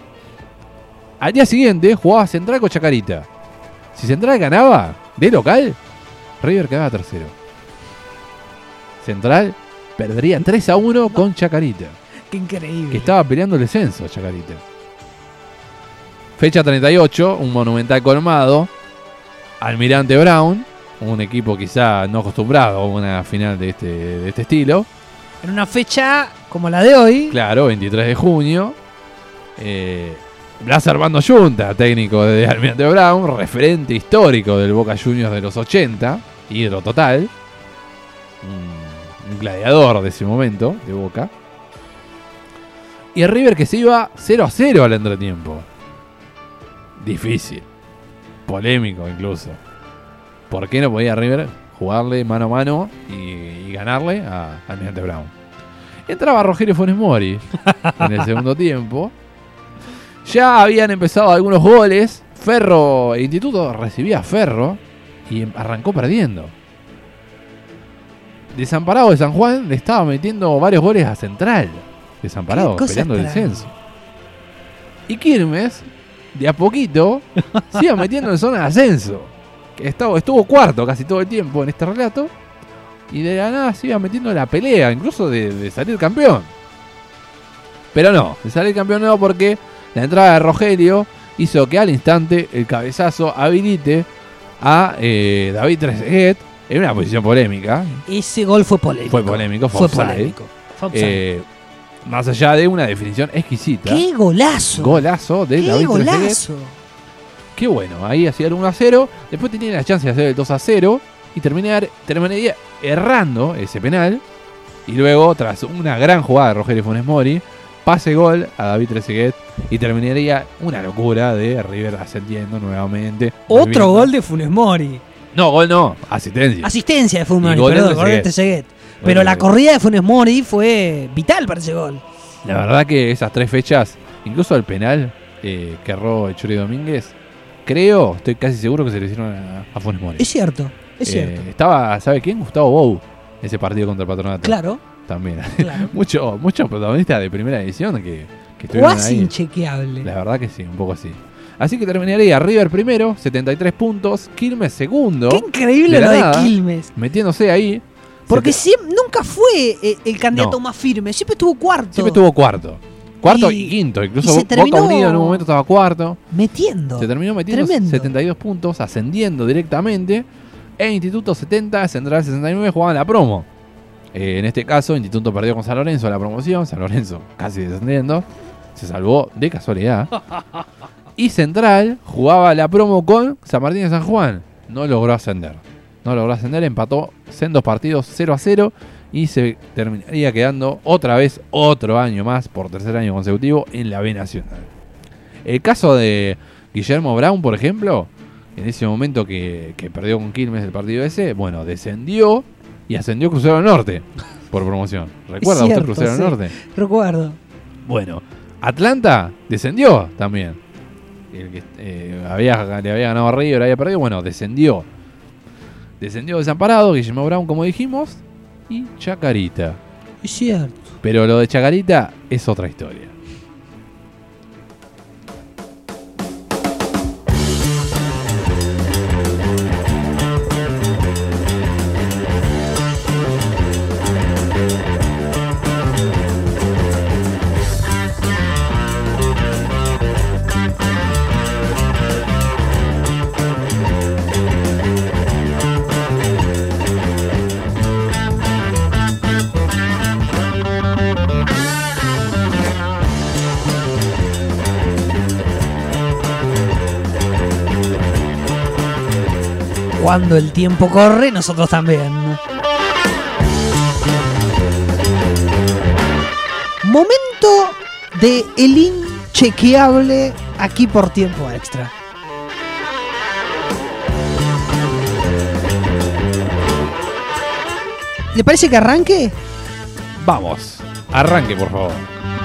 Al día siguiente jugaba Central con Chacarita. Si Central ganaba de local, River quedaba tercero. Central perdería tres a uno con Chacarita, Qué increíble. que estaba peleando el descenso Chacarita. Fecha treinta y ocho, un Monumental colmado. Almirante Brown, un equipo quizá no acostumbrado a una final de este, de este estilo. En una fecha como la de hoy. Claro, veintitrés de junio. Eh, Blas Armando Yunta, técnico de Almirante Brown, referente histórico del Boca Juniors de los ochenta, ídolo total. Un, un gladiador de ese momento, de Boca. Y el River que se iba cero a cero al entretiempo. Difícil. Polémico incluso. ¿Por qué no podía River jugarle mano a mano y, y ganarle a Almirante Brown? Entraba Rogelio Funes Mori en el segundo tiempo. Ya habían empezado algunos goles. Ferro, el Instituto recibía a Ferro y arrancó perdiendo. Desamparado de San Juan le estaba metiendo varios goles a Central. Desamparado, Qué cosa peleando el extraña. descenso. Y Quilmes, de a poquito, se iba metiendo en zona de ascenso. Que estuvo, estuvo cuarto casi todo el tiempo en este relato. Y de la nada se iba metiendo en la pelea, incluso de, de salir campeón. Pero no, de salir campeón no, porque la entrada de Rogelio hizo que al instante el cabezazo habilite a eh, David Trezeguet en una posición polémica. Ese gol fue polémico. Fue polémico, fue Fue offside. polémico. Fue offside. Eh, más allá de una definición exquisita. ¡Qué golazo! Golazo de ¡Qué David Trezeguet. golazo! Qué bueno, ahí hacía el uno a cero. Después tenía la chance de hacer el dos a cero. Y terminar, terminaría errando ese penal. Y luego, tras una gran jugada de Rogelio Funes Mori, pase gol a David Trezeguet. Y terminaría una locura de River ascendiendo nuevamente. Otro volviendo. gol de Funes Mori. No, gol no, asistencia. Asistencia de Funes Y Mori, gol perdón, de gol de Trezeguet. Trezeguet. Gol Pero de la Trezeguet. corrida de Funes Mori fue vital para ese gol. La verdad que esas tres fechas, incluso el penal eh, que erró el Churi Domínguez, creo, estoy casi seguro que se le hicieron a, a Funes Mori. Es cierto, es Eh, cierto. Estaba, ¿sabe quién? Gustavo Bou, ese partido contra el Patronato. Claro, También. claro. Muchos muchos protagonistas de primera edición que, que estuvieron Cuasi ahí. inchequeable. La verdad que sí, un poco así. Así que terminaría River primero, setenta y tres puntos, Quilmes segundo, Qué increíble de la lo de nada. Quilmes. metiéndose ahí. Porque Sete- siem- nunca fue eh, el candidato No. más firme, siempre estuvo cuarto. siempre estuvo cuarto. Cuarto y, Y- quinto, incluso y se Boca terminó Unido en un momento estaba cuarto. Metiendo. Se terminó metiendo Tremendo. setenta y dos puntos, ascendiendo directamente. E Instituto setenta, Central sesenta y nueve jugaban la promo. Eh, en este caso, Instituto perdió con San Lorenzo la promoción. San Lorenzo casi descendiendo. Se salvó de casualidad. Y Central jugaba la promo con San Martín de San Juan. No logró ascender. No logró ascender, empató en dos partidos cero a cero. Y se terminaría quedando otra vez otro año más, por tercer año consecutivo, en la B Nacional. El caso de Guillermo Brown, por ejemplo, en ese momento que, que perdió con Quilmes el partido ese, bueno, descendió y ascendió Crucero del Norte por promoción. ¿Recuerda Es usted cierto, Crucero del sí. Norte? Recuerdo. Bueno, Atlanta descendió también. El que eh, había, le había ganado a River, había perdido, bueno, descendió. Descendió desamparado, Guillermo Brown, como dijimos, y Chacarita. Es cierto. Pero lo de Chacarita es otra historia. Cuando el tiempo corre, nosotros también. Momento de el inchequeable aquí por tiempo extra. ¿Le parece que arranque? Vamos, arranque por favor.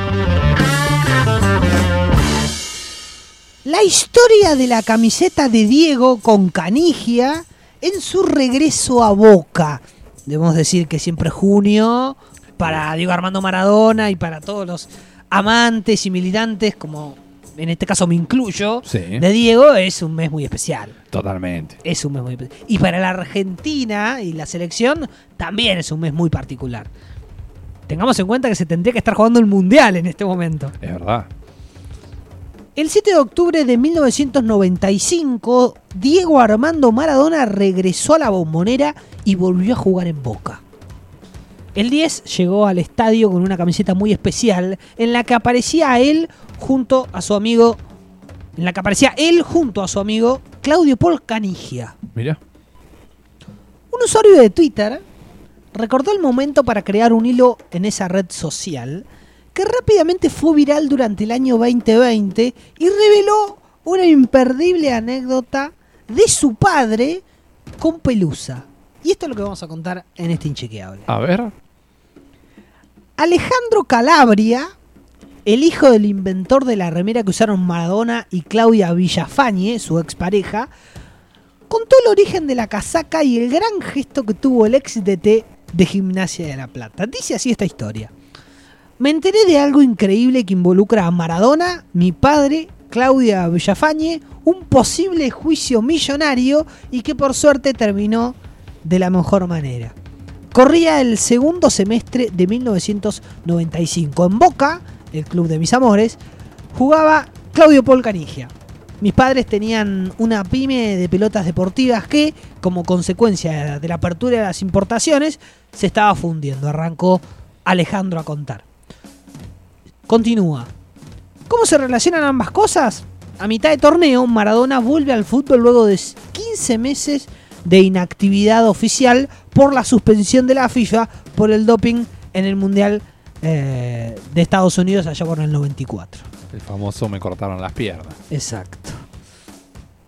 La historia de la camiseta de Diego con Canigia en su regreso a Boca. Debemos decir que siempre junio, para Diego Armando Maradona y para todos los amantes y militantes, como en este caso me incluyo, Sí. de Diego, es un mes muy especial. Totalmente. Es un mes muy especial. Y para la Argentina y la selección, también es un mes muy particular. Tengamos en cuenta que se tendría que estar jugando el Mundial en este momento. Es verdad. El siete de octubre de mil novecientos noventa y cinco, Diego Armando Maradona regresó a la Bombonera y volvió a jugar en Boca. El diez llegó al estadio con una camiseta muy especial en la que aparecía a él junto a su amigo, en la que aparecía él junto a su amigo Claudio Paul Canigia. Mira. Un usuario de Twitter recordó el momento para crear un hilo en esa red social que rápidamente fue viral durante el año veinte veinte y reveló una imperdible anécdota de su padre con Pelusa. Y esto es lo que vamos a contar en este Inchequeable. A ver. Alejandro Calabria, el hijo del inventor de la remera que usaron Maradona y Claudia Villafañe, su expareja, contó el origen de la casaca y el gran gesto que tuvo el ex D T de Gimnasia de la Plata. Dice así esta historia. Me enteré de algo increíble que involucra a Maradona, mi padre, Claudia Villafañe, un posible juicio millonario y que por suerte terminó de la mejor manera. Corría el segundo semestre de mil novecientos noventa y cinco. En Boca, el club de mis amores, jugaba Claudio Paul Canigia. Mis padres tenían una pyme de pelotas deportivas que, como consecuencia de la apertura de las importaciones, se estaba fundiendo. Arrancó Alejandro a contar. Continúa. ¿Cómo se relacionan ambas cosas? A mitad de torneo, Maradona vuelve al fútbol luego de quince meses de inactividad oficial por la suspensión de la FIFA por el doping en el Mundial eh, de Estados Unidos allá por el noventa y cuatro. El famoso me cortaron las piernas. Exacto.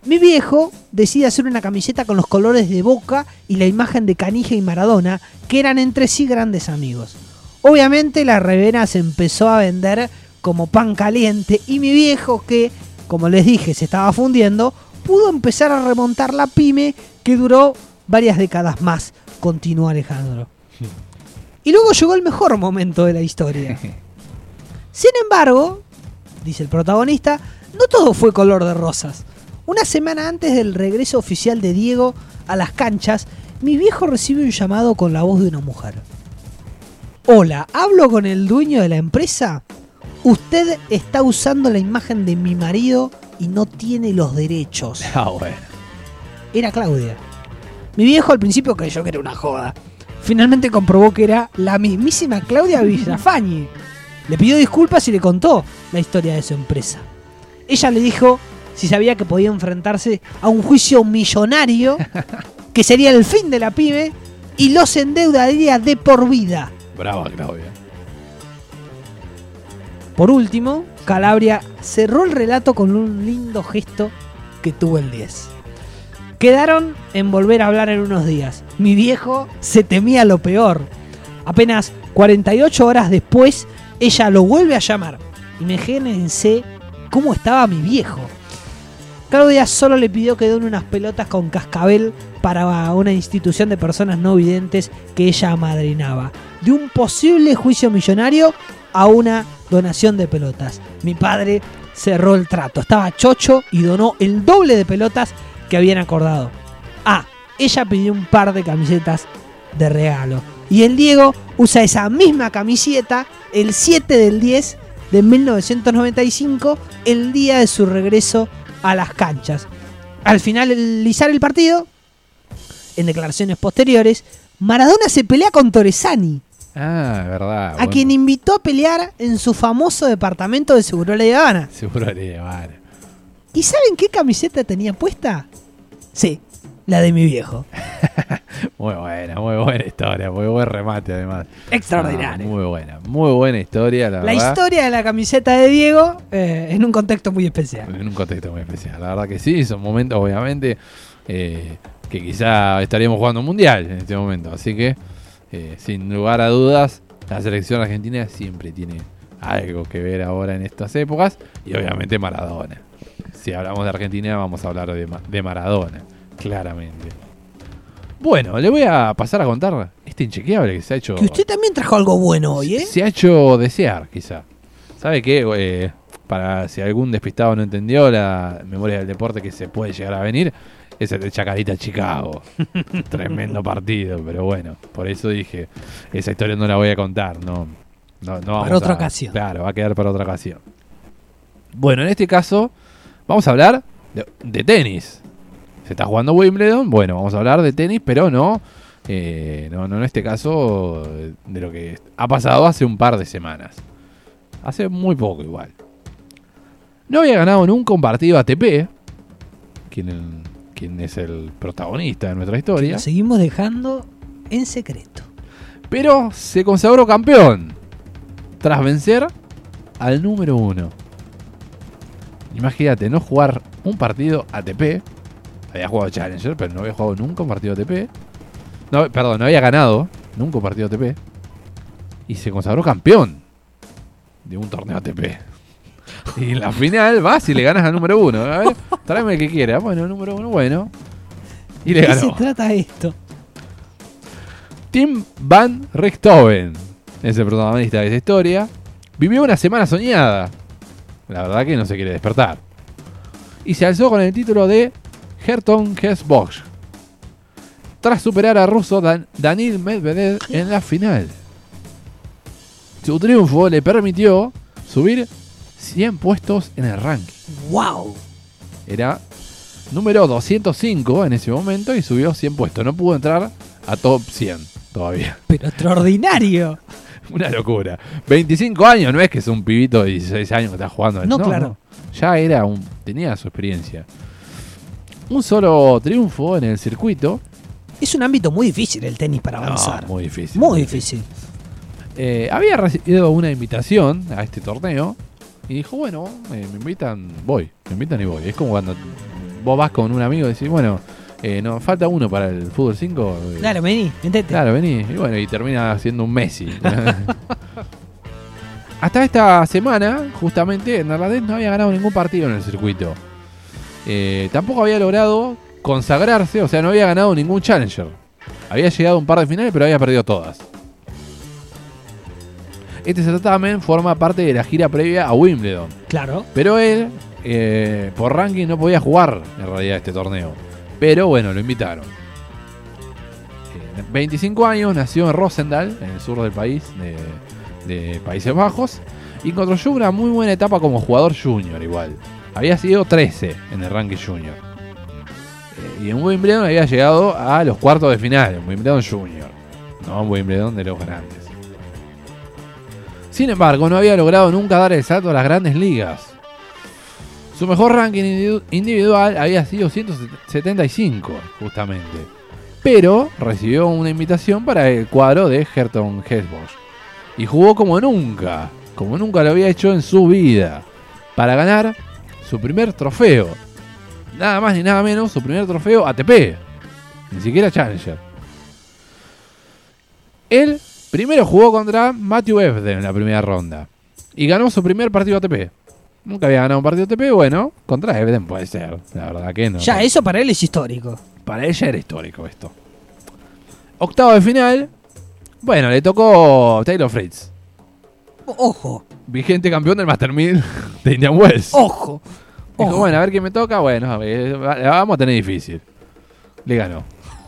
mi viejo decide hacer una camiseta con los colores de Boca y la imagen de Canija y Maradona, que eran entre sí grandes amigos. Obviamente la remera se empezó a vender como pan caliente y mi viejo, que, como les dije, se estaba fundiendo, pudo empezar a remontar la pyme que duró varias décadas más, continuó Alejandro. Y luego llegó el mejor momento de la historia. Sin embargo, dice el protagonista, no todo fue color de rosas. Una semana antes del regreso oficial de Diego a las canchas, mi viejo recibe un llamado con la voz de una mujer. Hola, ¿hablo con el dueño de la empresa? Usted está usando la imagen de mi marido y no tiene los derechos. Ah, bueno. Era Claudia. Mi viejo al principio creyó que era una joda. Finalmente comprobó que era la mismísima Claudia Villafañe. Le pidió disculpas y le contó la historia de su empresa. Ella le dijo si sabía que podía enfrentarse a un juicio millonario, que sería el fin de la pyme y los endeudaría de por vida. Brava, Claudia. Por último, Calabria cerró el relato con un lindo gesto que tuvo el diez. Quedaron en volver a hablar en unos días. Mi viejo se temía lo peor. Apenas cuarenta y ocho horas después, ella lo vuelve a llamar. Imagínense cómo estaba mi viejo. Claudia solo le pidió que done unas pelotas con cascabel para una institución de personas no videntes que ella amadrinaba. De un posible juicio millonario a una donación de pelotas. Mi padre cerró el trato. Estaba chocho y donó el doble de pelotas que habían acordado. Ah, ella pidió un par de camisetas de regalo. Y el Diego usa esa misma camiseta el siete del diez de mil novecientos noventa y cinco, el día de su regreso a las canchas. Al finalizar el partido, en declaraciones posteriores, Maradona se pelea con Torresani, Ah, verdad. a bueno. quien invitó a pelear en su famoso departamento de Segurola de Habana. Seguro le vale. ¿Y saben qué camiseta tenía puesta? Sí, la de mi viejo. Muy buena, muy buena historia, muy buen remate además. Extraordinario. Ah, muy buena, muy buena historia, la, La verdad. historia de la camiseta de Diego eh, en un contexto muy especial. En un contexto muy especial, la verdad que sí, son momentos obviamente eh, que quizá estaríamos jugando un mundial en este momento, así que eh, sin lugar a dudas la selección argentina siempre tiene algo que ver ahora en estas épocas y obviamente Maradona. Si hablamos de Argentina vamos a hablar de, Ma- de Maradona, claramente. Bueno, le voy a pasar a contar este inchequeable que se ha hecho... Que usted también trajo algo bueno hoy, ¿eh? Se ha hecho desear, quizá. ¿Sabe qué? Eh, para si algún despistado no entendió la memoria del deporte que se puede llegar a venir, es el de Chacarita Chicago. Tremendo partido, pero bueno, por eso dije, esa historia no la voy a contar, no, no, no vamos Para otra a- ocasión. Claro, va a quedar para otra ocasión. Bueno, en este caso, vamos a hablar de, de tenis. Se está jugando Wimbledon, bueno, vamos a hablar de tenis, pero no, eh, no, no en este caso de lo que ha pasado hace un par de semanas. Hace muy poco igual. No había ganado nunca un partido A T P, quien, quien es el protagonista de nuestra historia, Lo seguimos dejando en secreto. pero se consagró campeón tras vencer al número uno. Imagínate, no jugar un partido A T P. Había jugado Challenger, pero no había jugado nunca un partido A T P. No, perdón, no había ganado nunca un partido A T P. Y se consagró campeón de un torneo A T P. Y en la final vas y le ganas al número uno. A ver, tráeme el que quiera. Bueno, el número uno, bueno. Y le ¿De qué se ganó. trata esto? Tim Van Richthofen es el protagonista de esta historia. Vivió una semana soñada. La verdad que no se quiere despertar. Y se alzó con el título de Herton Hesbosch, tras superar al ruso Dan- Danil Medvedev en la final. Su triunfo le permitió subir cien puestos en el ranking. ¡Wow! Era número doscientos cinco en ese momento y subió cien puestos. No pudo entrar a top cien todavía. Pero extraordinario. Una locura. veinticinco años, no es que es un pibito de dieciséis años que está jugando. No, claro. Ya era un, tenía su experiencia. Un solo triunfo en el circuito. Es un ámbito muy difícil el tenis para avanzar. No, muy difícil. Muy difícil. Eh, había recibido una invitación a este torneo y dijo, bueno, eh, me invitan, voy. Me invitan y voy. Es como cuando vos vas con un amigo y decís, bueno, eh, nos falta uno para el fútbol cinco. Claro, vení, ventete. Claro, vení. Y bueno, y termina siendo un Messi. Hasta esta semana, justamente, Neerlandés no había ganado ningún partido en el circuito. Eh, tampoco había logrado consagrarse, o sea, no había ganado ningún Challenger. Había llegado a un par de finales, pero había perdido todas. Este certamen forma parte de la gira previa a Wimbledon. Claro. Pero él, eh, por ranking, no podía jugar en realidad este torneo. Pero bueno, lo invitaron. Eh, veinticinco años, nació en Roosendaal, en el sur del país, de, de Países Bajos. Y construyó una muy buena etapa como jugador junior igual. Había sido trece en el ranking junior. Eh, y en Wimbledon había llegado a los cuartos de final, en Wimbledon junior. No en Wimbledon de los grandes. Sin embargo, no había logrado nunca dar el salto a las grandes ligas. Su mejor ranking individual había sido ciento setenta y cinco, justamente. Pero recibió una invitación para el cuadro de Herton-Hesbosch. Y jugó como nunca, como nunca lo había hecho en su vida, para ganar su primer trofeo. Nada más ni nada menos, su primer trofeo A T P. Ni siquiera Challenger. Él primero jugó contra Matthew Ebden en la primera ronda. Y ganó su primer partido A T P. Nunca había ganado un partido A T P, bueno, contra Ebden puede ser. La verdad que no. Ya, eso para él es histórico. Para ella era histórico esto. Octavo de final. Bueno, le tocó Taylor Fritz. Ojo. Vigente campeón del Master mil de Indian Wells. Ojo. Dijo, Ojo. bueno, a ver quién me toca. Bueno, a ver, la vamos a tener difícil. Le ganó.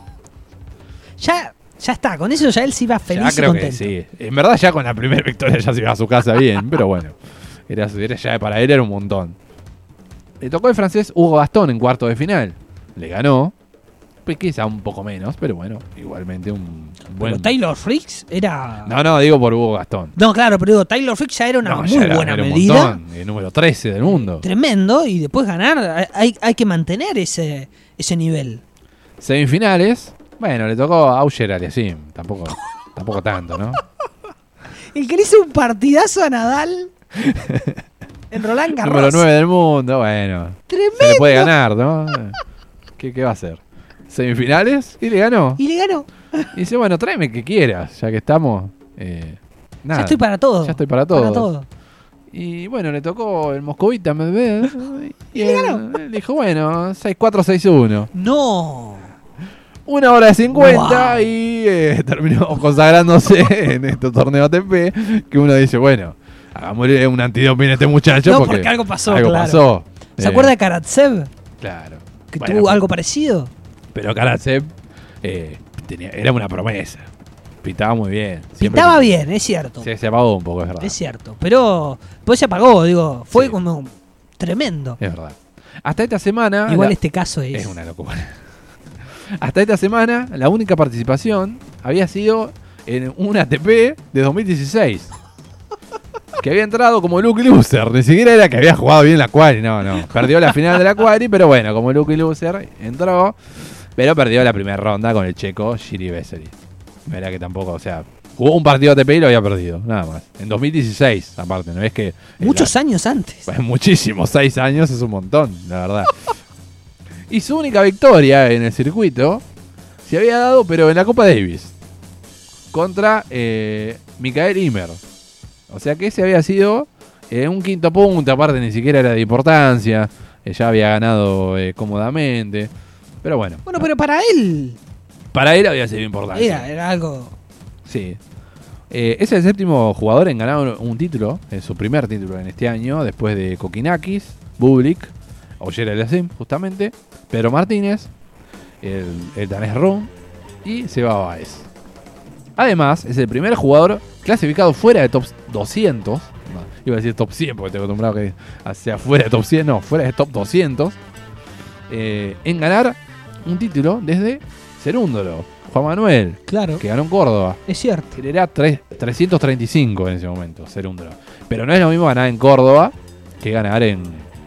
Ya, ya está, con eso ya él se iba feliz Ya y creo contento. que sí. En verdad ya con la primera victoria ya se iba a su casa bien. Pero bueno, era, era ya para él era un montón. Le tocó el francés Hugo Gaston en cuarto de final. Le ganó. Pues quizá un poco menos, pero bueno, igualmente un buen... Pero Taylor Fritz era... No, no, digo por Hugo Gastón. No, claro, pero digo, Taylor Fritz ya era una No, muy ya era- buena era un medida. montón, el número trece del mundo. Tremendo, y después ganar, hay, hay que mantener ese, ese nivel. Semifinales, bueno, le tocó a Auger Aliassime. Tampoco, tampoco tanto, ¿no? El que le hizo un partidazo a Nadal en Roland Garros. Número nueve del mundo, bueno. Tremendo. Se le puede ganar, ¿no? ¿Qué, qué va a hacer? Semifinales y le ganó. Y le ganó. Y dice, bueno, tráeme que quieras, ya que estamos. Eh, nada. Ya estoy para todo. Ya estoy para todo. Para todo. Y bueno, le tocó el moscovita Medvedev. Y, Y le él, ganó. él dijo, bueno, seis cuatro seis uno. No. Una hora de cincuenta Wow. y eh, terminó consagrándose en este torneo A T P. Que uno dice, bueno, hagámosle un antidoping a este muchacho. No, porque, porque algo pasó, Algo claro. pasó. ¿Se Eh, acuerda de Karatsev? Claro. Que Bueno, tuvo algo parecido. Pero Karatsev eh, tenía, era una promesa. Pintaba muy bien. Siempre Pintaba pintaba. bien, es cierto. Se, se apagó un poco, es verdad. Es cierto. Pero pues se apagó, digo. Fue Sí. como tremendo. Es verdad. Hasta esta semana. Igual la- este caso es. Es una locura. Hasta esta semana, la única participación había sido en un A T P de dos mil dieciséis. Que había entrado como Lucky Loser. Ni siquiera era que había jugado bien la quali. No, no. Perdió la final de la quali, pero bueno, como Lucky Loser entró. Pero perdió la primera ronda con el checo Jiri Vesely. Verá que tampoco, o sea, jugó un partido A T P y lo había perdido. Nada más. En dos mil dieciséis, aparte, ¿no es que? Muchos años antes. Pues muchísimos, seis años es un montón, la verdad. Y su única victoria en el circuito se había dado, pero en la Copa Davis, contra eh, Mikael Ymer. O sea que ese había sido eh, un quinto punto, aparte ni siquiera era de importancia, eh, ya había ganado eh, cómodamente. Pero bueno, Bueno, pero para él para él había sido importante. era, era algo. Sí. Eh, es el séptimo jugador en ganar un título, en su primer título en este año, después de Kokinakis, Bublik, Auger Aliassime, justamente, Pedro Martínez, el, el danés Rum y Seba Baez. Además, es el primer jugador clasificado fuera de top doscientos. No, iba a decir top cien porque estoy acostumbrado que hacia fuera de top cien, no, fuera de top doscientos. Eh, en ganar un título desde Cerúndolo, Juan Manuel, Claro. que ganó en Córdoba. Es cierto. Que era tres- trescientos treinta y cinco en ese momento, Cerúndolo. Pero no es lo mismo ganar en Córdoba que ganar en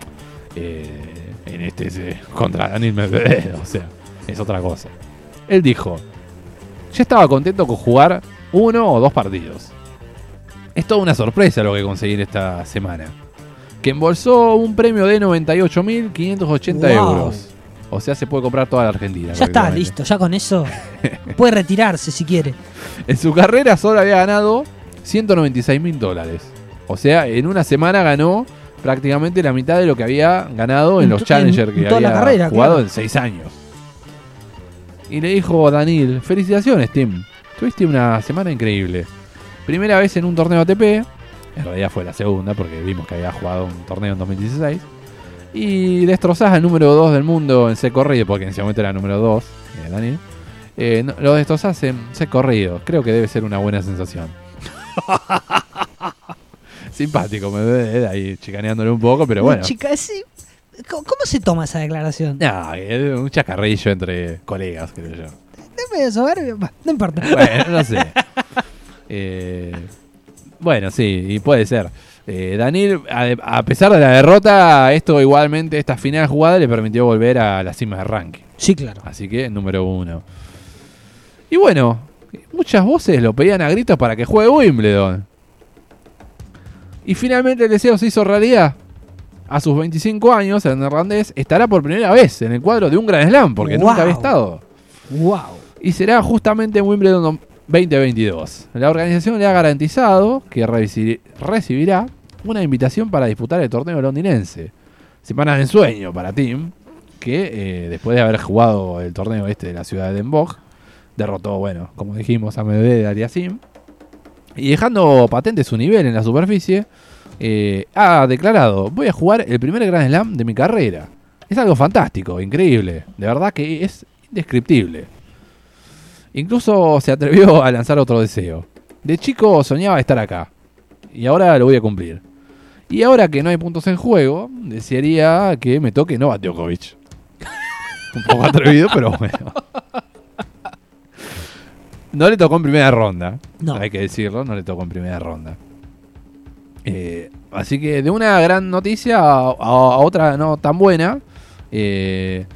eh, en este ese, contra Daniel Medvedev. O sea, es otra cosa. Él dijo, ya estaba contento con jugar uno o dos partidos. Es toda una sorpresa lo que conseguí esta semana. Que embolsó un premio de noventa y ocho mil quinientos ochenta Wow. euros. O sea, se puede comprar toda la Argentina. Ya está, listo, ya con eso puede retirarse si quiere. En su carrera solo había ganado ciento noventa y seis mil dólares. O sea, en una semana ganó prácticamente la mitad de lo que había ganado en, En los to- Challenger en- que en toda había la carrera, jugado claro. en seis años. Y le dijo Daniil, felicitaciones Tim, tuviste una semana increíble. Primera vez en un torneo A T P, en realidad fue la segunda porque vimos que había jugado un torneo en dos mil dieciséis. Y destrozás al número dos del mundo en set corrido, porque en ese momento era número dos, eh, Daniil. Eh, no- lo destrozás en set corrido, creo que debe ser una buena sensación. Simpático, me ve ahí chicaneándole un poco, pero bueno. Chica, sí. ¿Cómo, cómo se toma esa declaración? No, es un chacarrillo entre colegas, creo yo. Es medio soberbio, bah, no importa. Bueno, no sé. Eh, bueno, sí, y puede ser. Eh, Daniil, a, a pesar de la derrota, esto igualmente, esta final jugada le permitió volver a la cima de ranking. Sí, claro. Así que número uno. Y bueno, muchas voces lo pedían a gritos para que juegue Wimbledon. Y finalmente el deseo se hizo realidad. A sus veinticinco años, el neerlandés estará por primera vez en el cuadro de un Grand Slam, porque Wow. nunca había estado. Wow. Y será justamente en Wimbledon veinte veintidós. La organización le ha garantizado que reci- recibirá una invitación para disputar el torneo londinense. Semana de ensueño para Tim, que eh, después de haber jugado el torneo este de la ciudad de Den Bosch, derrotó, bueno, como dijimos, a Medvedev de Aliasim. Y dejando patente su nivel en la superficie, eh, ha declarado: voy a jugar el primer Grand Slam de mi carrera. Es algo fantástico, increíble. De verdad que es indescriptible. Incluso se atrevió a lanzar otro deseo. De chico soñaba estar acá. Y ahora lo voy a cumplir. Y ahora que no hay puntos en juego, desearía que me toque Novak Djokovic. Un poco atrevido, pero bueno. No le tocó en primera ronda. No. Hay que decirlo, no le tocó en primera ronda. Eh, así que de una gran noticia a, a- a otra no tan buena. Eh,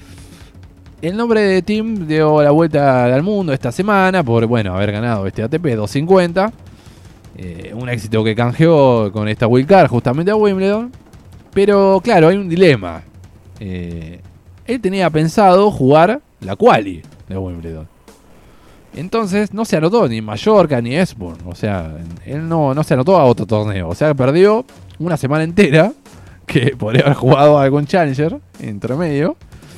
el nombre de Tim dio la vuelta al mundo esta semana por, bueno, haber ganado este A T P doscientos cincuenta. Eh, un éxito que canjeó con esta wildcard justamente a Wimbledon. Pero claro, hay un dilema. Eh, él tenía pensado jugar la quali de Wimbledon. Entonces no se anotó ni en Mallorca ni Eastbourne. O sea, él no, no se anotó a otro torneo. O sea, perdió una semana entera que podría haber jugado algún Challenger entre medio.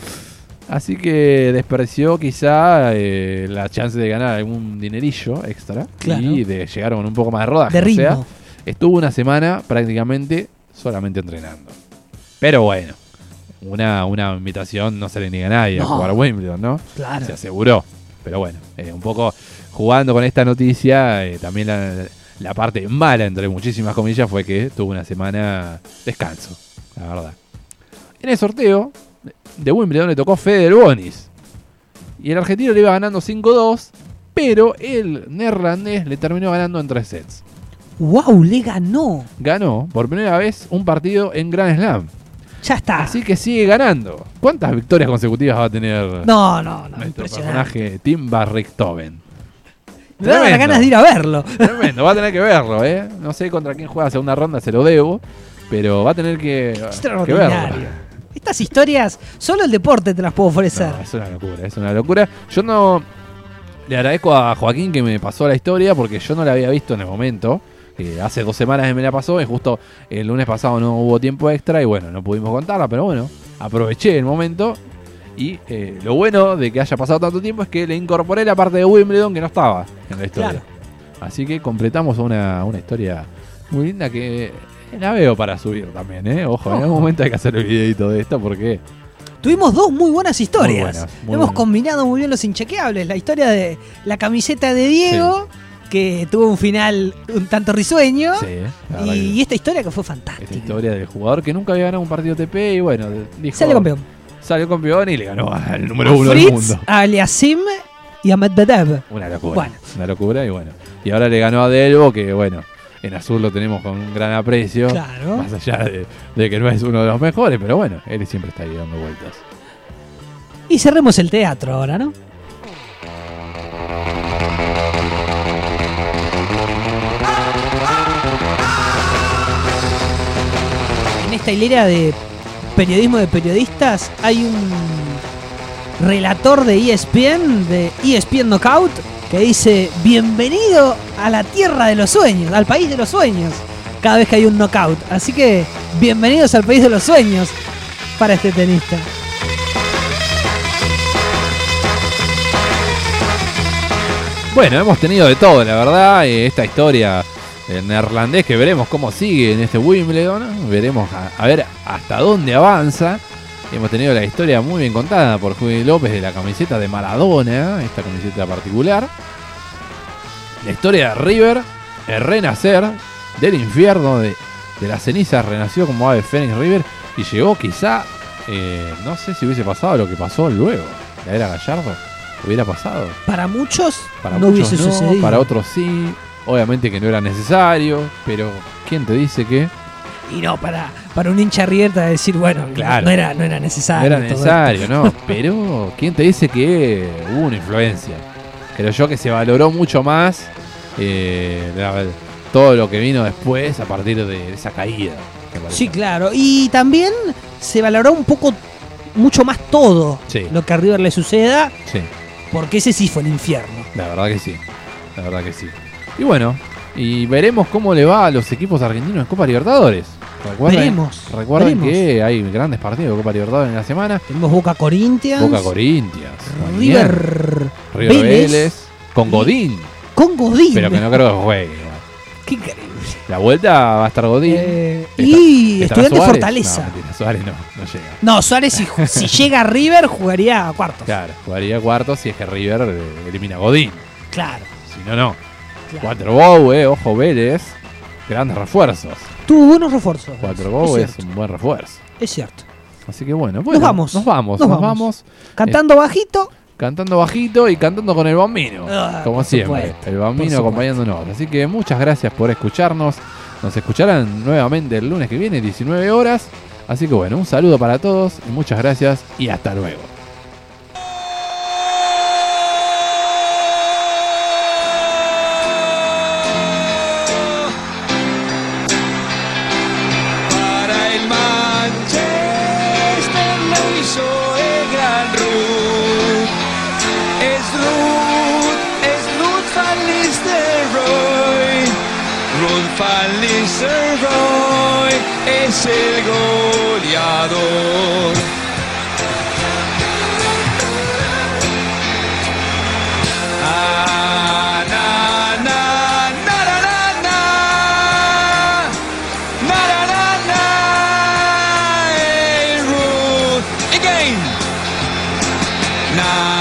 Así que despreció quizá eh, la chance de ganar algún dinerillo extra. Claro. Y de llegar con un poco más de rodaje. De O ritmo. sea, estuvo una semana prácticamente solamente entrenando. Pero bueno, una, una invitación no se le niega a nadie No. a jugar a Wimbledon, ¿no? Claro. Se aseguró. Pero bueno, eh, un poco jugando con esta noticia, eh, también la, la parte mala, entre muchísimas comillas, fue que tuvo una semana descanso, la verdad. En el sorteo de Wimbledon le tocó Federer Bonis. Y el argentino le iba ganando cinco dos, pero el neerlandés le terminó ganando en tres sets. Wow, le ganó. Ganó por primera vez un partido en Grand Slam. Ya está. Así que sigue ganando. ¿Cuántas victorias consecutivas va a tener No, no, no. nuestro Impresionante. personaje Tim van Rijthoven? Me da las Tremendo. ganas de ir a verlo. Tremendo, va a tener que verlo, ¿eh? No sé contra quién juega la segunda ronda, se lo debo. Pero va a tener que, que verlo. Extraordinario. Estas historias, solo el deporte te las puedo ofrecer. No, es una locura, es una locura. Yo no le agradezco a Joaquín que me pasó la historia porque yo no la había visto en el momento. Eh, hace dos semanas me la pasó y justo el lunes pasado no hubo tiempo extra y bueno, no pudimos contarla, pero bueno, aproveché el momento. Y eh, lo bueno de que haya pasado tanto tiempo es que le incorporé la parte de Wimbledon que no estaba en la historia. Claro. Así que completamos una, una historia muy linda que la veo para subir también, ¿eh? Ojo, en Ojo. algún momento hay que hacer el videito de esto porque... Tuvimos dos muy buenas historias. Muy buenas, muy Hemos buenas. combinado muy bien los inchequeables. La historia de la camiseta de Diego, que tuvo un final un tanto risueño. Sí, la verdad y, que esta historia que fue fantástica. esta historia del jugador que nunca había ganado un partido T P y bueno, dijo... Sale campeón. Salió campeón y le ganó al número A uno del Fritz, mundo. a Aliasim y a Medvedev. Una locura. Bueno. Una locura y bueno. Y ahora le ganó a Delbo, que bueno, en azul lo tenemos con un gran aprecio. Claro. Más allá de, de que no es uno de los mejores, pero bueno, él siempre está ahí dando vueltas. Y cerremos el teatro ahora, ¿no? En esta hilera de periodismo de periodistas hay un relator de E S P N, de E S P N Knockout, que dice: bienvenido a la tierra de los sueños, al país de los sueños, cada vez que hay un knockout. Así que bienvenidos al país de los sueños para este tenista. Bueno, hemos tenido de todo, la verdad. eh, Esta historia en neerlandés que veremos cómo sigue en este Wimbledon. Veremos a, a ver hasta dónde avanza. Hemos tenido la historia muy bien contada por Juan López de la camiseta de Maradona, esta camiseta particular. La historia de River, el renacer del infierno, de, de las cenizas, renació como ave fénix River y llegó quizá, eh, no sé si hubiese pasado lo que pasó luego, la era Gallardo, hubiera pasado. Para muchos Para no muchos hubiese no, sucedido. para otros sí, obviamente que no era necesario, pero ¿quién te dice que Y no, para, para un hincha River te va a decir, bueno, Claro. no, era, no era no necesario. era todo necesario, esto. no? Pero ¿quién te dice que hubo una influencia? Creo yo que se valoró mucho más eh, la- todo lo que vino después a partir de esa caída. me parece. Sí, claro. Y también se valoró un poco, mucho más todo Sí. lo que a River le suceda, Sí, porque ese sí fue el infierno. la verdad que sí. La verdad que sí. Y bueno, y veremos cómo le va a los equipos argentinos en Copa Libertadores. Recuerden, Veremos, recuerden veremos. que hay grandes partidos de Copa Libertadores en la semana. Tenemos Boca Corinthians, Boca Corinthians, River, River Vélez, Vélez, con Godín, con Godín. pero que no creo que juegue. Qué increíble. La vuelta va a estar Godín. Eh, Está- y ¿estará Estudiante Suárez? Fortaleza. No, mentira, Suárez no, no llega. No, Suárez si, si llega a River jugaría a cuartos. Claro, jugaría cuartos si es que River eh, elimina a Godín. Claro. Si no, no. claro. Cuatro Bow, eh, ojo Vélez. Grandes refuerzos. Tuvo buenos refuerzos. Cuatro Bow es es cierto. un buen refuerzo. Es cierto. Así que bueno, bueno. vamos. Nos vamos, Nos nos, vamos. vamos. Cantando bajito. Cantando bajito y cantando con el bambino. Ah, como por siempre. supuesto, El por bambino supuesto. acompañándonos. Así que muchas gracias por escucharnos. Nos escucharán nuevamente el lunes que viene, diecinueve horas. Así que bueno, un saludo para todos y muchas gracias y hasta luego. Para el Manchester lo hizo el gran Ruth. Es Ruth, es Ruth van Nistelrooy. Ruth van Nistelrooy es el goleador. Ah, na, na, na, na, na, na. Na na na na, hey Ruth, again. Na